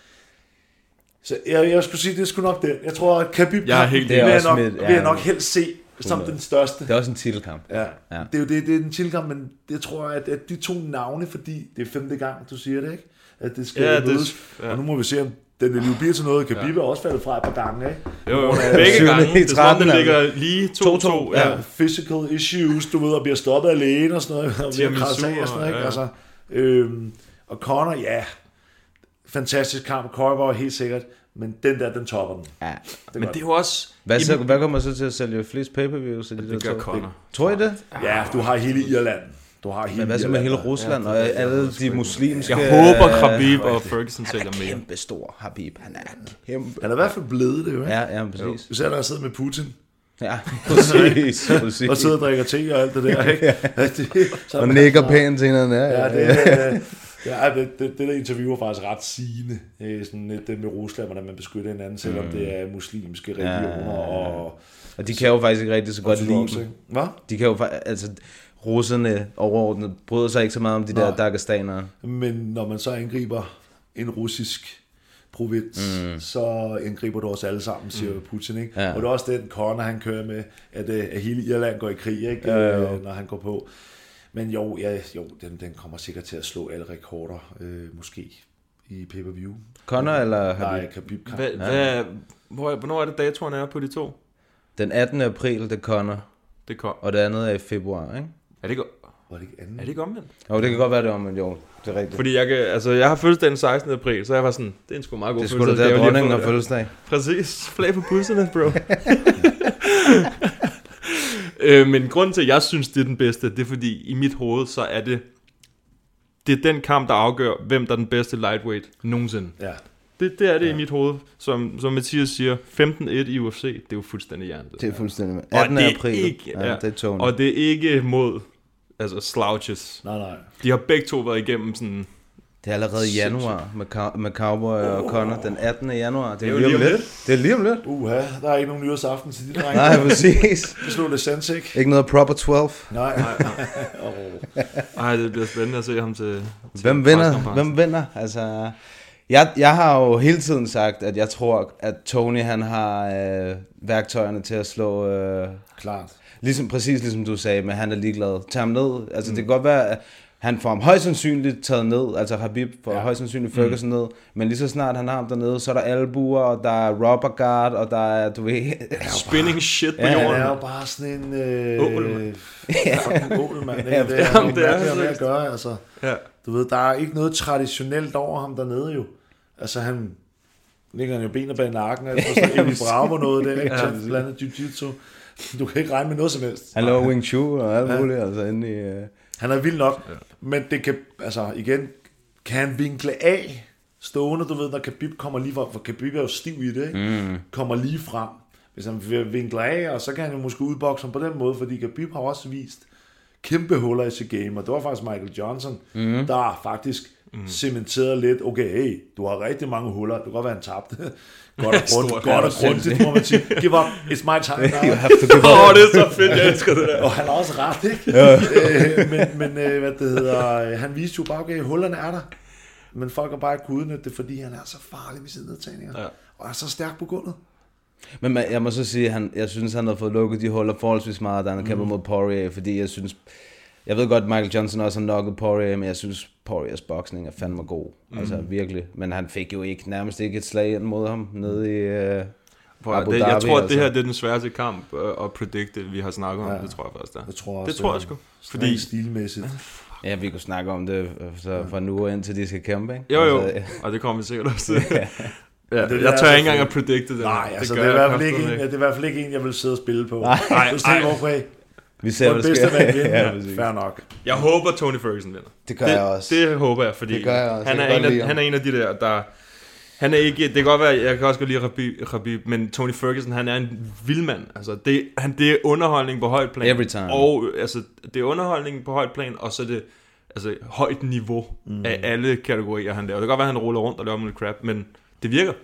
Så jeg, jeg skulle sige, det er sgu nok det. Jeg tror, at Khabib jeg helt vil, jeg nok, med, ja, vil jeg nok helst se som den største. Det er også en titelkamp. Ja, ja. Det er jo det, det er en titelkamp, men jeg tror, at, at de to navne, fordi det er femte gang, du siger det, ikke? At det skal ja, mødes. Ja. Og nu må vi se, om den lige bliver til noget. Khabib ja. Er også faldet fra et par gange, ikke? Jo, jo. Begge gange. Det er den ligger lige to to. Ja. Ja. Physical issues, du ved, og bliver stoppet alene og sådan noget. Og bliver krasset af og sådan noget, ikke? Ja. Altså, øhm, og Conor, ja, fantastisk kamp. Cowboy helt sikkert. Men den der, den topper den. Ja. Det men det er jo også... Hvad, så, hvad kommer så til at sælge flest pay-per-views? Det, det gør Conor. Tror I det? Ja, du har hele Irland. Du har hele men hvad så med hele Rusland ja, og alle de muslimske... Jeg håber, Khabib og Ferguson sælger mere. Han er kæmpe stor, Khabib. Han er kæmpe... Han er i hvert fald blevet det, jo, ikke? Ja, ja, præcis. Du ser, der har siddet med Putin. Ja, præcis, præcis. Og sidder og drikker te og alt det der, ikke? Ja. det, så og nikker pænt til hinanden. Ja, ja, ja, det, ja, det, det, det der interview var faktisk ret sigende. Sådan det med Rusland, hvordan man beskytter hinanden, selvom mm. det er muslimske religioner. Ja, ja, ja. Og, og de kan jo faktisk ikke rigtig så godt lide. Hvad? De kan jo altså russerne overordnet bryder sig ikke så meget om de Nej. der Dagestanere. Men når man så angriber en russisk provins, mm. så angriber du os alle sammen, siger mm. Putin, ikke? Ja. Og det er også den corner, han kører med, at, at hele Irland går i krig, ikke? Ja, ja, ja. Når han går på. Men jo, ja, jo den, den kommer sikkert til at slå alle rekorder, øh, måske, i pay-per-view. Conor eller Habib? Nej, Habib. Hva, ja. hvor, hvornår er det datoren er på de to? Den attende april, det er Conor. Det kom. Og det andet er i februar, ikke? Er det ikke, Var det ikke, er det ikke omvendt? Jo, det kan godt være det omvendt, jo. Det er rigtigt. Fordi jeg, kan, altså, jeg har fødselsdag den sekstende april, så jeg var sådan, det er en sgu meget god fødselsdag. Det er sgu da der, dronningen har fødselsdag. Præcis. Flag på busserne, bro. øh, men grunden til, at jeg synes, det er den bedste, det er fordi, i mit hoved, så er det, det er den kamp, der afgør, hvem der er den bedste lightweight nogensinde. Ja. Det, det er det ja. i mit hoved. Som, som Mathias siger, femten et i U F C, det er jo fuldstændig hjernet. Det er fuldstændig attende april. Ikke, ja, ja, det er Tony. Og det er ikke mod altså slouches. Nej, nej. De har begge to været igennem sådan... Det er allerede i januar med, cow- med Cowboy og Conor. Den attende januar. Det er, det er lige om lidt. lidt. Det er lige om lidt. Uha, der er ikke nogen nyårsaften til de drenge. Nej, præcis. Det slog det sens, ikke? Ikke noget proper tolv. Nej, nej, nej. oh. Ej, det bliver spændende at se ham til... til Hvem vinder? Hvem vinder? Altså... Jeg, jeg har jo hele tiden sagt, at jeg tror, at Tony han har øh, værktøjerne til at slå... Øh, Klart. Ligesom, præcis ligesom du sagde, men han er ligeglad. Tag ham ned. Altså mm. det kan godt være, at han får ham højst sandsynligt taget ned. Altså Habib får ja. højst sandsynligt Ferguson mm. ned. Men lige så snart han har ham dernede, så er der albuer, og der er rubber guard, og der er, du ved... Spinning bare, shit på ja, jorden. Det er jo bare sådan en... Øh, ål, fucking ål, mand. Ja, det er jamen, det er med at gøre, altså. Ja. Du ved, der er ikke noget traditionelt over ham dernede jo. Altså han ligger han jo benet bag nakken, og sådan en Eddie Bravo noget der, ikke? Til blandet jiu-jitsu. Du kan ikke regne med noget som helst. Han laver Wing Chun og alt muligt, ja. altså inde i... Uh... Han er vild nok, ja. Men det kan, altså igen, kan han vinkle af stående, du ved, når Khabib kommer lige frem, for Khabib er jo stiv i det, ikke? Mm. Kommer lige frem. Hvis han vinkler af, og så kan han jo måske udbokse ham på den måde, fordi Khabib har også vist kæmpe huller i sit game, og det var faktisk Michael Johnson, mm. der faktisk mm. cementerede lidt, okay, hey, du har rigtig mange huller, det kan godt være, han tabte. Godt og grundigt, godt og grundigt, må man sige. Give up, it's my time now. Åh, oh, det er så fedt, jeg elsker det der. Og han har også ret, ikke? Ja. øh, men, men øh, hvad det hedder, han viste jo bare, okay, hullerne er der, men folk har bare ikke kunnet udnytte det, fordi han er så farlig med sine nedtagninger, ja. Og er så stærk på gulvet. Men jeg må så sige, at han, jeg synes, han har fået lukket de huller forholdsvis meget, da han har kæmpet mm. mod Poirier, fordi jeg synes, jeg ved godt, Michael Johnson også har nokket Poirier, men jeg synes, Poiriers boksning er fandme god. Mm. Altså virkelig. Men han fik jo ikke, nærmest ikke et slag ind mod ham nede i uh, Abu det, Dhabi. Jeg tror, at altså. det her det er den sværeste kamp uh, at predicte, vi har snakket om. Ja. Det tror jeg faktisk, der. Det tror jeg, også, det tror jeg sgu. Fordi stilmæssigt. Ja, vi kunne snakke om det så fra nu ind til de skal kæmpe, ikke? Jo, jo. Altså, ja. Og det kommer vi sikkert også til. Ja, det, jeg tør ikke engang at predicte det. Nej, det altså det er, i hvert fald ikke en, det er i hvert fald ikke en, jeg vil sidde og spille på. Nej, nej, nej. Vi ser, hvad der sker. Ja, fair nok. Jeg håber, Tony Ferguson vinder. Det gør det, jeg også. Det håber jeg, fordi jeg også. Han, er jeg en af, han er en af de der, der... Han er ikke... Det kan godt være, jeg kan også godt lide Khabib, Khabib, men Tony Ferguson, han er en vildmand. Altså, det, han, det er underholdning på højt plan. Every time. Og altså, det er underholdning på højt plan, og så er det altså, højt niveau mm. af alle kategorier, han laver. Det kan godt være, han ruller rundt og laver noget crap, men det virker.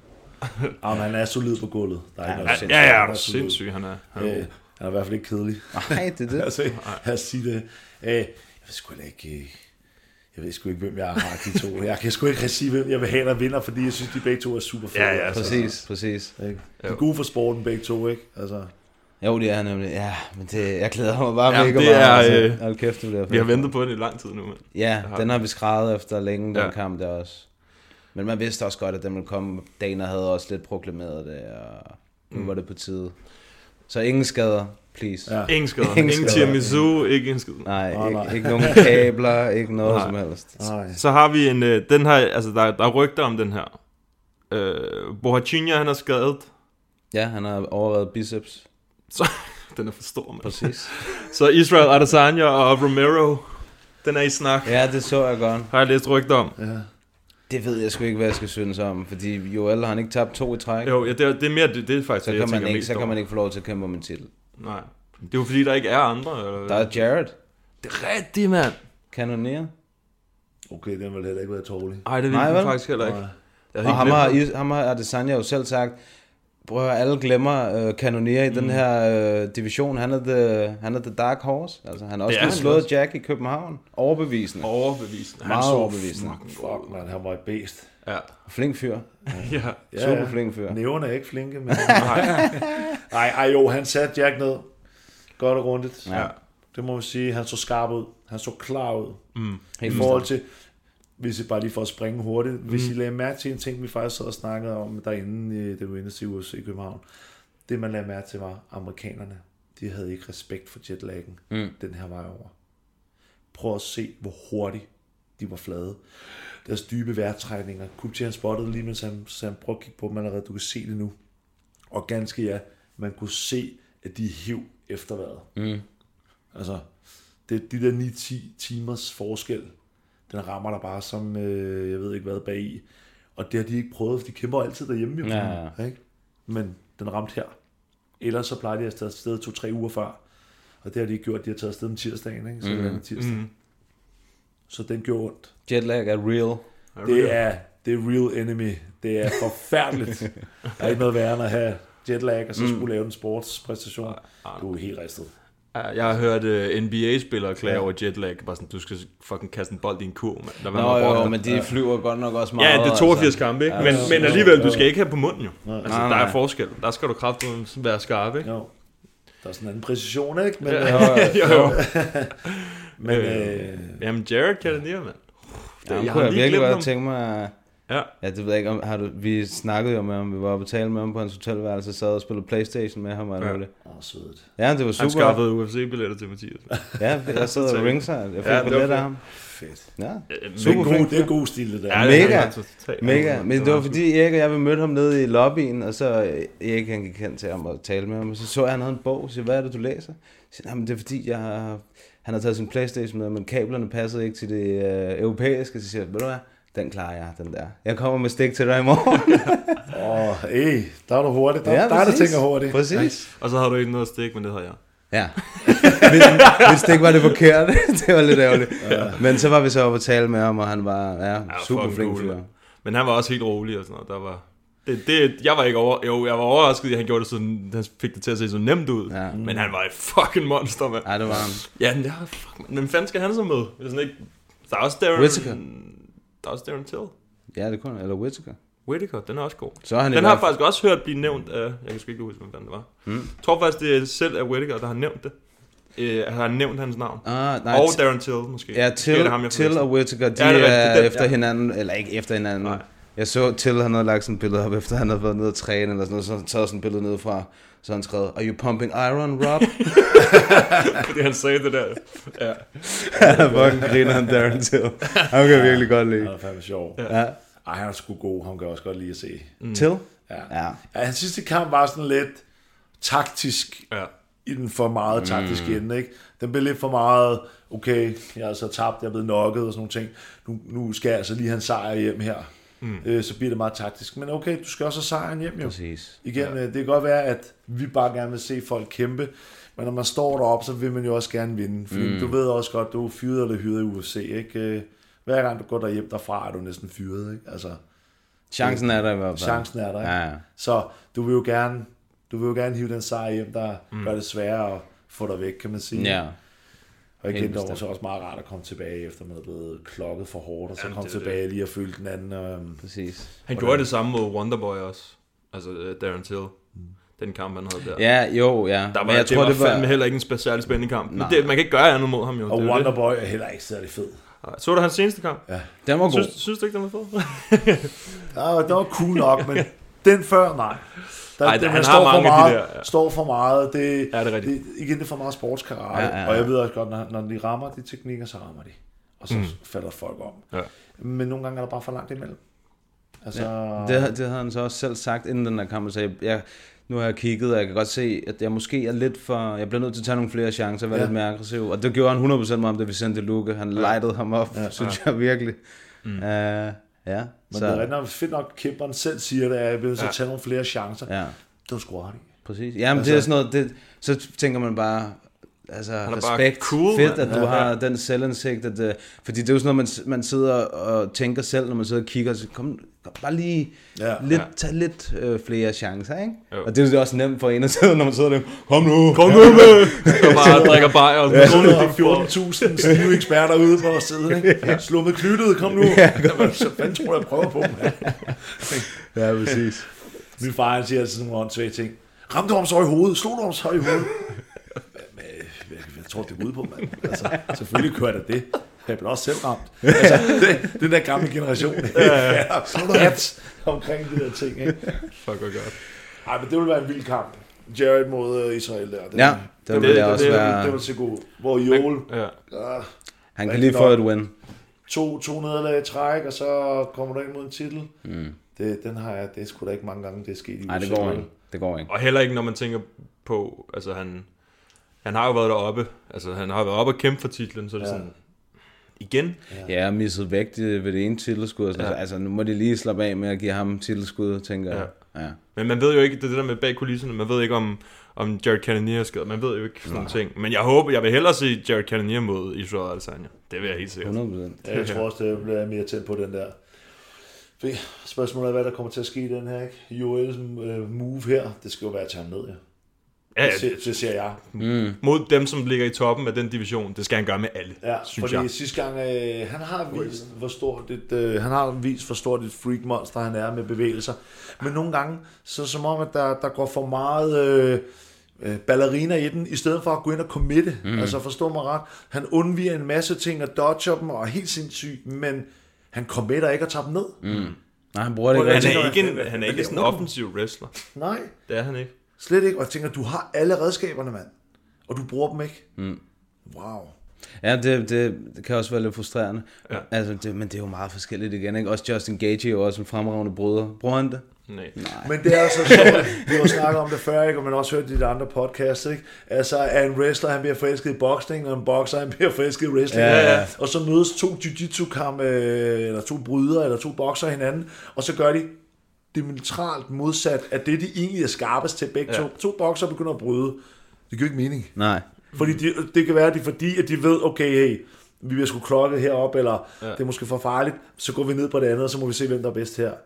Ja, men han er solid på gulvet. Der er ja, noget ja, ja, ja, er sindssyg, han er. Han er, øh, han er i hvert fald ikke kedelig. Nej, det er det. altså, lad os sige det. Øh, jeg ved sgu ikke... Jeg ved sgu ikke, hvem jeg har de to. Jeg kan sgu ikke sige, hvem jeg vil have, der vinder, fordi jeg synes, de begge to er super fede. Ja, ja, præcis, altså, præcis. Ikke? De er gode for sporten, begge to, ikke? Altså... Jo, det er nemlig. Ja, men det, jeg glæder mig bare ja, mega det er, meget. Øh, altså. Kæft, det bliver vi har ventet på den i lang tid nu. Men ja, den har vi skrevet efter længe, den ja. kamp der også. Men man vidste også godt, at den ville komme. Dana havde også lidt proklameret det, og nu mm. var det på tide. Så ingen skader, please. Ja. Ingen skader. Ingen, ingen tiramisu, ikke en skid. Nej, oh, ikke, nej. ikke nogen kabler, ikke noget nej. som helst. Nej. Så har vi en, øh, den her, altså der, der er rygter om den her. Øh, Bohachinha, han er skadet. Ja, han har overvejet biceps. Så, den er for stor, man. Præcis. Så Israel Adesanya og Romero, den er i snak. Ja, det så jeg godt. Har jeg læst rygter om. Ja. Det ved jeg sgu ikke, hvad jeg skal synes om, fordi Joel har han ikke tabt to i træk. Jo, ja, det, er, det er mere, det, det er faktisk så det, kan, jeg man ikke, mest så kan over. man ikke få lov til at kæmpe om en titel. Nej, det er jo fordi, der ikke er andre. Eller? Der er Jared. Det er rigtigt, mand. Kanonier. Okay, den vil heller ikke være tårlig. Nej, det vil jeg faktisk heller ikke. Og ham har, ham har Adesanya jo selv sagt, prøv at høre, alle glemmer uh, Kanonier i mm. den her uh, division. Han er, the, han er the dark horse. Altså, han har også blevet slået også. Jack i København. Overbevisende. Overbevisende. Meget overbevisende. Fuck, man, han var et bæst. Ja. Flink fyr. Ja. Super flink fyr. Næverne er ikke flinke, men... Nej, ej, ej, jo, han satte Jack ned. Godt og grundigt. Ja. Det må man sige. Han så skarp ud. Han så klar ud. Mm. I forhold til... Hvis I bare lige får at springe hurtigt. Hvis mm. I lagde mærke til en ting, vi faktisk sad og snakkede om derinde, det var inde til U F C i København. Det man lagde mærke til var, amerikanerne, de havde ikke respekt for jetlaggen mm. den her vej over. Prøv at se, hvor hurtigt de var flade. Deres dybe vejrtrækninger. Kupti han spottede lige, mens han, så han prøvede at kigge på dem allerede. Du kan se det nu. Og ganske ja, man kunne se, at de hiv efter vejret. Mm. Altså, det, de der ni til ti timers forskel, den rammer der bare som, øh, jeg ved ikke hvad, bag i. Og det har de ikke prøvet, for de kæmper altid derhjemme. Jo, ja, ja. Ikke? Men den ramte her. Ellers så plejer de at tage afsted to-tre uger før. Og det har de ikke gjort, de har taget afsted om tirsdagen. Ikke? Så, mm. tirsdag. Mm. Så den gjorde ondt. Jetlag er real. Det er, det er real enemy. Det er forfærdeligt. Der er ikke noget værre end at have jetlag, og så skulle mm. lave en sportspræstation. Du er helt ristet. Jeg har hørt uh, N B A-spillere klage ja. over jetlag. Bare sådan, du skal fucking kaste en bold i en kurv, mand. Nå jo, jo, men de ja. flyver godt nok også meget. Ja, det er toogfirs altså. kampe, ikke? Ja, men, men alligevel, du skal ikke have på munden, jo. Nej, altså, nej, der er forskel. Der skal du kraftigt være skarp, ikke? Jo. Der er sådan en anden præcision, ikke? Men, ja. øh, jo, jo. men, øh, jamen, Jared Cannonier, mand. Ja, jeg kunne jeg virkelig godt tænke mig... Ja. Ja, det ved jeg ikke om, har du, vi snakkede jo med ham, vi var oppe og tale med ham på hans hotelværelse, sad og spillede PlayStation med ham og alt muligt. Åh, sødt. Ja, det var super. Han skaffede U F C-billetter til Mathias. Ja, jeg sad og ringside, jeg fik ja, billetter af ham. Fedt. Ja, super god, det er god stil, det der. Ja, mega, mega. Men det var fordi Erik og jeg, vi mødte ham nede i lobbyen, og så Erik han gik hen til ham og tale med ham, og så så jeg, han havde en bog, og så hvad er det, du læser? Så siger, det er fordi, jeg har, han har taget sin PlayStation med, men kablerne passede ikke til det øh, europæiske, så siger jeg, ved du hvad? Den klarer jeg, den der. Jeg kommer med stik til dig i morgen. Åh, oh, ey, der er du hurtigt. Der, ja, der er der tænker hurtigt. Præcis. Og så har du ikke noget stik, men det har jeg. Ja. Hvis, hvis det ikke var det forkerte, det var lidt ærgerligt. Ja. Men så var vi så oppe og tale med ham, og han var ja, ja, super flink fyr. Men han var også helt rolig og sådan noget. Der var... Det, det, jeg var ikke over, jo, jeg var overrasket, at han gjorde det sådan, han fik det til at se så nemt ud. Ja. Men han var et fucking monster, mand. Ja, det var han. Ja, men det var fuck, men hvem fanden skal han så med? Det er sådan ikke... Der er også Darren... Whittaker. Der er også Darren Till. Ja, det kunne eller Whittaker. Whittaker, den er også god. Så han den har jeg faktisk også hørt blive nævnt af... Jeg kan sgu ikke huske, hvem fanden det var. Mm. Jeg tror faktisk, det er selv af Whittaker, der har nævnt det. Øh, har nævnt hans navn. Ah, nej, og Darren Till, måske. Ja, Till, det ham, Till og Whittaker, de ja, er, er efter ja. hinanden, eller ikke efter hinanden. Nej. Jeg så Till, han havde lagt sådan et billede op, efter han havde været nede og træne, eller sådan noget, så han taget sådan et billede ned fra, så han skrev, are you pumping iron, Rob? Fordi han sagde det der. Ja. Han fucking griner han Darren Till. Han kan ja, virkelig godt lide. Han er fandme sjov. Ja. Ja. Ej, han er sgu god, han kan også godt lide at se. Mm. Till? Ja. Ja. Ja, hans sidste kamp var sådan lidt taktisk, ja. i den for meget taktiske mm. ende, ikke? Den blev lidt for meget, okay, jeg er altså tabt, jeg er blevet knocket og sådan nogle ting. Nu, nu skal jeg altså lige have en sejr hjem her. Mm. Øh, så bliver det meget taktisk. Men okay, du skal også have sejren hjem jo. Præcis. Igen, ja. Det kan godt være, at vi bare gerne vil se folk kæmpe, men når man står deroppe, så vil man jo også gerne vinde. Fordi mm. du ved også godt, du er fyret eller hyret i U F C, ikke? Hver gang du går derhjem derfra, er du næsten fyret, ikke? Altså, chancen er der i hvert fald. Chancen er der, ikke? Ja. Så du vil jo gerne, du vil jo gerne hive den sejr hjem, der mm. gør det sværere at få dig væk, kan man sige. Ja. Og igen, det var så også meget rart at komme tilbage, efter man er blevet klokket for hårdt, og så komme tilbage det. lige og føle den anden. Um, Præcis. Han gjorde det samme mod Wonderboy også, altså uh, Darren Till. Mm. Den kamp, han havde der. Ja, jo, ja. Der var, men jeg det tror, var det var fandme heller ikke en særlig spændende kamp. Det, man kan ikke gøre andet mod ham, jo. Og Wonderboy er heller ikke særlig fed. Så du hans seneste kamp? Ja. Den var god. Synes, synes du ikke, den var fed? ja, den var cool nok, men den før, nej. Der, Ej, den, han står, har for mange meget, de der, ja. står for meget. Det, ja, det er det, igen, det er for meget sportskarate. Ja, ja, ja. Og jeg ved også godt, når, når de rammer de teknikker, så rammer de. Og så mm. falder folk om. Ja. Men nogle gange er der bare for langt imellem. Altså... Ja, det, det havde han så også selv sagt inden den der kamp. Så jeg, jeg, nu har jeg kigget, og jeg kan godt se, at jeg måske er lidt for... Jeg bliver nødt til at tage nogle flere chancer og være ja. lidt mere aggressiv. Og det gjorde han hundrede procent med ham, da vi sendte Luke. Han ja. lightede ham op, ja. synes ja. jeg virkelig. Mm. Uh, Ja, Men så, det er rigtig fedt nok, at kæmperen selv siger det, at jeg vil så Ja. tage nogle flere chancer. ja, Det var sgu ret i. præcis. Jamen, Altså- det er sådan noget, det, så tænker man bare, altså er bare respekt, cool, fedt, mand. at du Ja. har den selvindsigt, at, uh, fordi det er jo sådan noget, man, man sidder og tænker selv, når man sidder og kigger, så kom, kom bare lige, Ja. lidt, Ja. tag lidt øh, flere chancer, ikke? Jo. Og det er jo også nemt for en at sidde, når man sidder der, kom nu, Kom nu med! Og bare drikker bajer og sådan Nu noget. har fjorten tusind stive eksperter ude på siden, ikke? Slå med knyttet, kom nu. Jamen, så fanden tror jeg, jeg prøver på, mand. Ja, præcis. Min far, han siger altid nogle åndssvage ting. Ramte du ham så i hovedet? Slog du ham så i hovedet? Men, jeg, jeg tror, det er ude på, mand. Altså, selvfølgelig kører jeg da det. Jeg blev også selv ramt. Altså, det, den der gamle generation. Ja, ja. Apps omkring de der ting, ikke? Fuck, hvor godt. Ej, men det ville være en vild kamp. Jared mod Israel der. Den, Ja, det vil det- jeg også det- være. Det var så god. Hvor Joel, Ja. ah, Han kan rigtig lige få nok. et win. to, to nederlag i træk, og så kommer du ind mod en titel. Mm. Det, den har jeg, det er sgu da ikke mange gange, det er sket i Nej, det U F C. går ikke. Det går ikke. Og heller ikke, når man tænker på, altså han, han har jo været deroppe, altså han har været oppe og kæmpe for titlen, så er det Ja. sådan, igen. Ja, misset vægt ved det ene titelskud. Ja. Ja. Altså, nu må de lige slappe af med at give ham titelskud, tænker jeg. Ja. Men man ved jo ikke, det er det der med bag kulisserne, man ved ikke om, om Jared Cannonier er skadet, man ved jo ikke sådan nogle ting. Men jeg håber, jeg vil hellere se Jared Cannonier mod Israel Adesanya. Det vil jeg helt sikkert. hundrede procent. Ja, jeg tror også, det bliver mere tæt på den der. Spørgsmålet er, hvad der kommer til at ske i den her, ikke? Joels uh, move her, det skal jo være at tage ham ned, ja. Ja, Det, ser, det ser jeg. Mm. mod dem, som ligger i toppen af den division, det skal han gøre med alle, Ja, synes fordi jeg. sidste gang, øh, han har vist, hvor stort et, øh, han har vist, hvor stort et freak monster han er med bevægelser. Men nogle gange, så som om, at der, der går for meget øh, øh, ballerina i den, i stedet for at gå ind og committe. Mm. Altså forstå mig ret. Han undviger en masse ting og dodger dem, og er helt sindssygt, men han committer ikke at tage dem ned. Mm. Nej, han bruger det Hvor ikke jeg Han rigtig. er tænker, ikke en, hvad- han er hvad ikke sådan en laver du? offensiv wrestler. Nej, Det er han ikke. slet ikke. Og jeg tænker, du har alle redskaberne, mand. Og du bruger dem ikke. Mm. Wow. Ja, det, det, det kan også være lidt frustrerende. Ja. Altså, det, men det er jo meget forskelligt igen, ikke? Også Justin Gaethje er jo også en fremragende bryder. Bruger han det? Nej. Men det er så sjovt. Vi har snakket om det før, ikke? Og man har også hørt de andre podcasts, ikke? Altså, at en wrestler, han bliver forelsket i boksning, og en bokser, han bliver forelsket i wrestling. Ja, ja. Og så mødes to jiu-jitsu-kamp, øh, eller to brydere, eller to bokser hinanden, og så gør de diametralt modsat af det, de egentlig er skarpest til begge Ja. to. To bokser begynder at bryde. Det giver ikke mening. Nej. Fordi de, det kan være, at de, fordi at de ved, okay, hey, vi bliver sgu klokket herop, eller Ja. det er måske for farligt, så går vi ned på det andet, og så må vi se, hvem der er bedst her.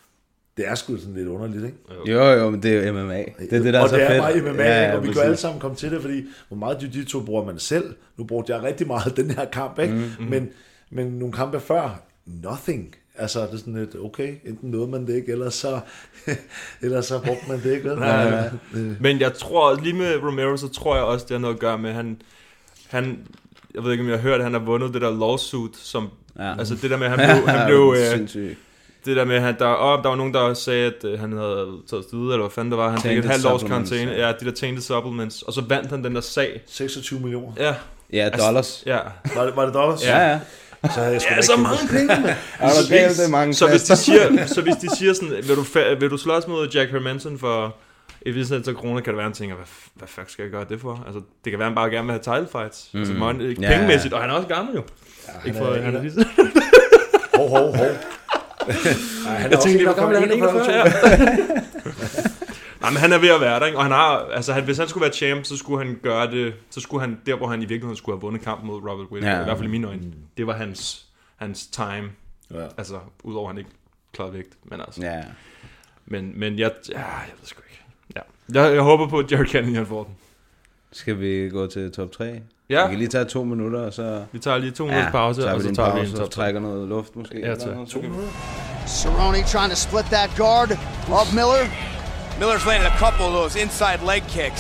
Det er sgu sådan lidt underligt, ikke? Jo, jo, men det er jo M M A. Det er det, der er og så det er fedt. bare M M A, Ja, ja, ja, og vi kan præcis. alle sammen komme til det, fordi hvor meget jiu-jitsu bruger man selv. Nu brugte jeg rigtig meget den her kamp, ikke? Mm-hmm. Men, men nogle kampe før, nothing. Altså, det er sådan lidt, okay, enten nåede man det ikke, eller så, eller så brugte man det ikke. Vel? Nej, Ja, nej. Men jeg tror, lige med Romero, så tror jeg også, det har noget at gøre med, han, han jeg ved ikke, om jeg har hørt, at han har vundet det der lawsuit, som, Ja. altså det der med, han blev, han blev øh, Sindssygt. det der med, han, der, åh, der var nogen, der sagde, at øh, han havde taget sted, eller hvad fanden det var, han fik et Tainted halvt års supplements, karantæne, ja. ja, de der tainted supplements, og så vandt han den der sag. seksogtyve millioner. Ja, Ja, dollars. ja. Var det, var det dollars? Ja, ja. Så havde jeg sgu da Ja, ikke så givet mange det. penge, mand. Er du galt, det er mange Så hvis de kaster? siger, så hvis de siger sådan, vil du, fa- vil du slås mod Jack Hermanson for et vist antal kroner, kan det være, han tænker, hvad, f- hvad fuck skal jeg gøre det for? Altså, det kan være, han bare gerne vil have title fights. Mm. Altså, money, Ja, pengemæssigt, og han er også gammel jo. Ja, Ikke han for, er, han er en lige af- hov, hov, hov. Ej, han Jeg tænkte lige, hvor gammel er han? enogfyrre, enogfyrre? Nej, men han er ved at være der, ikke? Og han har, altså, han, hvis han skulle være champ, så skulle han gøre det, så skulle han, der hvor han i virkeligheden skulle have vundet kampen mod Robert Whittaker, Ja. i hvert fald i mine øjne, det var hans, hans time. Ja. Altså, udover at han ikke klarede vægt, men altså. Ja. Men, men jeg, ja, jeg ved sgu ikke. Ja. Jeg, jeg håber på, at Jared Cannonier får den. Skal vi gå til top tre? Ja. Vi kan lige tage to minutter, og så... Vi tager lige to minutters pause, så og vi så en tager vi pause, en og top tre. trækker noget luft måske. Ja, eller tak. noget. To minutter. Cerrone trying to split that guard of Miller. Miller's landed a couple of those inside leg kicks.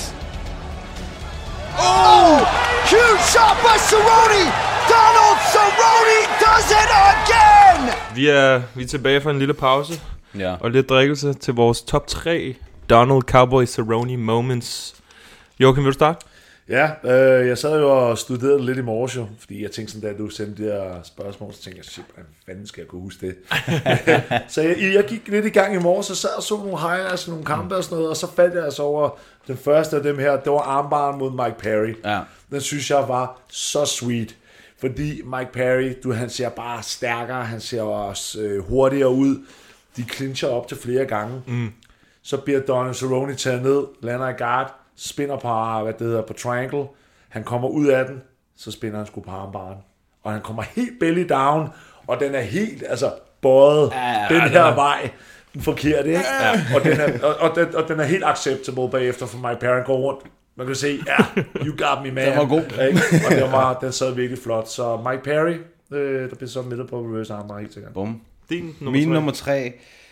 Oh! Huge shot by Cerrone! Donald Cerrone does it again! Vi er, vi er tilbage fra en lille pause, Ja. og lidt drikkelse til vores top tre Donald Cowboy Cerrone moments. Joachim, vil du starte? Ja, øh, jeg sad jo og studerede lidt i morges jo, fordi jeg tænkte sådan, da du sendte de her spørgsmål, så tænkte jeg, shit, hvordan fanden skal jeg kunne huske det? Så jeg, jeg gik lidt i gang i morges, og sad og så nogle highlights, nogle kampe og sådan noget, og så faldt jeg altså over den første af dem her, det var armbaren mod Mike Perry. Ja. Den synes jeg var så sweet, Fordi Mike Perry, du, han ser bare stærkere, han ser også øh, hurtigere ud. De clincher op til flere gange. Mm. Så bliver Donald Cerrone taget ned, lander i guard, spinner på, hvad det hedder, på triangle. Han kommer ud af den, så spinner han sgu på armbaren. Og han kommer helt belly down, og den er helt, altså, bøjet ja, den her ja. vej. Den forkerte, ikke? Ja. Og, den er, og, og, den, og den er helt acceptable bagefter, for Mike Perry går rundt. Man kan se, ja, you got me, man. Den var god. Ikke? Og den, var, den sad virkelig flot. Så Mike Perry, øh, der bliver så midtet på reverse armbar helt sikkert. Bum. Din nummer Min tre. nummer tre,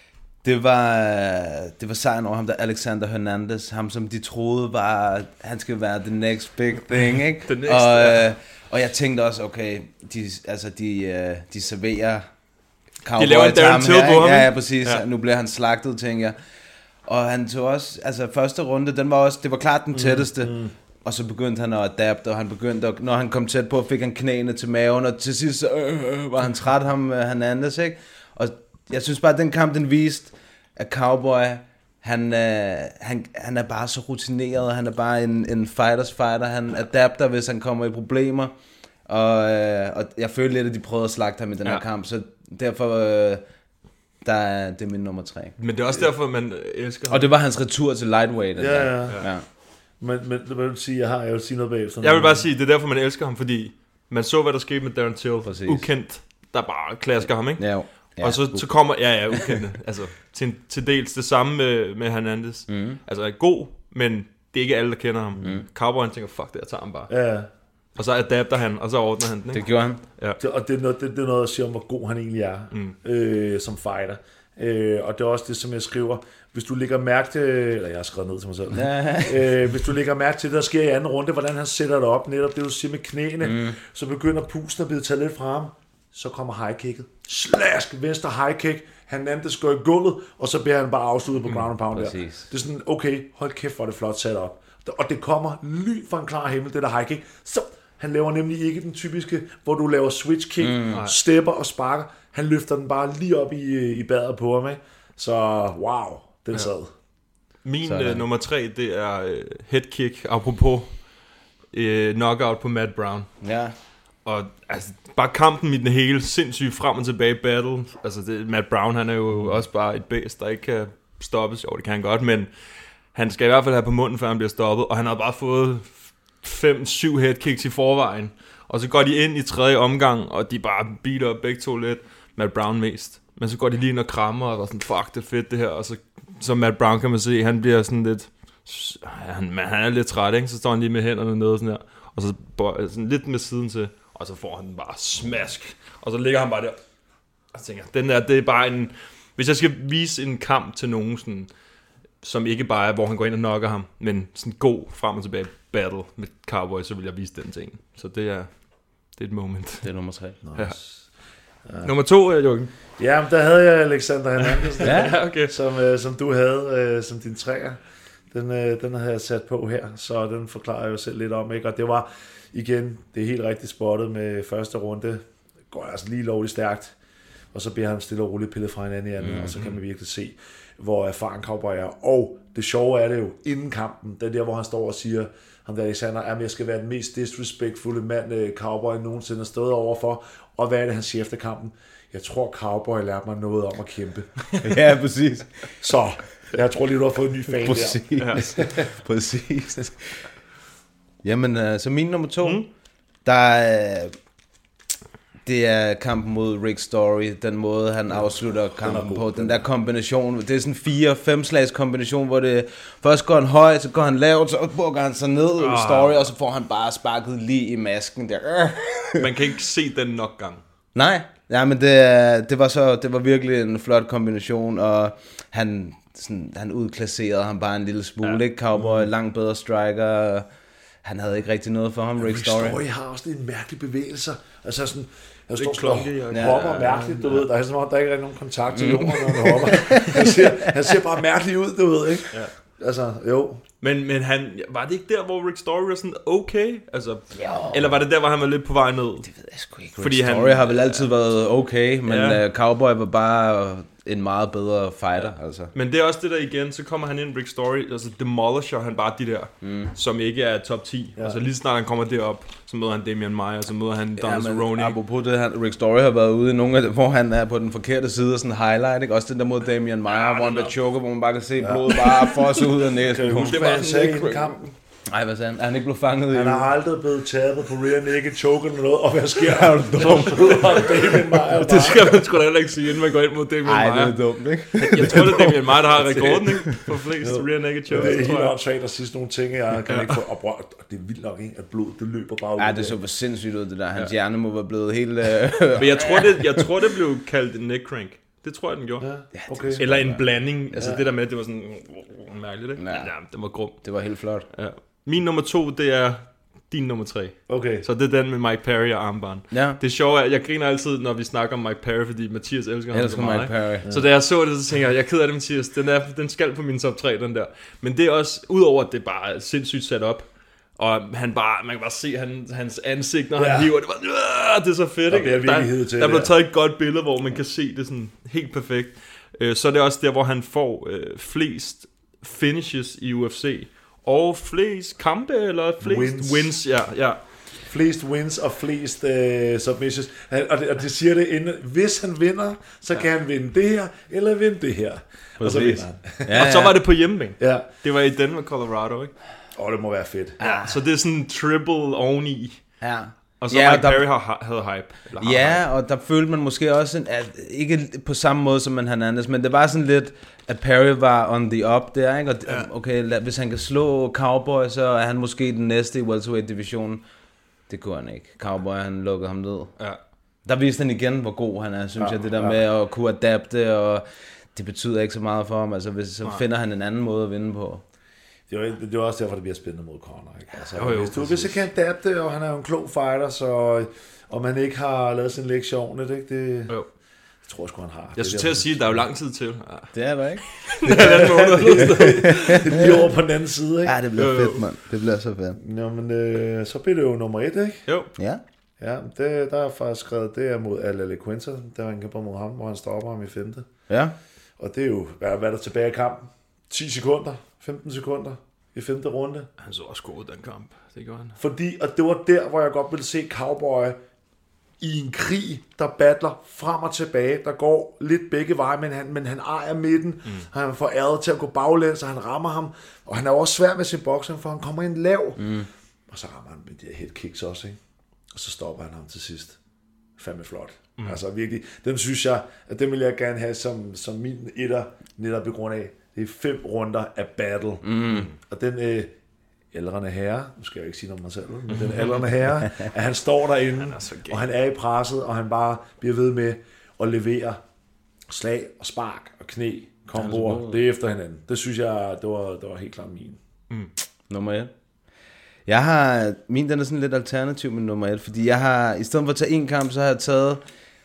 det var, det var sejren over ham, der Alexander Hernandez. Ham, som de troede var, han skulle være the next big thing, ikke? the next, og, ja. øh, og jeg tænkte også, okay, de, altså de, de serverer Cowboy de laver en Darren Till på ham. Ja, ja, præcis. Ja. Nu bliver han slagtet, tænker jeg. Og han tog også, altså første runde, den var også, det var klart den tætteste. Mm, mm. Og så begyndte han at adapte, og han begyndte at, når han kom tæt på, fik han knæene til maven, og til sidst øh, øh, var han træt, ham Hernandez, ikke? Og jeg synes bare, at den kamp, den viste, at Cowboy, han, øh, han, han er bare så rutineret, han er bare en, en fighters fighter, han adapter, hvis han kommer i problemer, og, øh, og jeg følte lidt, at de prøvede at slagte ham i den her ja. kamp, så derfor, øh, der er, det er min nummer tre. Men det er også derfor, man elsker ham. Og det var hans retur til lightweight. Ja, ja, ja. ja. Men, men det vil sige, jeg har, jeg vil sige noget bagefter. Jeg vil bare sige, det er derfor, man elsker ham, fordi man så, hvad der skete med Darren Till. Præcis. Ukendt, der bare klasker ham, ikke? Ja, jo. Ja, og så, så kommer, ja, ja, ukendte. altså, til, til dels det samme med, med Hernandez. Mm. Altså, er god, men det er ikke alle, der kender ham. Mm. Cowboy, han tænker, fuck det, jeg tager ham bare. Ja. Og så adapter han, og så ordner han den, ikke? Det gjorde han. Ja. Det, og det er, noget, det, det er noget at sige om, hvor god han egentlig er mm. øh, som fighter. Øh, og det er også det, som jeg skriver. Hvis du lægger mærke til, eller jeg har skrevet ned til mig selv, øh, hvis du lægger mærke til det, der sker i anden runde, hvordan han sætter det op, netop det, du siger med knæene, mm. så begynder pusten at blive taget lidt fra ham, så kommer high kicket. Slask, venstre high kick, Hernandez går i gulvet, og så bliver han bare afsluttet på ground and pound mm, der. Det er sådan, okay, hold kæft, hvor er det flot sat op. Og det kommer lyn fra en klar himmel, det der high kick. Så han laver nemlig ikke den typiske, hvor du laver switch kick, mm. stepper og sparker. Han løfter den bare lige op i, i badet på ham, ikke? Så wow, den sad. Ja. Min uh, nummer tre, det er uh, head kick, apropos uh, knockout på Matt Brown. Ja. Og altså, bare kampen i den hele sindssygt frem og tilbage battle. Altså, det, Matt Brown, han er jo også bare et bæst, der ikke kan stoppes. Jo, det kan han godt, men han skal i hvert fald have på munden, før han bliver stoppet. Og han har bare fået fem syv headkicks i forvejen. Og så går de ind i tredje omgang, og de bare beater op begge to lidt. Matt Brown mest. Men så går de lige ind og krammer, og sådan, fuck, det er fedt det her. Og så, så Matt Brown kan man se, han bliver sådan lidt, han, han er lidt træt, ikke? Så står han lige med hænderne nede sådan her, og så sådan lidt med siden til, og så får han den bare smask. Og så ligger han bare der, og så tænker, den der, det er bare en, hvis jeg skal vise en kamp til nogen, sådan, som ikke bare er, hvor han går ind og knocker ham, men sådan god frem og tilbage battle med Cowboy, så vil jeg vise den ting. Så det er, det er et moment. Det er nummer tre. Nice. Ja. Ja. Nummer to, Jørgen. Ja, men der havde jeg Alexander Hernandez, ja, okay. som, øh, som du havde øh, som din træer. Den, øh, den havde jeg sat på her, så den forklarer jeg jo selv lidt om, ikke? Og det var, igen, det er helt rigtigt spottet med første runde. Går altså lige lovligt stærkt, og så bliver han stille og roligt pillet fra hinanden i anden, mm-hmm. og så kan man virkelig se, hvor erfaren Cowboy er. Og det sjove er det jo, inden kampen, den der, hvor han står og siger, ham der Alexander, at jeg skal være den mest disrespectfulde mand, Cowboy nogensinde har stået overfor. Og hvad er det, han siger efter kampen? Jeg tror, Cowboy lærte mig noget om at kæmpe. Ja, præcis. Så, jeg tror lige, du har fået en ny fan præcis. der. Ja. Præcis. Jamen, uh, så min nummer to, mm. der uh, det er kampen mod Rick Story, den måde, han afslutter kampen på, den der kombination, det er sådan en fire-fem slags kombination, hvor det først går han højt, så går han lavt, så bukker han sig ned i Story, og så får han bare sparket lige i masken der. Man kan ikke se den nok gang. Nej, ja, men det, det var så, det var virkelig en flot kombination, og han, sådan, han udklasserede ham bare en lille smule, ja. Ikke? Cowboy, langt bedre striker, han havde ikke rigtig noget for ham, Rick Story. Rick Story har også en mærkelig bevægelser, altså sådan, han står sådan og hopper mærkeligt, du ved, der er som om, der ikke er nogen kontakt til jorden, når han hopper. Han ser, han ser bare mærkeligt ud, du ved, ikke? Ja. Altså, jo, Men, men han, var det ikke der, hvor Rick Story var sådan okay? Altså, eller var det der, hvor han var lidt på vej ned? Det ved jeg sgu ikke. Fordi Rick Story han, har vel altid været okay, men ja. uh, Cowboy var bare en meget bedre fighter. Ja. Altså. Men det er også det der igen, så kommer han ind, Rick Story, altså demolisher han bare de der, mm. som ikke er top ti. Ja. Altså lige snart han kommer derop, så møder han Damian Maia, så møder han Donald ja, Cerrone. Apropos det, han, Rick Story har været ude i nogle af det, hvor han er på den forkerte side af sådan en highlight, ikke? Også den der mod Damian Maia, ja, hvor han bliver choker, hvor man bare kan se ja. blodet bare fosse ud af næsen. Kan huske, hvad han sagde i kampen? Nej, hvad sagde han? Er han ikke blevet fanget han i... Han har aldrig blevet taget på rear naked choke eller noget, og hvad sker der? Damian Maia. Det skal man sgu da heller ikke sige, inden man går ind mod Damian Maia. Nej, det er dumt, ikke? Jeg tror, det er Damian Maia, der har rekorden, ikke? For flest rear naked choke. Det er helt åndssvagt, der sidst nogle ting, jeg kan ikke få... Og det er vildt nok, ikke? At blodet, det løber bare ud. Ja, det så for sindssygt ud, det der. Hans hjerne må være blevet helt... Men jeg tror, det, jeg tror, det blev kaldt en neck crank. Det tror jeg, den gjorde. Ja, okay. Eller en blanding. Altså ja. det der med, det var sådan mærkeligt, ikke? Ja. Ja, det var grum. Det var helt flot. Ja. Min nummer to, det er din nummer tre. Okay. Så det er den med Mike Perry og armbånd. Ja. Det er sjovt, at jeg griner altid, når vi snakker om Mike Perry, fordi Mathias elsker ham så meget. Mike Perry. Ja. Så da jeg så det, så tænker jeg, jeg er ked af det, Mathias. Den, er, den skal på min top tre, den der. Men det er også, udover at det bare er sindssygt sat op, og han bare, man kan bare se han, hans ansigt, når ja. han hiver, det var, det er så fedt, ikke? Der, der, der blev taget et godt billede, hvor man kan se det sådan helt perfekt. Så er det også der, hvor han får øh, flest finishes i U F C. Og flest kampe, eller flest wins, wins ja, ja. Flest wins og flest uh, submissions. Og det, og det siger det inden, hvis han vinder, så kan ja. han vinde det her, eller vinde det her. Præcis. Og så vinder han. Ja, ja. Og så var det på hjemmebane. Ja. Det var i Denver, Colorado, ikke? Åh, oh, det må være fedt. Ja, så det er sådan triple oveni. Ja. Og så ja, Mike der, Perry havde hype. Eller ja, hype. Og der følte man måske også, en, at ikke på samme måde som man Hernandez, men det var sådan lidt, at Perry var on the up der, ikke? Og ja. okay, lad, hvis han kan slå Cowboy, så er han måske den næste i welterweight-divisionen. Det kunne han ikke. Cowboy, han lukkede ham ned. Ja. Der viste han igen, hvor god han er, synes ja, jeg, det der ja. med at kunne adapte, og det betyder ikke så meget for ham. Altså, hvis, så finder han en anden måde at vinde på. Det var, det var også derfor, det bliver spændende mod Conor. Ikke? Altså, jo, jo, hvis du hvis jeg kan adapte, og han er jo en klog fighter, så, og man ikke har lavet sin lektie ordentligt, ikke? Det, jo. Jeg tror sgu, han har. Jeg skulle til at sige, at der er jo lang tid til. Ja. Det er der ikke. Det er den måned. Det er lige over på den anden side, ikke? Ja, det bliver jo, fedt, mand. Det bliver så fedt. Nå, men øh, så bliver det jo nummer et, ikke? Jo. Ja. Ja, det, der er faktisk skrevet, det er mod Al Quinta, der han kæmper mod ham, hvor han stopper ham i femte. Ja. Og det er jo, hvad, hvad er der tilbage i kampen? ti sekunder, femten sekunder i femte runde. Han så også god den kamp, det gjorde han. Fordi, og det var der, hvor jeg godt ville se Cowboy i en krig, der battler frem og tilbage, der går lidt begge veje, men han, men han ejer midten, mm. han får æret til at gå baglæns, og han rammer ham, og han er også svær med sin boksning, for han kommer ind lav, mm. og så rammer han med de her head kicks også, ikke? Og så stopper han ham til sidst. Fandme flot. Mm. Altså virkelig, den synes jeg, at den vil jeg gerne have som, som min etter, netop på grund af, det er fem runder af battle. Mm. Og den øh, ældrende herre, nu skal jeg ikke sige noget om mig selv, men den ældrende herre, at han står derinde, han og han er i presset, og han bare bliver ved med at levere slag og spark og knæ, komboer, det er efter hinanden. Det synes jeg, det var, det var helt klart min. Mm. Nummer et. Jeg har, min den er sådan lidt alternativ med nummer et, fordi jeg har, i stedet for at tage en kamp, så har jeg taget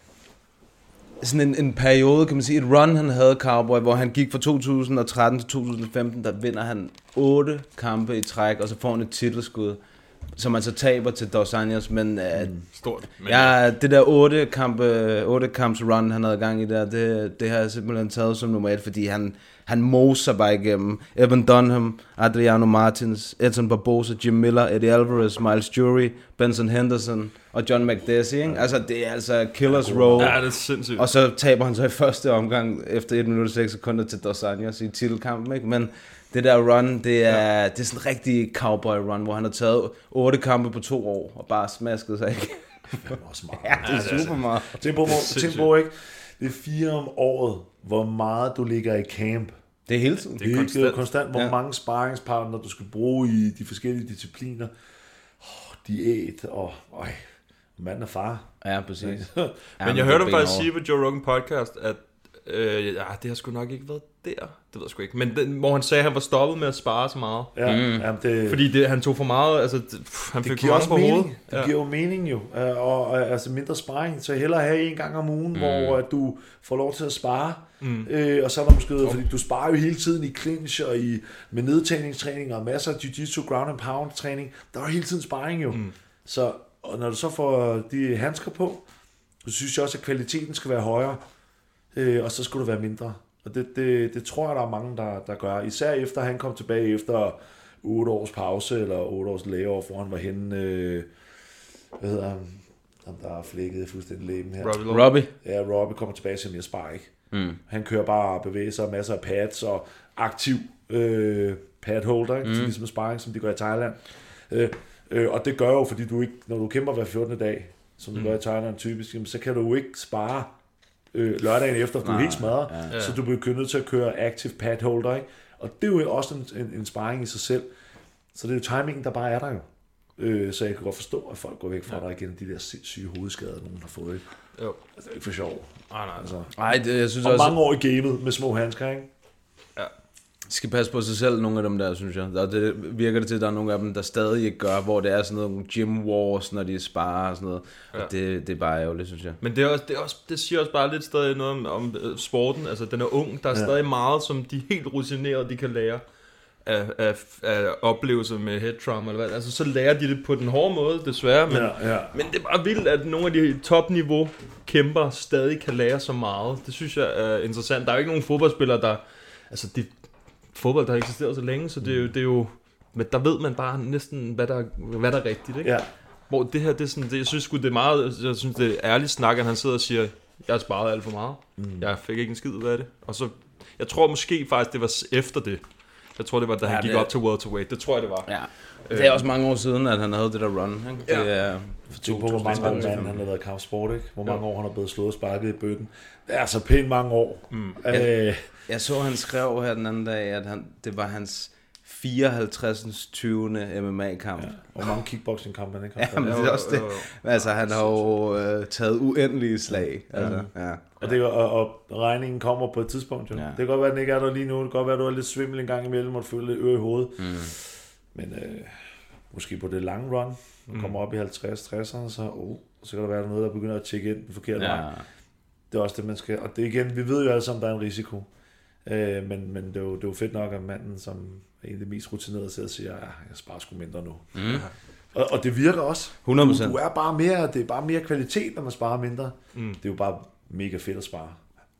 sådan en, en periode, kan man sige, et run han havde, Cowboy, hvor han gik fra to tusind og tretten til to tusind og femten, der vinder han otte kampe i træk, og så får han et titelskud, som man så taber til Dos Anjos, men mm, stort. Men ja, det der otte kampe, otte kamps run, han havde gang i der, det, det har jeg simpelthen taget som nummer et, fordi han, han moser bare igennem. Evan Dunham, Adriano Martins, Edson Barbosa, Jim Miller, Eddie Alvarez, Miles Jury, Benson Henderson og John McDessie, ikke? Altså, det er altså killers row. Ja, det er sindssygt. Og så taber han så i første omgang efter et minut og seks sekunder til Dos Anjos i titelkampen, ikke? Men det der run, det er, ja. det er sådan en rigtig cowboy run, hvor han har taget otte kampe på to år og bare smasket sig, ikke? Det er også meget. Ja, det er super meget. Tænk på, tænk på, ikke? Det er fire om året, hvor meget du ligger i camp. Det er hele tiden. Det er, det er konstant. Det er konstant, hvor ja. mange sparringspartnere du skal bruge i de forskellige discipliner. Oh, diæt og øj, mand og far. Ja, præcis. Men jeg hørte ham faktisk sige på Joe Rogan podcast, at Øh, ja, det har sgu nok ikke været der. Det ved jeg sgu ikke. Men den, hvor han sagde, at han var stoppet med at spare så meget. Ja, mm. jamen det, fordi det, han tog for meget, altså det, pff, han det fik giver for også meget på mening. hovedet. Det Ja. giver jo mening jo. Og, og, og altså mindre sparring, så hellere have en gang om ugen, mm. hvor du får lov til at spare. Mm. Øh, og så er der måske, fordi du sparer jo hele tiden i clinch og i, med nedtagningstræning og masser af jiu-jitsu, ground and pound træning. Der er jo hele tiden sparring jo. Mm. Så og når du så får de handsker på, så synes jeg også, at kvaliteten skal være højere. Øh, og så skulle det være mindre. Og det, det, det tror jeg, der er mange, der, der gør. Især efter han kom tilbage efter otte års pause, eller otte års layoff, hvor han var henne, øh, hvad hedder han, ham der er flækket fuldstændig læben her. Robbie. Robbie. Ja, Robbie kommer tilbage til, jeg sparer ikke. Mm. Han kører bare bevægelser, masser af pads og aktiv øh, pad holder, ikke? Mm. Så ligesom sparring, som de gør i Thailand. Øh, øh, og det gør jo, fordi du ikke, når du kæmper hver fjortende dag, som du mm. gør i Thailand typisk, så kan du jo ikke spare øh, lørdagen efter, du er helt smadret, ja. Så du bliver nødt til at køre active pad holder, ikke? Og det er jo også en, en, en sparring i sig selv. Så det er jo timingen, der bare er der jo. Øh, så jeg kan godt forstå, at folk går væk fra ja. dig igen, de der sindssyge hovedskader, nogen har fået. Jo. Altså, det er ikke for sjov. Nej, nej. Altså. Ej, det, jeg synes og også... mange år i gamet med små handsker, ikke? Ja. De skal passe på sig selv, nogle af dem der, synes jeg. Der, det virker det til, at der er nogle af dem, der stadig ikke gør, hvor det er sådan noget gym wars, når de sparer og sådan noget. Ja. Og det, det er bare ærgerligt, synes jeg. Men det, er også, det, er også, det siger også bare lidt stadig noget om, om sporten. Altså, den er ung. Der er ja. stadig meget, som de helt rutinerede, de kan lære af, af, af oplevelser med head trauma. Eller hvad. Altså, så lærer de det på den hårde måde, desværre. Men, ja, ja. men det er bare vildt, at nogle af de topniveau kæmper stadig kan lære så meget. Det synes jeg er interessant. Der er jo ikke nogen fodboldspillere, der... Altså, de, fodbold, der har eksisteret så længe, så det er jo... Det er jo men der ved man bare næsten, hvad der, hvad der er rigtigt, ikke? Ja. Hvor det her, det er sådan... Det, jeg synes sgu, det er meget... Jeg synes, det er ærligt snak, at han sidder og siger, jeg har sparet alt for meget. Mm. Jeg fik ikke en skid ud af det. Og så... Jeg tror måske faktisk, det var efter det. Jeg tror, det var, da ja, han gik det... op til welterweight. Det tror jeg, det var. Ja. Det er også mange år siden, at han havde det der run. Ikke? Ja. Det er for to, på, hvor mange år han har været kampsport, ikke? Hvor mange ja. år han har blevet slået og sparket i bøtten. Det er så pænt mange år. Mm. Jeg, jeg så, han skrev her den anden dag, at han, det var hans fireoghalvtreds tyvende M M A-kamp. Ja. Hvor mange kickboxing-kampe han ikke har. Ja, men det er også det. Altså, han har jo øh, taget uendelige slag. Ja. Altså, ja. Og, det, og, og regningen kommer på et tidspunkt, jo. Ja. Det kan godt være, at den ikke er der lige nu. Det kan godt være, at du er lidt svimmel en gang imellem, og du føler lidt øre i hovedet. Mm. Men øh, måske på det lange run, når du kommer op i halvtreds tresserne, så, oh, så kan der være noget, der begynder at tjekke ind den forkerte ja. vej. Det er også det, man skal... Og det igen, vi ved jo alle sammen, der er en risiko. Øh, men men det, er jo, det er jo fedt nok, at manden, som er en af de mest rutinerede, sidder og siger, ja, jeg sparer sgu mindre nu. Mm. Og, og det virker også. hundrede procent. Du, du er bare mere, det er bare mere kvalitet, når man sparer mindre. Mm. Det er jo bare mega fedt at spare.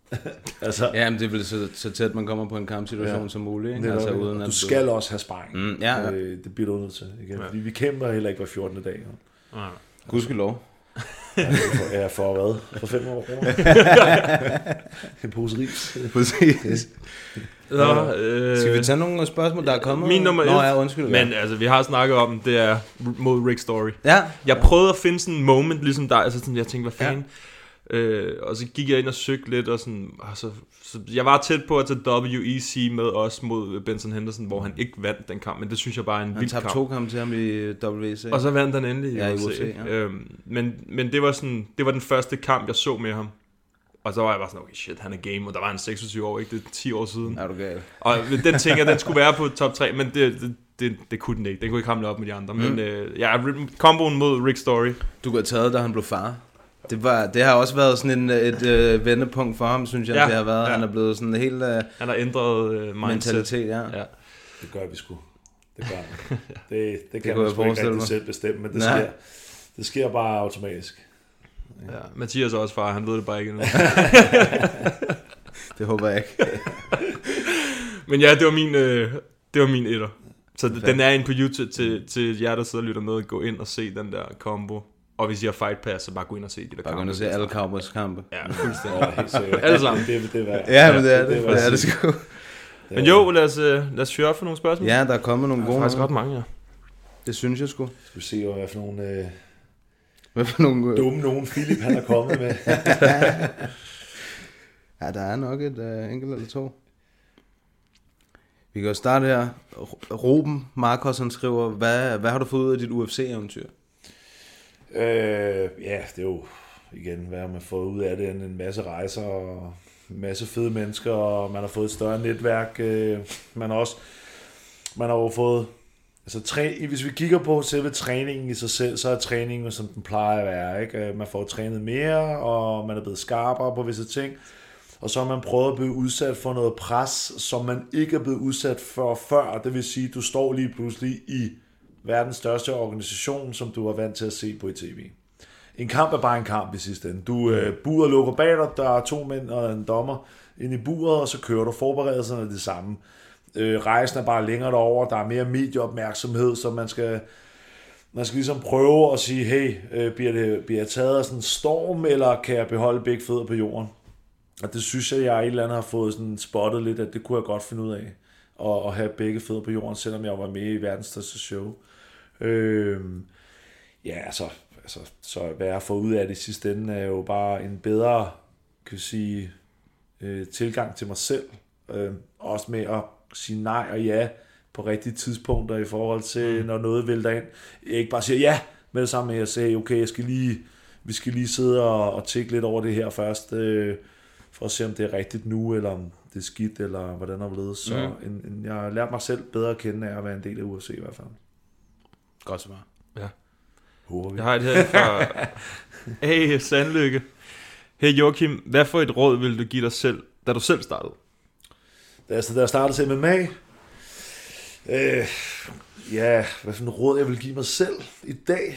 altså, ja, men det er vel så, så tæt, man kommer på en kampsituation ja. som muligt. Ikke? Altså, uden du at skal du... også have sparring. Mm, ja, ja. Øh, det bliver du nødt til. Igen. Ja. Fordi vi kæmper heller ikke hver fjortende dag. Ja. Gudskelov. Ja, for hvad? For fem år kroner. En pose ris. Præcis. Nå, øh, skal vi tage nogle spørgsmål, der er kommet? Min nummer et, Nå, ja, undskyld, men altså, vi har snakket om, det er mod Rick Story. Ja. Jeg prøvede at finde sådan en moment, ligesom dig, altså sådan, jeg tænkte, hvad fanden? Ja. Øh, og så gik jeg ind og søgte lidt, og sådan, altså, så jeg var tæt på at tage W E C med os mod Benson Henderson, hvor han ikke vandt den kamp, men det synes jeg bare er en vild kamp. Han tabte to kampe til ham i W E C. Og så vandt han endelig i ja, U F C. U F C ja. øhm, men, men det var sådan, det var den første kamp, jeg så med ham. Og så var jeg bare sådan, okay shit, han er game, og der var han seksogtyve år, ikke? Det er ti år siden. Er du gal? Og den ting, at den skulle være på top tre, men det, det, det, det kunne den ikke. Den kunne ikke hamle op med de andre. Mm. Men øh, ja, komboen mod Rick Story. Du kunne have taget, da han blev far. Det, var, det har også været sådan en, et øh, vendepunkt for ham, synes jeg, ja, det har været. Ja. Han er blevet sådan en helt... Øh, han har ændret øh, mindset. Mentalitet, ja. ja. Det gør vi sgu. Det gør det. Det, det kan det man sgu ikke rigtig selv bestemme, men det sker, det sker bare automatisk. Ja, Mathias også far, han ved det bare ikke endnu. Det håber jeg ikke. Men ja, det var min, øh, det var min etter. Så okay. Den er inde på YouTube til, til jer, der sidder og lytter med, gå ind og se den der combo. Og hvis I har Fight Pass, så bare gå ind og se de der kampe. Bare gå ind og se alle Cowboys kampe. Ja, fuldstændig. Alle sammen. Det, det var, ja, men det er det. Det, det er det sgu. Men jo, lad os, lad os fyre op for nogle spørgsmål. Ja, der er kommet nogle gode. Der er faktisk ret mange, ja. Det synes jeg sgu. Skal vi se, hvad for nogle... Øh, hvad for nogle... dumme nogen Philip, han er kommet med. Ja, der er nok et uh, enkelt eller to. Vi kan jo starte her. Ruben Marcos, han skriver, hvad, hvad har du fået ud af dit U F C-eventyr? Øh, ja, det er jo igen, hvad har man fået ud af det, en masse rejser og masse fede mennesker, og man har fået et større netværk. Øh, man har også, man har jo fået, altså træ, hvis vi kigger på selve træningen i sig selv, så er træningen, som den plejer at være, ikke? Man får trænet mere, og man er blevet skarpere på visse ting, og så har man prøvet at blive udsat for noget pres, som man ikke er blevet udsat for før. Det vil sige, at du står lige pludselig i verdens største organisation, som du er vant til at se på i tv. En kamp er bare en kamp i sidste ende. Du øh, buret lukker bag dig, der er to mænd og en dommer ind i buret, og så kører du. Forberedelserne er det samme. Øh, rejsen er bare længere derover, der er mere medieopmærksomhed, så man skal, man skal ligesom prøve at sige, hey, øh, bliver, det, bliver jeg taget af sådan en storm, eller kan jeg beholde begge fødder på jorden? Og det synes jeg, jeg i et eller andet har fået sådan spottet lidt, at det kunne jeg godt finde ud af, at, at have begge fødder på jorden, selvom jeg var med i verdens største show. Øh, ja, altså... Altså, så hvad jeg får ud af det i sidste ende, er jo bare en bedre, kan jeg sige, øh, tilgang til mig selv. Øh, også med at sige nej og ja på rigtige tidspunkter i forhold til, mm. når noget vælter ind. Jeg ikke bare siger ja med det samme, jeg siger, okay, jeg skal lige, vi skal lige sidde og, og tjekke lidt over det her først, øh, for at se, om det er rigtigt nu, eller om det er skidt, eller hvordan det er blevet. Så mm. en, en, jeg har lært mig selv bedre at kende af at være en del af U F C i hvert fald. Godt svar. Ja. Håber vi. Jeg har et her fra Hey Sandlykke. Hey Joachim, hvad for et råd ville du give dig selv, da du selv startede? Altså, da jeg startede til M M A, øh, ja, hvad for et råd jeg vil give mig selv i dag?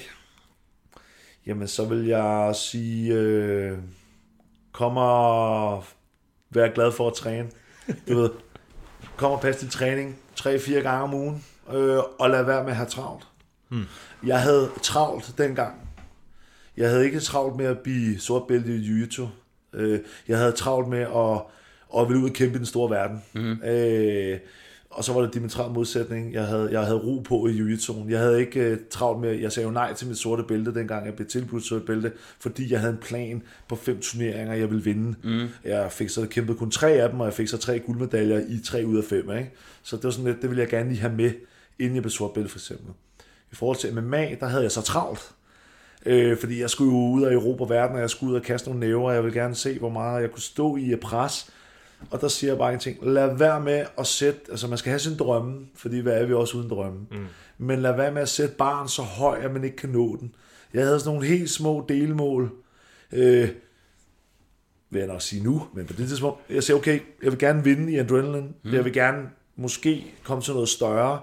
Jamen, så vil jeg sige, øh, kom og vær glad for at træne. Du ved, kom og pas din træning tre-fire gange om ugen, øh, og lad være med at have travlt. Hmm. Jeg havde travlt dengang. Jeg havde ikke travlt med at blive sort bælte i jiu-jitsu. Jeg havde travlt med at, at ville ud og kæmpe i den store verden. Mm-hmm. Øh, og så var det diametralt modsætning. Jeg havde, jeg havde ro på i jiu-jitsu'en. Jeg havde ikke uh, travlt med, jeg sagde jo nej til mit sorte bælte, dengang jeg blev tilbudt sorte bælte, fordi jeg havde en plan på fem turneringer, jeg ville vinde. Mm. Jeg fik så kæmpet kun tre af dem, og jeg fik så tre guldmedaljer i tre ud af fem. Ikke? Så det var sådan lidt, det ville jeg gerne lige have med, inden jeg blev sort bælte for eksempel. I forhold til M M A, der havde jeg så travlt. Øh, fordi jeg skulle jo ud af Europa og verden, og jeg skulle ud og kaste nogle næver, og jeg ville gerne se, hvor meget jeg kunne stå i pres. Og der siger jeg bare en ting. Lad være med at sætte, altså man skal have sin drømme, fordi hvad er vi også uden drømme. Mm. Men lad være med at sætte barren så høj, at man ikke kan nå den. Jeg havde sådan nogle helt små delmål, øh, vil jeg nok sige nu, men på det tidspunkt, jeg siger, okay, jeg vil gerne vinde i adrenaline, mm. jeg vil gerne måske komme til noget større,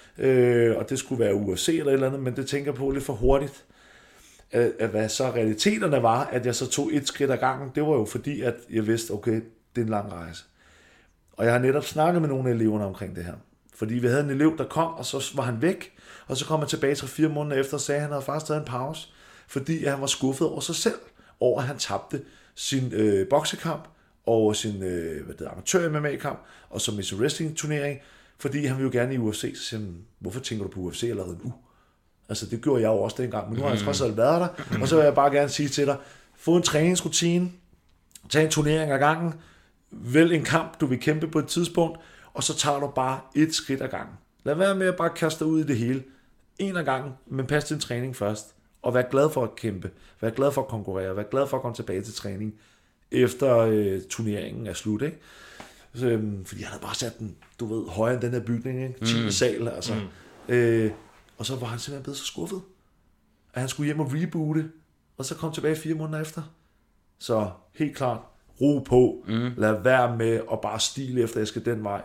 øh, og det skulle være U F C eller et eller andet, men det tænker jeg på lidt for hurtigt. At, at hvad så realiteterne var, at jeg så tog et skridt ad gangen, det var jo fordi, at jeg vidste, okay, det er en lang rejse. Og jeg har netop snakket med nogle af eleverne omkring det her. Fordi vi havde en elev, der kom, og så var han væk, og så kom han tilbage tre-fire måneder efter, og sagde, at han havde faktisk taget en pause, fordi han var skuffet over sig selv, over at han tabte sin øh, boksekamp, og sin øh, hvad det er, amatør-M M A-kamp, og så Miss Wrestling-turnering, fordi han ville jo gerne i U F C. Så siger han, hvorfor tænker du på U F C allerede nu? Altså, det gjorde jeg jo også dengang, men nu har jeg trods alt været der, og så vil jeg bare gerne sige til dig, få en træningsrutine, tag en turnering ad gangen, vælg en kamp, du vil kæmpe på et tidspunkt, og så tager du bare et skridt ad gangen. Lad være med at bare kaste dig ud i det hele. En ad gangen, men pas din træning først. Og vær glad for at kæmpe. Vær glad for at konkurrere. Vær glad for at komme tilbage til træning, efter øh, turneringen er slut, ikke? Så, øh, fordi jeg havde bare sat den, du ved, højere end den her bygning, ikke? tiende Mm. sal, altså. Mm. Øh, og så var han simpelthen blevet så skuffet, at han skulle hjem og reboote, og så kom tilbage fire måneder efter. Så helt klart, ro på, mm. lad være med at bare stile efter, at jeg skal den vej.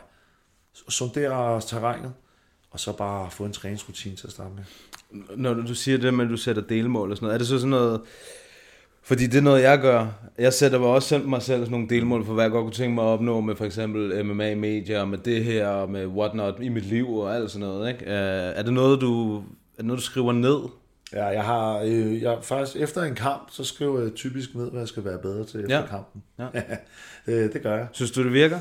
Sondere terrænet, og så bare få en træningsrutine til at starte med. Når du siger det med, at du sætter delmål og sådan noget, er det så sådan noget, fordi det er noget, jeg gør. Jeg sætter mig også selv mig selv sådan nogle delmål for, hvad jeg godt kunne tænke mig at opnå med for eksempel M M A-medier, med det her, og med whatnot i mit liv og alt sådan noget, ikke? Er det noget, du, er det noget, du skriver ned? Ja, jeg har øh, jeg, faktisk efter en kamp, så skriver jeg typisk ned, hvad jeg skal være bedre til efter ja. kampen. Ja. det, det gør jeg. Synes du, det virker?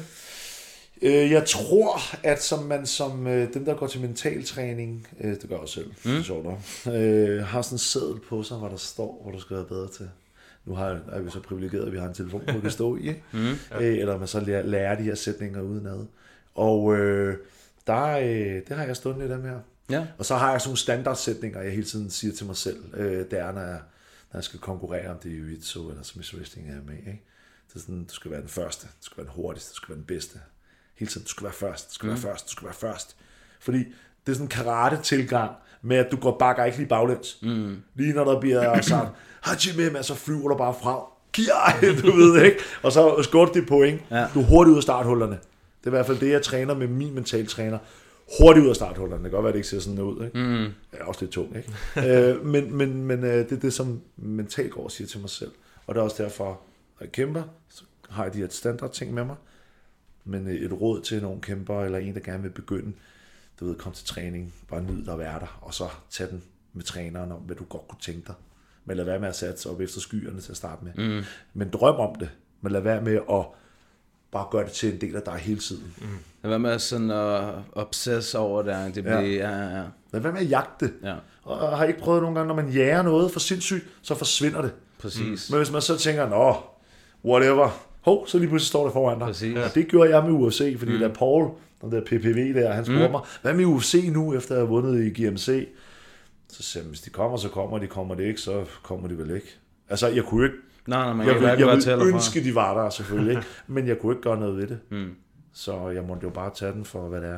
Øh, jeg tror, at som man som øh, dem, der går til mentaltræning, øh, det gør jeg selv, mm. det er sjovt nok, øh, har sådan en seddel på sig, hvor der står, hvor du skal være bedre til. Nu har, er vi så privilegeret, at vi har en telefon, hvor vi kan stå i, ikke? Mm, ja. øh, eller man så lærer, lærer de her sætninger udenad. Og øh, der, øh, det har jeg stået lidt af med her. Ja. Og så har jeg sådan nogle standardsætninger, jeg hele tiden siger til mig selv, øh, det er, når jeg, når jeg skal konkurrere, om det er jiu-jitsu eller som Miss Wrestling er med, ikke? Det er sådan, du skal være den første, du skal være den hurtigste, du skal være den bedste. Hele tiden, du skal være først, du skal mm. være først, du skal være først. Fordi det er sådan en karate-tilgang med, at du går bakker ikke lige baglæns. Mm. Lige når der bliver sagt, hachi med, men så flyver du bare frem. Kiai, du ved ikke. Og så skårer dit point. Ja. Du er hurtigt ud af starthullerne. Det er i hvert fald det, jeg træner med min mentaltræner. Hurtigt ud af starthullerne. Det kan godt være, det ikke ser sådan ud. Ikke? Mm. Det er også lidt tungt. Ikke? øh, men men, men øh, det er det, som mentalt går og siger til mig selv. Og det er også derfor, når jeg kæmper, så har jeg de her standard-ting med mig. Men et råd til nogle kæmper, eller en, der gerne vil begynde, du ved, kom til træning, bare nyd dig at være der, og så tag den med træneren om, hvad du godt kunne tænke dig. Men lad være med at satse op efter skyerne til at starte med. Mm. Men drøm om det, men lad være med at bare gøre det til en del af dig hele tiden. Mm. Lad være med sådan at obsess over det. det bliver, ja. Ja, ja, ja. Lad være med at jagte det. Ja. Og har I ikke prøvet nogle gange, når man jager noget for sindssygt, så forsvinder det. Præcis. Mm. Men hvis man så tænker, nå, whatever, hov, så lige pludselig står det foran dig. Præcis. Og det gjorde jeg med U F C, fordi mm. da Paul, den der P P V der, han spurgte mm. mig, hvad med U F C nu, efter jeg har vundet i G M C? Så sagde jeg, hvis de kommer, så kommer de, kommer de ikke, så kommer de vel ikke. Altså, jeg kunne ikke, nej, nej, man jeg, kan jeg, jeg ville ville ønske, de var der selvfølgelig, ikke? Men jeg kunne ikke gøre noget ved det. Mm. Så jeg måtte jo bare tage den for, hvad det er.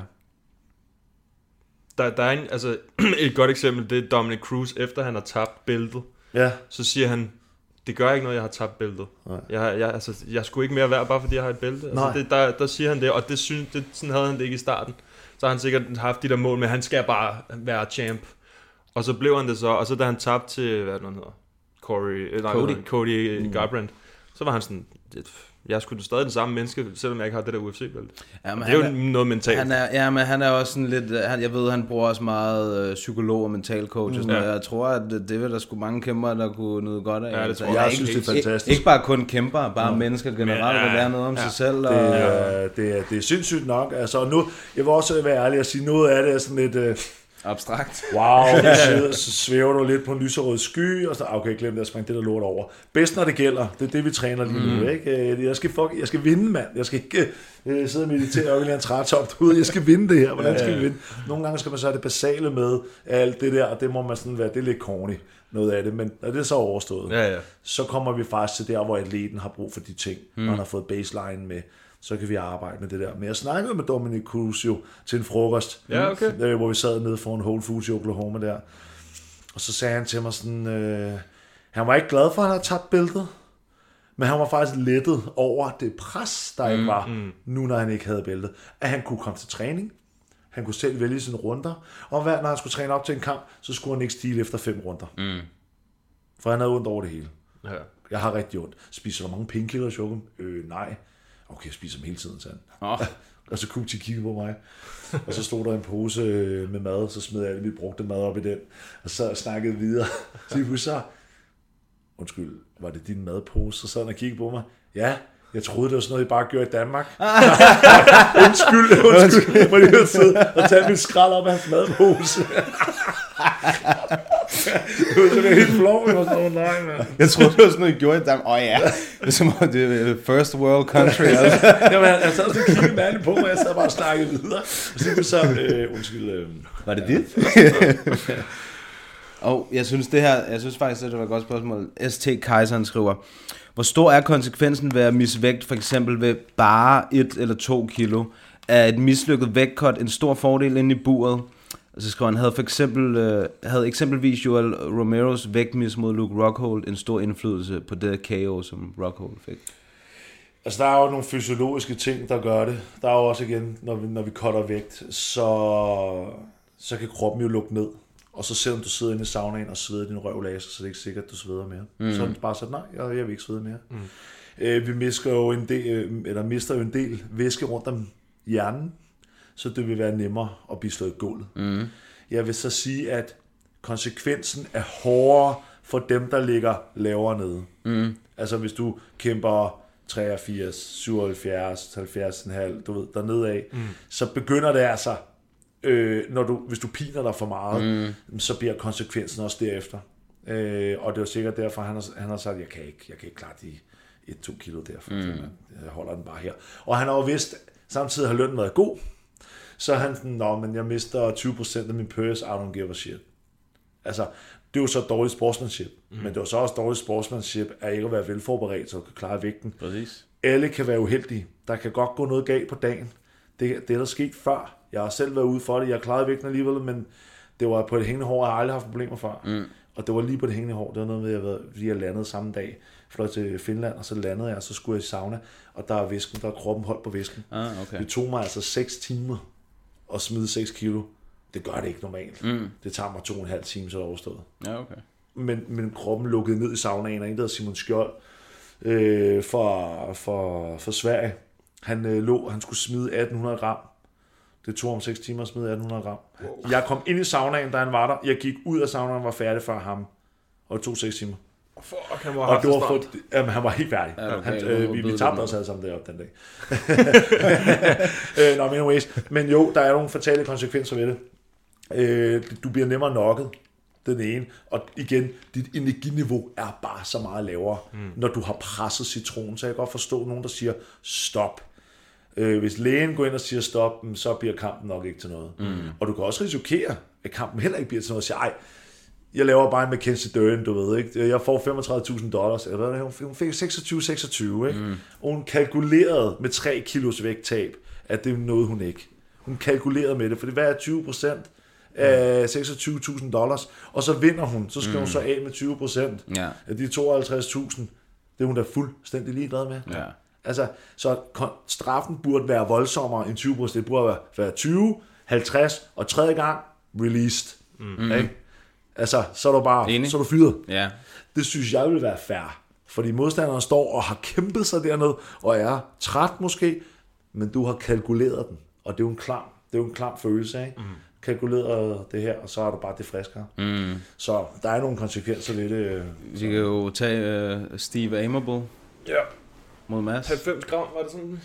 Der, der er en, altså, et godt eksempel, det er Dominic Cruz, efter han har tabt bæltet. Ja. Så siger han, det gør ikke noget, jeg har tabt bæltet. Jeg, jeg, altså, jeg skulle ikke mere værd, bare fordi jeg har et bælte. Altså, det, der, der siger han det, og det synes, det, sådan havde han det ikke i starten. Så har han sikkert haft de der mål med, han skal bare være champ. Og så blev han det så, og så da han tabte til, hvad er det, han hedder? Corey, nej, Cody, Cody mm. Garbrandt, så var han sådan, jeg skulle stadig den samme menneske, selvom jeg ikke har det der U F C-bælte. Ja, det er jo er, noget mentalt. Han er, ja, men han er også sådan lidt, han, jeg ved, han bruger også meget øh, psykolog og mental coach, mm. og sådan noget. Jeg tror, at det, det vil der sgu mange kæmper, der kunne nyde godt af. Ja, det altså, tror jeg, jeg ikke, synes, det er fantastisk. Ikke, ikke bare kun kæmper, bare mm. mennesker generelt, der ja, lærer noget om ja. sig selv. Og, det, er, det, er, det er sindssygt nok. Altså, nu, jeg vil også være ærlig at sige, noget af det er sådan lidt... Øh, abstrakt. Wow, så svæver du lidt på en lyserød sky, og så, okay, glem det at springe det der lort over. Bedst når det gælder, det er det, vi træner lige nu, mm. ikke? Jeg skal, fuck, jeg skal vinde, mand. Jeg skal ikke uh, sidde og meditere og en trætop derude. Jeg skal vinde det her. Hvordan skal vi vinde? Nogle gange skal man så have det basale med alt det der, og det må man sådan være, det er lidt corny, noget af det, men når det er så overstået, ja, ja. så kommer vi faktisk til der, hvor atleten har brug for de ting, mm. når han har fået baseline med, så kan vi arbejde med det der. Men jeg snakkede med Dominic Cruz jo til en frokost, ja, okay. der, hvor vi sad nede foran Whole Foods i Oklahoma der. Og så sagde han til mig sådan, øh, han var ikke glad for, at han havde tabt bæltet, men han var faktisk lettet over det pres, der ikke var, mm. nu når han ikke havde bæltet. At han kunne komme til træning, han kunne selv vælge sine runder, og når han skulle træne op til en kamp, så skulle han ikke stile efter fem runder. Mm. For han havde ondt over det hele. Ja. Jeg har rigtig ondt. Spiser du mange painkiller, Jokum? Øh, nej. Okay, jeg spiser dem hele tiden, sagde han. Oh. Og så kunne de kigge på mig. Og så stod der en pose med mad, så smed jeg alle mit brugte mad op i den. Og så snakkede videre. Så jeg så, undskyld, var det din madpose? Så sad han og kiggede på mig. Ja, jeg troede, det var sådan noget, I bare gjorde i Danmark. undskyld, undskyld. Jeg må lige sidde og tage mit skrald op af hans madpose. Det er helt flov. Jeg var sådan, oh, nej, man. Jeg troede, det var sådan noget, I gjorde i Danmark. Åh oh, ja, det er som om det er first world country. Altså. Jamen, jeg sad sådan og kiggede mærkeligt på mig, jeg sad bare og snakkede videre. Og så så, øh, undskyld. Øh, var det dit? Og jeg synes det her, jeg synes faktisk, det var et godt spørgsmål. S T Kejseren skriver, hvor stor er konsekvensen ved at misse vægt, for eksempel ved bare et eller to kilo? Er et mislykket vægtcut en stor fordel inde i buret? Og så skriver han, havde for eksempel, øh, havde eksempelvis Joel Romeros vægtmis mod Luke Rockhold en stor indflydelse på det K O, som Rockhold fik? Altså, der er jo nogle fysiologiske ting, der gør det. Der er jo også igen, når vi, når vi cutter vægt, så, så kan kroppen jo lukke ned. Og så selvom du sidder inde i saunaen og sveder din røv laser, så er det ikke sikkert, at du sveder mere. Mm. Så er det bare sådan, nej, jeg, jeg vil ikke svede mere. Mm. Øh, vi mister jo en del, eller mister jo en del væske rundt om hjernen, så det vil være nemmere at blive slået i gulvet. Mm. Jeg vil så sige, at konsekvensen er hårdere for dem, der ligger lavere nede. Mm. Altså hvis du kæmper treogfirs, syvoghalvfjerds, halvfjerds komma fem, du ved, dernede af, mm. så begynder det altså, øh, når du, hvis du piner dig for meget, mm. så bliver konsekvensen også derefter. Øh, og det er sikkert derfor, han har, han har sagt, jeg kan ikke, jeg kan ikke klare de et to kilo derfor. Mm. Jeg holder den bare her. Og han har jo vidst, samtidig har lønnen været god, så han sådan, nå, men jeg mister tyve procent af min purse, I don't give a shit. Altså, Det er jo så dårligt sportsmanship, mm. men det er så også dårligt sportsmanship at ikke at være velforberedt, så du kan klare vægten. Præcis. Alle kan være uheldige. Der kan godt gå noget galt på dagen. Det, det er der sket før. Jeg har selv været ude for det. Jeg har klaret vægten alligevel, men det var på det hængende hår. Jeg har aldrig haft problemer før. Mm. Og det var lige på det hængende hår. Det var noget med, at jeg, var, fordi jeg landede samme dag. Fløj til Finland, og så landede jeg, og så skulle jeg i sauna. Og der er væsken, der er kroppen holdt på væsken. Ah, okay. Det tog mig altså seks timer at smide seks kilo. Det gør det ikke normalt. Mm. Det tager mig to og en halv time, så er det overstået. Ja, okay. Men, men kroppen lukkede ned i saunaen, og en, der hedder Simon Skjold øh, for, for, for Sverige. Han øh, lå, han skulle smide atten hundrede gram. Det tog om seks timer at smide atten hundrede gram. Wow. Jeg kom ind i saunaen, da han var der. Jeg gik ud af saunaen og var færdig før ham. Og det tog seks timer. Fuck, han var, og det var for, jamen, han var helt færdig. Ja, okay, han, øh, vi, vi tabte os alle sammen deroppe den dag. øh, no, anyways. Men jo, der er nogle fatale konsekvenser ved det. Øh, du bliver nemmere knocket, den ene. Og igen, dit energiniveau er bare så meget lavere, mm. når du har presset citronen. Så jeg kan godt forstå nogen, der siger, stop. Øh, hvis lægen går ind og siger stop, så bliver kampen nok ikke til noget. Mm. Og du kan også risikere, at kampen heller ikke bliver til noget. Og siger, ej, jeg laver bare en Mackenzie Dern, du ved, ikke? Jeg får femogtredive tusind dollars, eller hvad er det? Hun fik seksogtyve seksogtyve, ikke? Mm. Og hun kalkulerede med tre kilos vægttab, at det er noget, hun ikke. Hun kalkulerede med det, for det var tyve procent af seksogtyve tusind dollars, og så vinder hun, så skal mm. hun så af med tyve procent ja. af de tooghalvtreds tusind. Det er hun da fuldstændig ligeglad med. Ja. Altså, så straffen burde være voldsommere end tyve procent. Det burde være tyve, halvtreds, og tredje gang, released. Mm. Ikke? Altså, så er du bare, Enig. så er du fyret. Ja. Det synes jeg vil være fair. Fordi modstanderen står og har kæmpet sig dernede, og er træt måske, men du har kalkuleret den. Og det er jo en klam, det er jo en klam følelse, ikke? Mm. Kalkuleret det her, og så er du bare det friskere. Mm. Så der er nogle konsekvenser ved det. Vi kan jo tage uh, Steve Amable. Ja. Mod Mads. halvfems gram, var det sådan?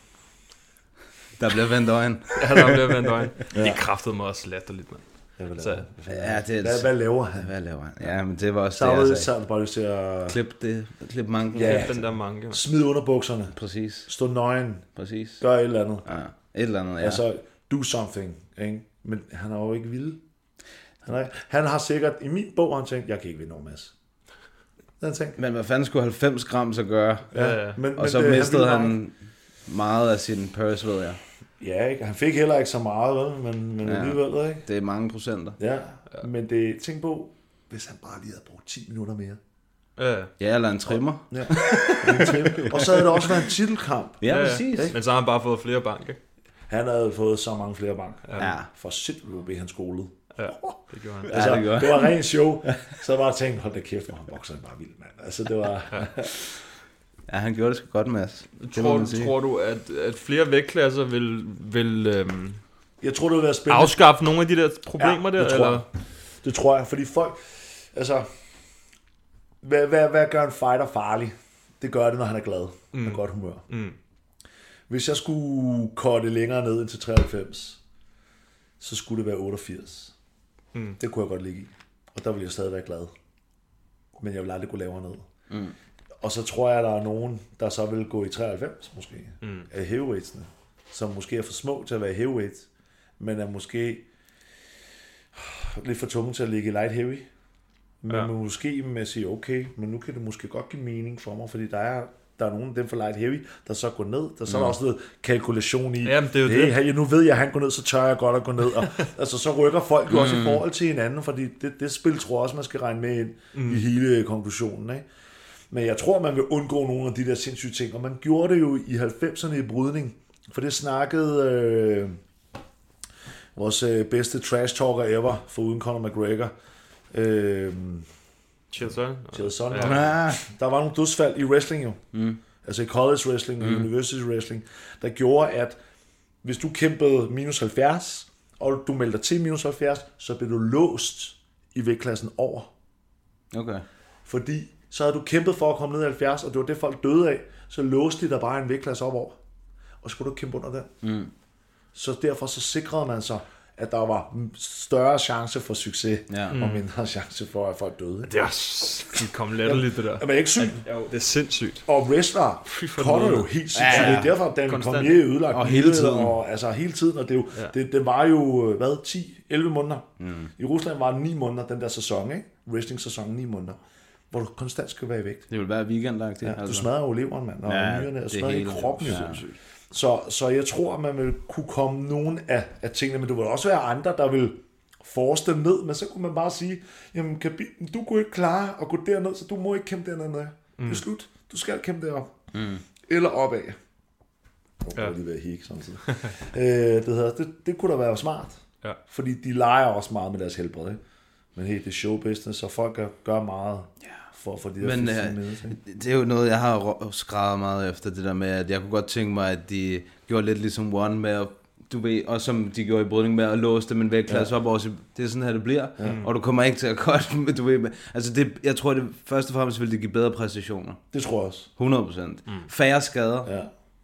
Der bliver vendt øjen. Ja, der bliver vendt øjen. Ja. Det kræftede mig også latterligt, mand. Så, ja, det er, hvad, hvad laver han? Hvad laver han? Ja, men det var også så det, jeg sagde. Så bare lyst til at... Klip det. Klip manken. Ja, den der manke. Smid under bukserne. Præcis. Stå nøgen. Præcis. Gør et eller andet. Ja, et eller andet, ja. Altså, do something, ikke? Men han er jo ikke vild. Han, er, han har sikkert, i min bog, han tænkt, jeg kan ikke vinde over Mads. Den tænkte. Men hvad fanden skulle halvfems gram så gøre? Ja, ja. Men, og men så det, mistede han, han meget af sin purse, ved jeg. Ja, ikke? Han fik heller ikke så meget, vel? Men, men ja, alligevel, ikke? Det er mange procenter. Ja, ja. Men det, tænk på, hvis han bare lige havde brugt ti minutter mere. Ja, ja eller en trimmer. Ja, en trimmer. Og så havde det også været en titelkamp. Ja, ja, præcis. Ja. Men så har han bare fået flere bank, ikke? Han havde fået så mange flere bank. Ja. For sindssygt blev han skolet. Ja, det gjorde han. Altså, ja, det, gjorde. det var rent show. Så jeg bare tænkt, hold da kæft, hvor han bokser bare vildt, mand. Altså, det var... Ja. Ja, han gjorde det sgu godt, Mads. Tror, tror du, at, at flere vægtklasser vil, vil øhm, jeg tror, det vil være spændende. afskaffe nogle af de der problemer ja, der? Det tror, eller? Jeg. det tror jeg, fordi folk... Altså, hvad, hvad, hvad gør en fighter farlig? Det gør det, når han er glad mm. og godt humør. Mm. Hvis jeg skulle korte længere ned end til treoghalvfems, så skulle det være otteogfirs. Mm. Det kunne jeg godt ligge i. Og der ville jeg stadig være glad. Men jeg ville aldrig gå lavere ned. Mm. Og så tror jeg, at der er nogen, der så vil gå i treoghalvfems måske, mm. af heavyweightsene, som måske er for små til at være heavyweight, men er måske lidt for tunge til at ligge i light heavy. Men ja. måske med at sige, okay, men nu kan det måske godt give mening for mig, fordi der er, der er nogen af dem for light heavy, der så går ned. Der så mm. er der også noget kalkulation i. Jamen, det er jo det. det. Nu ved jeg, at han går ned, så tør jeg godt at gå ned. Og, altså, så rykker folk jo mm. også i forhold til hinanden, fordi det, det spil tror jeg også, man skal regne med ind mm. i hele konklusionen, ikke? Men jeg tror, man vil undgå nogle af de der sindssyge ting. Og man gjorde det jo i halvfemserne i brydning. For det snakkede øh, vores øh, bedste trash-talker ever, for uden Conor McGregor. Øh, Chael Sonnen. Ja. Der var nogle dødsfald i wrestling jo. Mm. Altså i college wrestling og mm. university wrestling. Der gjorde, at hvis du kæmpede minus halvfjerds, og du meldte til minus halvfjerds, så blev du låst i vægtklassen over. Okay. Fordi så havde du kæmpet for at komme ned i halvfjerds, og det var det, folk døde af, så låste de der bare en vægtklasse op over. Og så skulle du kæmpe under den. Mm. Så derfor så sikrede man sig, at der var større chance for succes, ja. og mindre chance for, at folk døde. Det er også fuldkommen latterligt, det der. Er man ikke syg? Jo, det er sindssygt. Og wrestler cutter jo helt sindssygt. Ja, ja. Det er derfor, at Dan Cormier ødelagt og hele tiden. Og, altså hele tiden, og det, er jo, ja. det, det var jo, hvad, ti elleve måneder. Mm. I Rusland var det ni måneder, den der sæson, ikke? Wrestling-sæson, ni måneder. Hvor du konstant skal være i vægt. Det vil være weekendagtigt. Ja, altså. Du smadrer jo leveren, mand, og ja, nyrerne, og smadrer hele kroppen. Ja. Så, så jeg tror, at man vil kunne komme nogen af, af tingene, men det vil også være andre, der vil force dem ned, men så kunne man bare sige, jamen Khabib, du kunne ikke klare at gå derned, så du må ikke kæmpe dernede med. Mm. Det er slut. Du skal kæmpe derop. Mm. Eller opad. Jeg må ja. lige være hik samtidig. øh, det, hedder, det, det kunne da være smart. Ja. Fordi de leger også meget med deres helbred. Ikke? Men hey, det er showbusiness, så folk gør, gør meget for at få de der men, fysiske uh, med. Det er jo noget, jeg har skrevet meget efter det der med, at jeg kunne godt tænke mig, at de gjorde lidt ligesom One med at, du ved, og som de gjorde i brydning med at låse dem en vægtklasse ja. op også. Det er sådan her, det bliver. Ja. Og du kommer ikke til at cutte, du ved. Altså det, jeg tror, det først og fremmest vil det give bedre præstationer. Det tror jeg også. hundrede procent. Mm. Færre skader. Ja.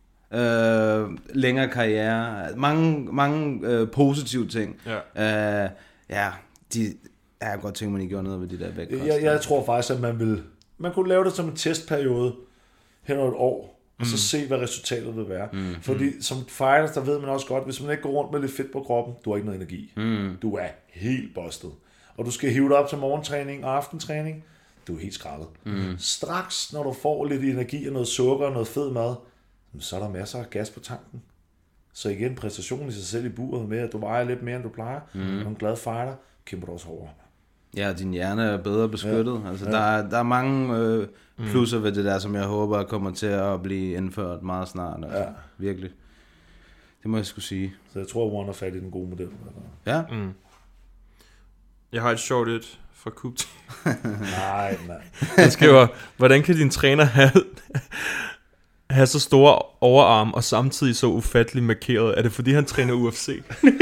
Øh, længere karriere. Mange, mange øh, positive ting. Ja. Øh, ja, de... Jeg har godt tænkt mig, at I gjorde noget ved de der vægtkast. Jeg, jeg tror faktisk, at man vil... Man kunne lave det som en testperiode hen over et år, mm. og så se, hvad resultatet vil være. Mm. Fordi som fighters, der ved man også godt, hvis man ikke går rundt med lidt fedt på kroppen, du har ikke noget energi. Mm. Du er helt bustet. Og du skal hive dig op til morgentræning og aftentræning, du er helt skrællet. Mm. Straks, når du får lidt energi og noget sukker og noget fed mad, så er der masser af gas på tanken. Så igen, præstationen i sig selv i buret med, at du vejer lidt mere, end du plejer. Mm. Du er en glad fighter, kæmper du også hårdere. Ja, din hjerne er bedre beskyttet. Ja. Altså, ja. der, er, der er mange øh, plusser mm. ved det der, som jeg håber kommer til at blive indført meget snart. Altså. Ja. Virkelig. Det må jeg sgu sige. Så jeg tror, at One er fat i den gode model. Ja. Mm. Jeg har et sjovt et fra Kubti. nej, nej. Han skriver, hvordan kan din træner have, have så store overarm og samtidig så ufattelig markeret? Er det fordi, han træner U F C?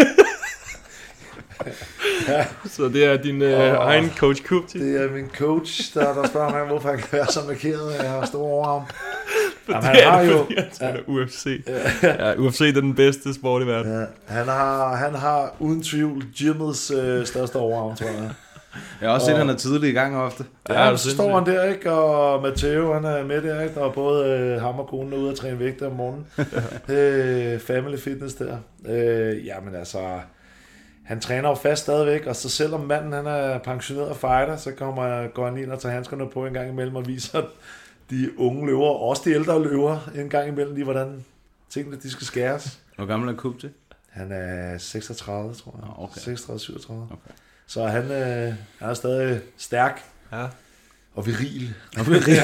Ja. Så det er din øh, oh, egen coach Kubti? Det er min coach, der, der spørger mig, hvorfor han kan være så markeret, at jeg har store overarm. Jamen, han har jo fordi, han træner ja. U F C. Ja. Ja, U F C er den bedste sport i verden. Ja. Han, har, han har uden tvivl gymmets øh, største overarm, tror jeg. Jeg har også set, at han er tidlig i gang ofte. Ja, ja så står han der, ikke? Og Matteo, han er med der, ikke? Der er både øh, ham og konen ude at træne vægt om morgenen. øh, family fitness der. Øh, jamen altså... Han træner jo fast stadigvæk, og så selvom manden han er pensioneret fighter, så kommer, går han ind og tager handskerne på en gang imellem og viser de unge løver, og også de ældre løver, en gang imellem lige, hvordan tingene de skal skæres. Hvor gammel er Kubti? Han er seksogtredive, tror jeg. Okay. seksogtredive syvogtredive. Okay. Så han, øh, han er stadig stærk. Ja. Og viril. Og viril.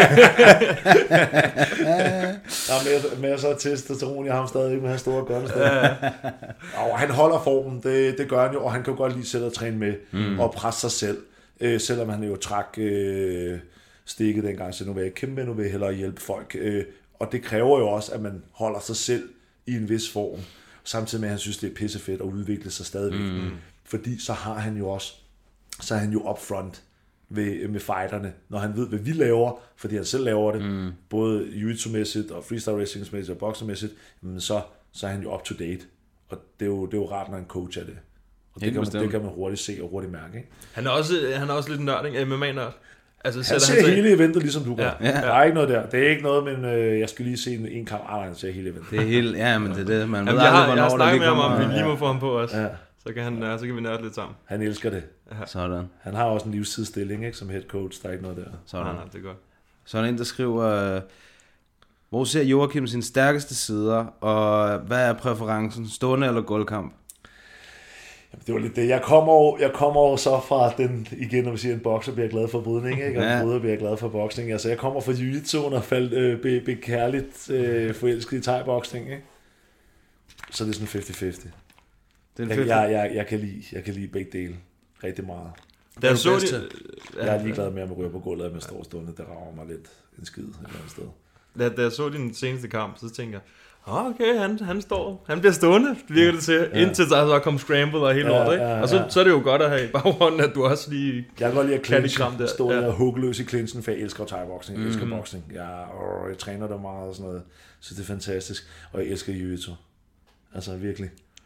Der er med, med så at testosteron i ham stadig med hans store gørnested. Og han holder formen, det, det gør han jo, og han kan jo godt lige selv at træne med mm. og presse sig selv. Øh, selvom han jo trak øh, stikket dengang, så nu vil jeg kæmpe, nu vil jeg hellere hjælpe folk. Øh, og det kræver jo også, at man holder sig selv i en vis form. Samtidig med, at han synes, det er pissefedt at udvikle sig stadigvæk. Mm. Fordi så har han jo også, så er han jo upfront ved, med fighterne, når han ved, hvad vi laver, fordi han selv laver det, mm. både jiu-jitsu-mæssigt og freestyle wrestling-mæssigt og boxer-mæssigt, så, så er han jo up to date. Og det er jo, det er jo rart, når en coach er det. Og det kan, man, det kan man hurtigt se og hurtigt mærke. Ikke? Han er også, han er også lidt nørd, ikke? M M A-nørd. Altså, han ser han hele eventet, ligesom du gør. Ja, ja. Der er ikke noget der. Det er ikke noget, men øh, jeg skal lige se en, en kamp. Ah, han ser hele eventet. Det er helt, ja, men det er det. Man ved aldrig, hvornår jeg har snakket med ham om, vi lige må få ham på os. Ja. Så kan, han, ja, så kan vi nørde lidt sammen. Han elsker det. Ja. Sådan. Han har også en livstidsstilling, ikke, som head coach. Der er ikke noget der. Sådan. Nej, nej, det er godt. Så er der en, der skriver, hvor ser Joachim sine stærkeste sider, og hvad er præferencen? Stående eller gulvkamp? Det var lidt det. Jeg kommer jo, jeg kommer jo så fra den, igen når vi siger en bokser, bliver jeg glad for brydning, ikke? Og en bryder bliver jeg glad for boksning. Altså jeg kommer fra jiu-jitsu'en og faldt øh, be, be kærligt øh, forelsket i thai-boksning, ikke? Så det er sådan halvtreds halvtreds. Jeg, jeg, jeg, jeg, kan lide, jeg kan lide begge dele rigtig meget. Der er så de, jeg er ligeglad med, at man ryger på gulvet, med står stående. Det rager mig lidt en skid et eller andet sted. Da, da jeg så din seneste kamp, så tænker jeg, oh, okay, han, han står, han bliver stående, virker det til, ja. Indtil der så kom scramble og hele ja, lortet, ikke? Ja, ja. Og så, så er det jo godt at have i baghånden, at du også lige jeg kan godt lide at clinche, stå der ja. huggeløs i clinchen, for jeg elsker thai-boxing, jeg mm. elsker boxing. Jeg, åh, jeg træner der meget og sådan noget, så det er fantastisk, og jeg elsker jiu-jitsu. Altså virkelig.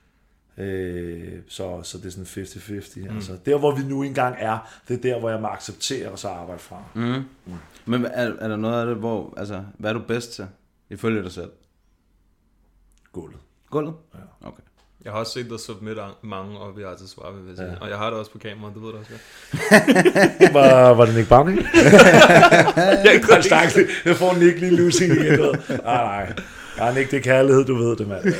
Øh, så, så det er sådan halvtreds halvtreds. Mm. Altså, der, hvor vi nu engang er, det er der, hvor jeg må acceptere og så arbejde fra. Mm. Mm. Men er, er der noget af det, hvor, altså, hvad er du bedst til, ifølge dig selv? Gulvet. Gulvet? Ja. Okay. Jeg har også set dig submit mange op i Artis Svar, vil jeg sige. Ja. Og jeg har det også på kamera, det ved du også godt. var, var det Nick Barney? jeg kan ikke jeg får Nick lige losing igen. Nej, nej. Ja, Nick, det er kærlighed, du ved det, mand.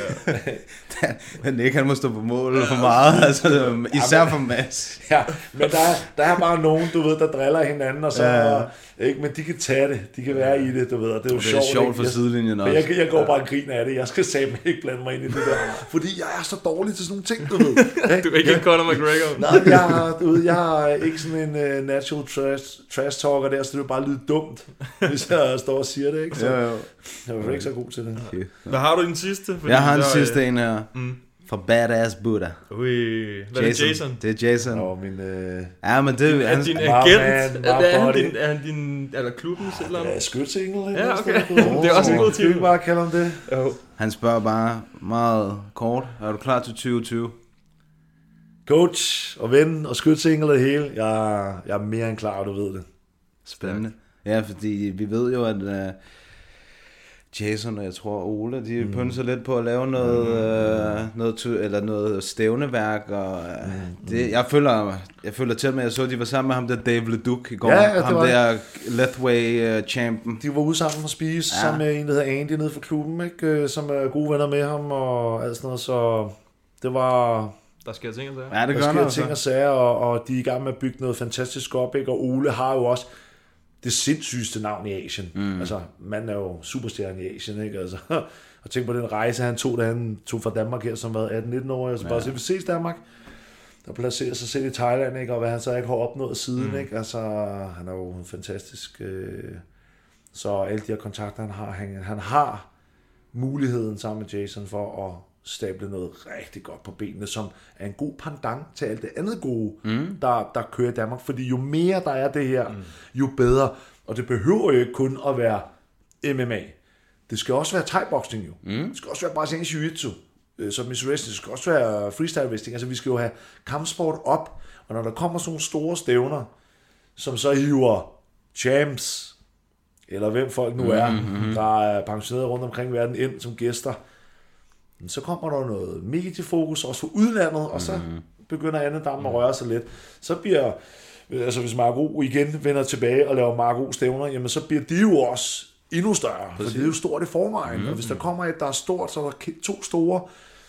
Men Nick, han må stå på mål for meget, altså, især for Mads. Ja, men der er, der er bare nogen, du ved, der driller hinanden, og så, ja. Ikke, men de kan tage det, de kan være i det, du ved, og det er jo det sjovt. Det er sjovt for sidelinjen også. Jeg, jeg går bare og griner af det, jeg skal satme ikke blande mig ind i det der, fordi jeg er så dårlig til sådan nogle ting, du ved. Du er ikke en Conor McGregor. Nej, jeg, du ved, jeg er ikke sådan en uh, natural trash, trash talker der, så det er bare lidt dumt, hvis jeg står og siger det, ikke? Så jo, jo. jeg er ikke så god til det. Okay. Hvad har du den sidste? Fordi jeg har den sidste en her. Mm. Fra Badass Buddha. Ui, hvad Jason. er det, Jason? Det er Jason. Åh, min... Øh... Ja, men det er... Han, er din agent? Man, er, er, han din, er han din... Er der klubbens eller noget? Ja, skytsingel. Ja, okay. Det er også en god tid. Du bare kalde om det. Jo. Han spørger bare meget kort. Er du klar til tyve tyve? Coach og ven og skytsingel og det hele. Jeg, jeg er mere end klar, du ved det. Spændende. Ja, fordi vi ved jo, at... Uh, Jason og jeg tror Ole, de mm. pynser lidt på at lave noget, mm. øh, noget, eller noget stævneværk, og mm. det, jeg føler, jeg føler til med, at jeg så, at de var sammen med ham der Dave LeDuc i går, ja, ja, ham var... der Lethway uh, champion. De var ude sammen og spise, ja. sammen med en, der hedder Andy nede fra klubben, ikke? Som er gode venner med ham, og alt sådan noget, så det var... Der sker ting og sager. Ja, det gør der sker noget, ting og sager, og, og de er i gang med at bygge noget fantastisk op, ikke? Og Ole har jo også det sindssygeste navn i Asien. Mm. Altså, manden er jo superstjerne i Asien, ikke? Altså, og tænk på den rejse, han tog, da han tog fra Danmark her, som var atten nitten år, og så bare ja. vi ses Danmark. Der placerer sig selv i Thailand, ikke? Og hvad han så ikke har opnået siden, mm. ikke? Altså, han er jo fantastisk. Øh... Så alle de her kontakter, han har, han, han har muligheden sammen med Jason for at stable noget rigtig godt på benene, som er en god pendant til alt det andet gode, mm. der, der kører i Danmark. Fordi jo mere der er det her, mm. jo bedre. Og det behøver jo ikke kun at være M M A. Det skal også være thai-boxing jo. Mm. Det skal også være brasiliansk jiu-jitsu. Submission wrestling. Det skal også være freestyle wrestling. Altså vi skal jo have kampsport op. Og når der kommer sådan nogle store stævner, som så hiver champs, eller hvem folk nu er, mm-hmm. der er pensioneret rundt omkring verden ind som gæster, så kommer der noget mediefokus også for udlandet, og så begynder andet damen at røre sig lidt. Så bliver, altså hvis Marco igen vender tilbage og laver Marco stævner, jamen så bliver de jo også endnu større, for det er jo stort i forvejen, mm. og hvis der kommer et, der er stort, så er der to store,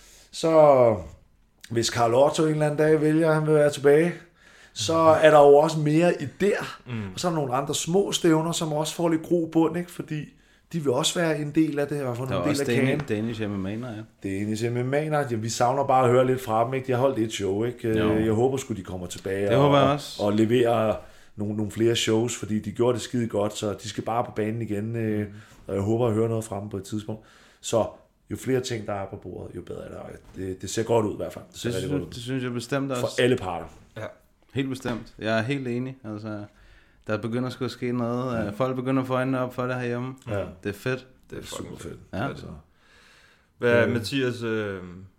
så hvis Carl Otto en eller anden dag vælger, at han vil være tilbage, så er der jo også mere i der, mm. og så er der nogle andre små stævner, som også får lidt grobund, ikke, fordi de vil også være en del af det her. Der er også Danish, Danish M M A, ja. Danish M M A, ja, vi savner bare at høre lidt fra dem, ikke? De har holdt et show, ikke? Jo. Jeg håber sgu, de kommer tilbage det og, og, og leverer nogle, nogle flere shows, fordi de gjorde det skide godt, så de skal bare på banen igen, mm. og jeg håber at høre noget fra dem på et tidspunkt. Så jo flere ting, der er på bordet, jo bedre er det. Det, det ser godt ud i hvert fald. Det, det, synes, det synes jeg bestemt også. For alle parter. Ja. Helt bestemt. Jeg er helt enig. Altså, der begynder sgu at ske noget. Ja. Folk begynder at få øjnene op for det herhjemme. Ja. Det er fedt. Det er super fedt. Ja. Altså. Hvad, øh. Mathias, øh,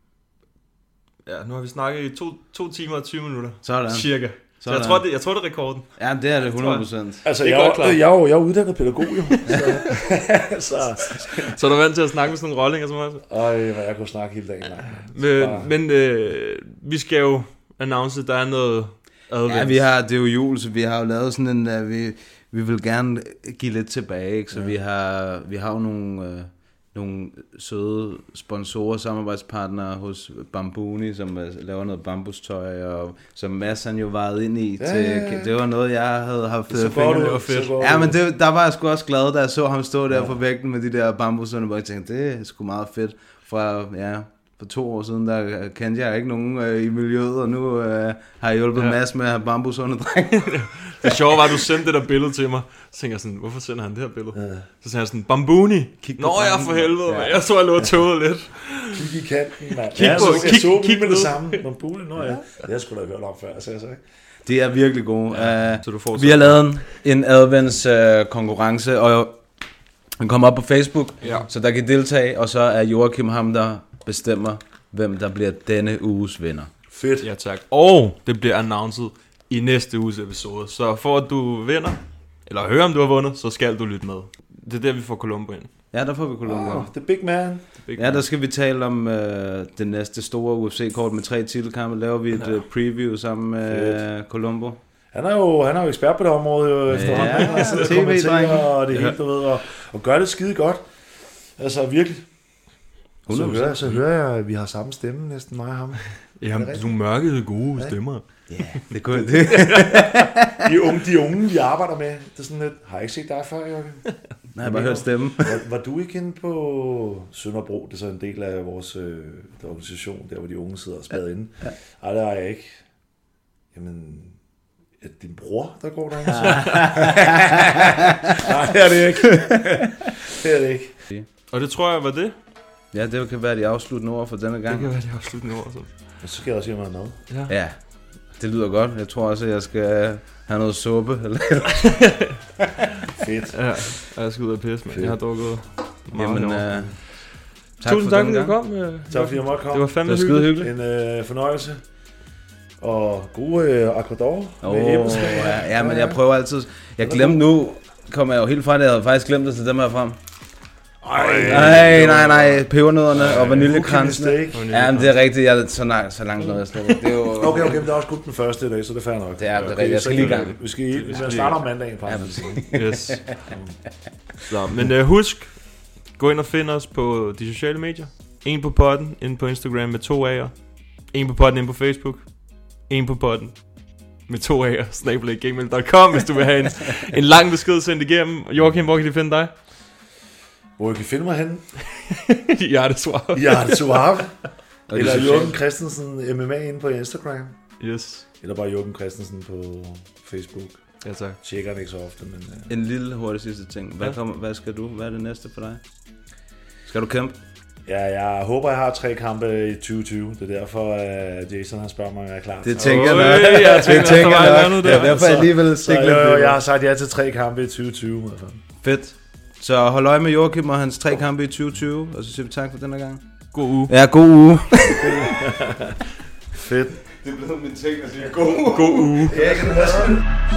ja, nu har vi snakket i to, to timer og tyve minutter. Sådan. Cirka. Så jeg tror, det, jeg tror, det er rekorden. Ja, det er det hundrede procent. Altså, jeg, jeg, jeg, jeg, jeg er uddannet pædagog, jo. så, så. så er du vant til at snakke med sådan nogle rollinger som os? Øj, jeg kunne snakke hele dagen. Men, men øh, vi skal jo announce, at der er noget advent. Ja, vi har, det er jo jul, så vi har jo lavet sådan en, uh, vi, vi vil gerne give lidt tilbage, ikke? Så ja. vi har vi har jo nogle, øh, nogle søde sponsorer, samarbejdspartnere hos Bambuni, som laver noget bambustøj, og som Mads han jo varede ind i. Ja, til, ja, ja. Det var noget, jeg havde haft det fingre. Det var fedt. Ja, men det, der var jeg sgu også glad, da jeg så ham stå der ja. på vægten med de der bambusøjne, hvor jeg tænkte, det er sgu meget fedt. Fra, ja, for to år siden, der kendte jeg ikke nogen øh, i miljøet, og nu øh, har jeg hjulpet ja. Mads med at have bambusunderdrenge. Det sjove var, at du sendte det der billede til mig. Så tænkte jeg sådan, hvorfor sender han det her billede? Ja. Så sagde jeg sådan, Bambuni. Nå, jeg for helvede, ja. Jeg så, jeg lå tåget lidt. Kig i kanten, mand. Kig ja, på, så, kig, jeg så kig med det samme. Bambuni, nå ja. Det har jeg sgu da hørt om før, så jeg så ikke. De er virkelig gode. Ja, uh, så du får vi har lavet en, en advents uh, konkurrence, og den kommer op på Facebook, ja. Så der kan deltage, og så er Joachim ham, der bestemmer, hvem der bliver denne uges vinder. Fedt. Ja, tak. Og det bliver announced i næste uges episode. Så for at du vinder, eller høre om du har vundet, så skal du lytte med. Det er der, vi får Columbo ind. Ja, der får vi Columbo. Oh, the big man. Big ja, der skal vi tale om øh, det næste store U F C-kort med tre titelkampe. Laver vi et ja. uh, preview sammen med uh, Columbo. Han er jo han er jo ekspert på det område jo, efterhånden. Ja, han sidder og kommenterer og det hele, ja. du ved, og, og gør det skide godt. Altså virkelig. Så hører, jeg, så hører jeg, at vi har samme stemme næsten, mig og ham. Ja, du mørkede gode ja. stemmer. Ja, yeah, det kunne det. de, unge, de unge, vi arbejder med, det er sådan lidt, har jeg ikke set dig før, Jørgen? Nej, jeg har bare hørt stemme. Var, var du ikke inde på Sønderbro? Det er så en del af vores øh, organisation, der hvor de unge sidder og spader ja. inde. Ja. Ej, der er jeg ikke. Jamen, er det din bror, der går derinde? Nej, det er det ikke. Det er det ikke. Og det tror jeg var det. Ja, det kan være de afsluttende ord for denne gang. Det kan være de afsluttende ord. Så, så skal jeg også hjemme noget mad. Ja. ja, det lyder godt. Jeg tror også, at jeg skal have noget suppe. Eller fedt. Ja, jeg skal ud og pisse, men jeg har drukket meget. Jamen, uh, tak tusind tak, fordi du kom. Uh, tak fordi jeg måtte komme. Det var fandme det var hyggeligt. En uh, fornøjelse. Og gode uh, Aquador oh, med ja, ja, men jeg prøver altid. Jeg glemte nu, kommer jeg jo helt fra det. Jeg havde faktisk glemt det til dem her frem. Ej, nej, nej, nej, pebernødderne og vaniljekransene. Ja, men det er rigtigt, jeg er så langt, så langt noget, jeg slår. Det er jo... Okay, okay, men det er også kun den første i dag, så det er fair nok. Det er det rigtigt, jeg skal lige gang. Vi skal, vi skal starte om mandagen, faktisk. Yes. Så, men uh, husk, gå ind og find os på de sociale medier. En på podden, inde på Instagram med to A'er. En på podden, inde på Facebook. En på podden med to A'er, snabel-a gmail punktum com, hvis du vil have en, en lang besked sendt igennem. Joachim, hvor kan de finde dig? Hvor jeg kan finde mig henne? Ja, det Suave. Ja, det Suave. Eller Jørgen Christensen M M A inde på Instagram. Yes. Eller bare Jørgen Christensen på Facebook. Ja, tak. Tjekker den ikke så ofte, men... Uh... En lille hurtig sidste ting. Hvad, kommer, hvad skal du? Hvad er det næste for dig? Skal du kæmpe? Ja, jeg håber, jeg har tre kampe i tyve tyve. Det er derfor, at Jason har spørget mig, om jeg er klar. Det tænker jeg nok. Det tænker jeg nok. Det er derfor, jeg alligevel sikler. Jeg har sagt ja til tre kampe i tyve tyve. Fedt. Så hold øje med Joachim og hans tre kampe i tyve tyve, og så siger vi tak for denne gang. God uge. Ja, god uge. Fedt. Det blev min ting at sige god uge. God uge. Ja, jeg kan det være.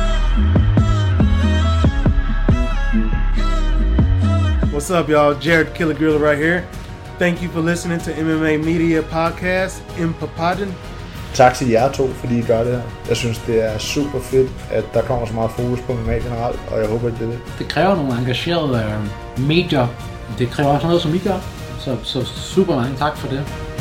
What's up, y'all? Jared Killer Gorilla right here. Thank you for listening to M M A Media Podcast, M P P O D. Tak til jer to, fordi I gør det her. Jeg synes, det er super fedt, at der kommer så meget fokus på M M A generelt, og jeg håber, at det er det. Det kræver nogle engagerede medier. Det kræver også noget, som I gør. Så, så super mange tak for det.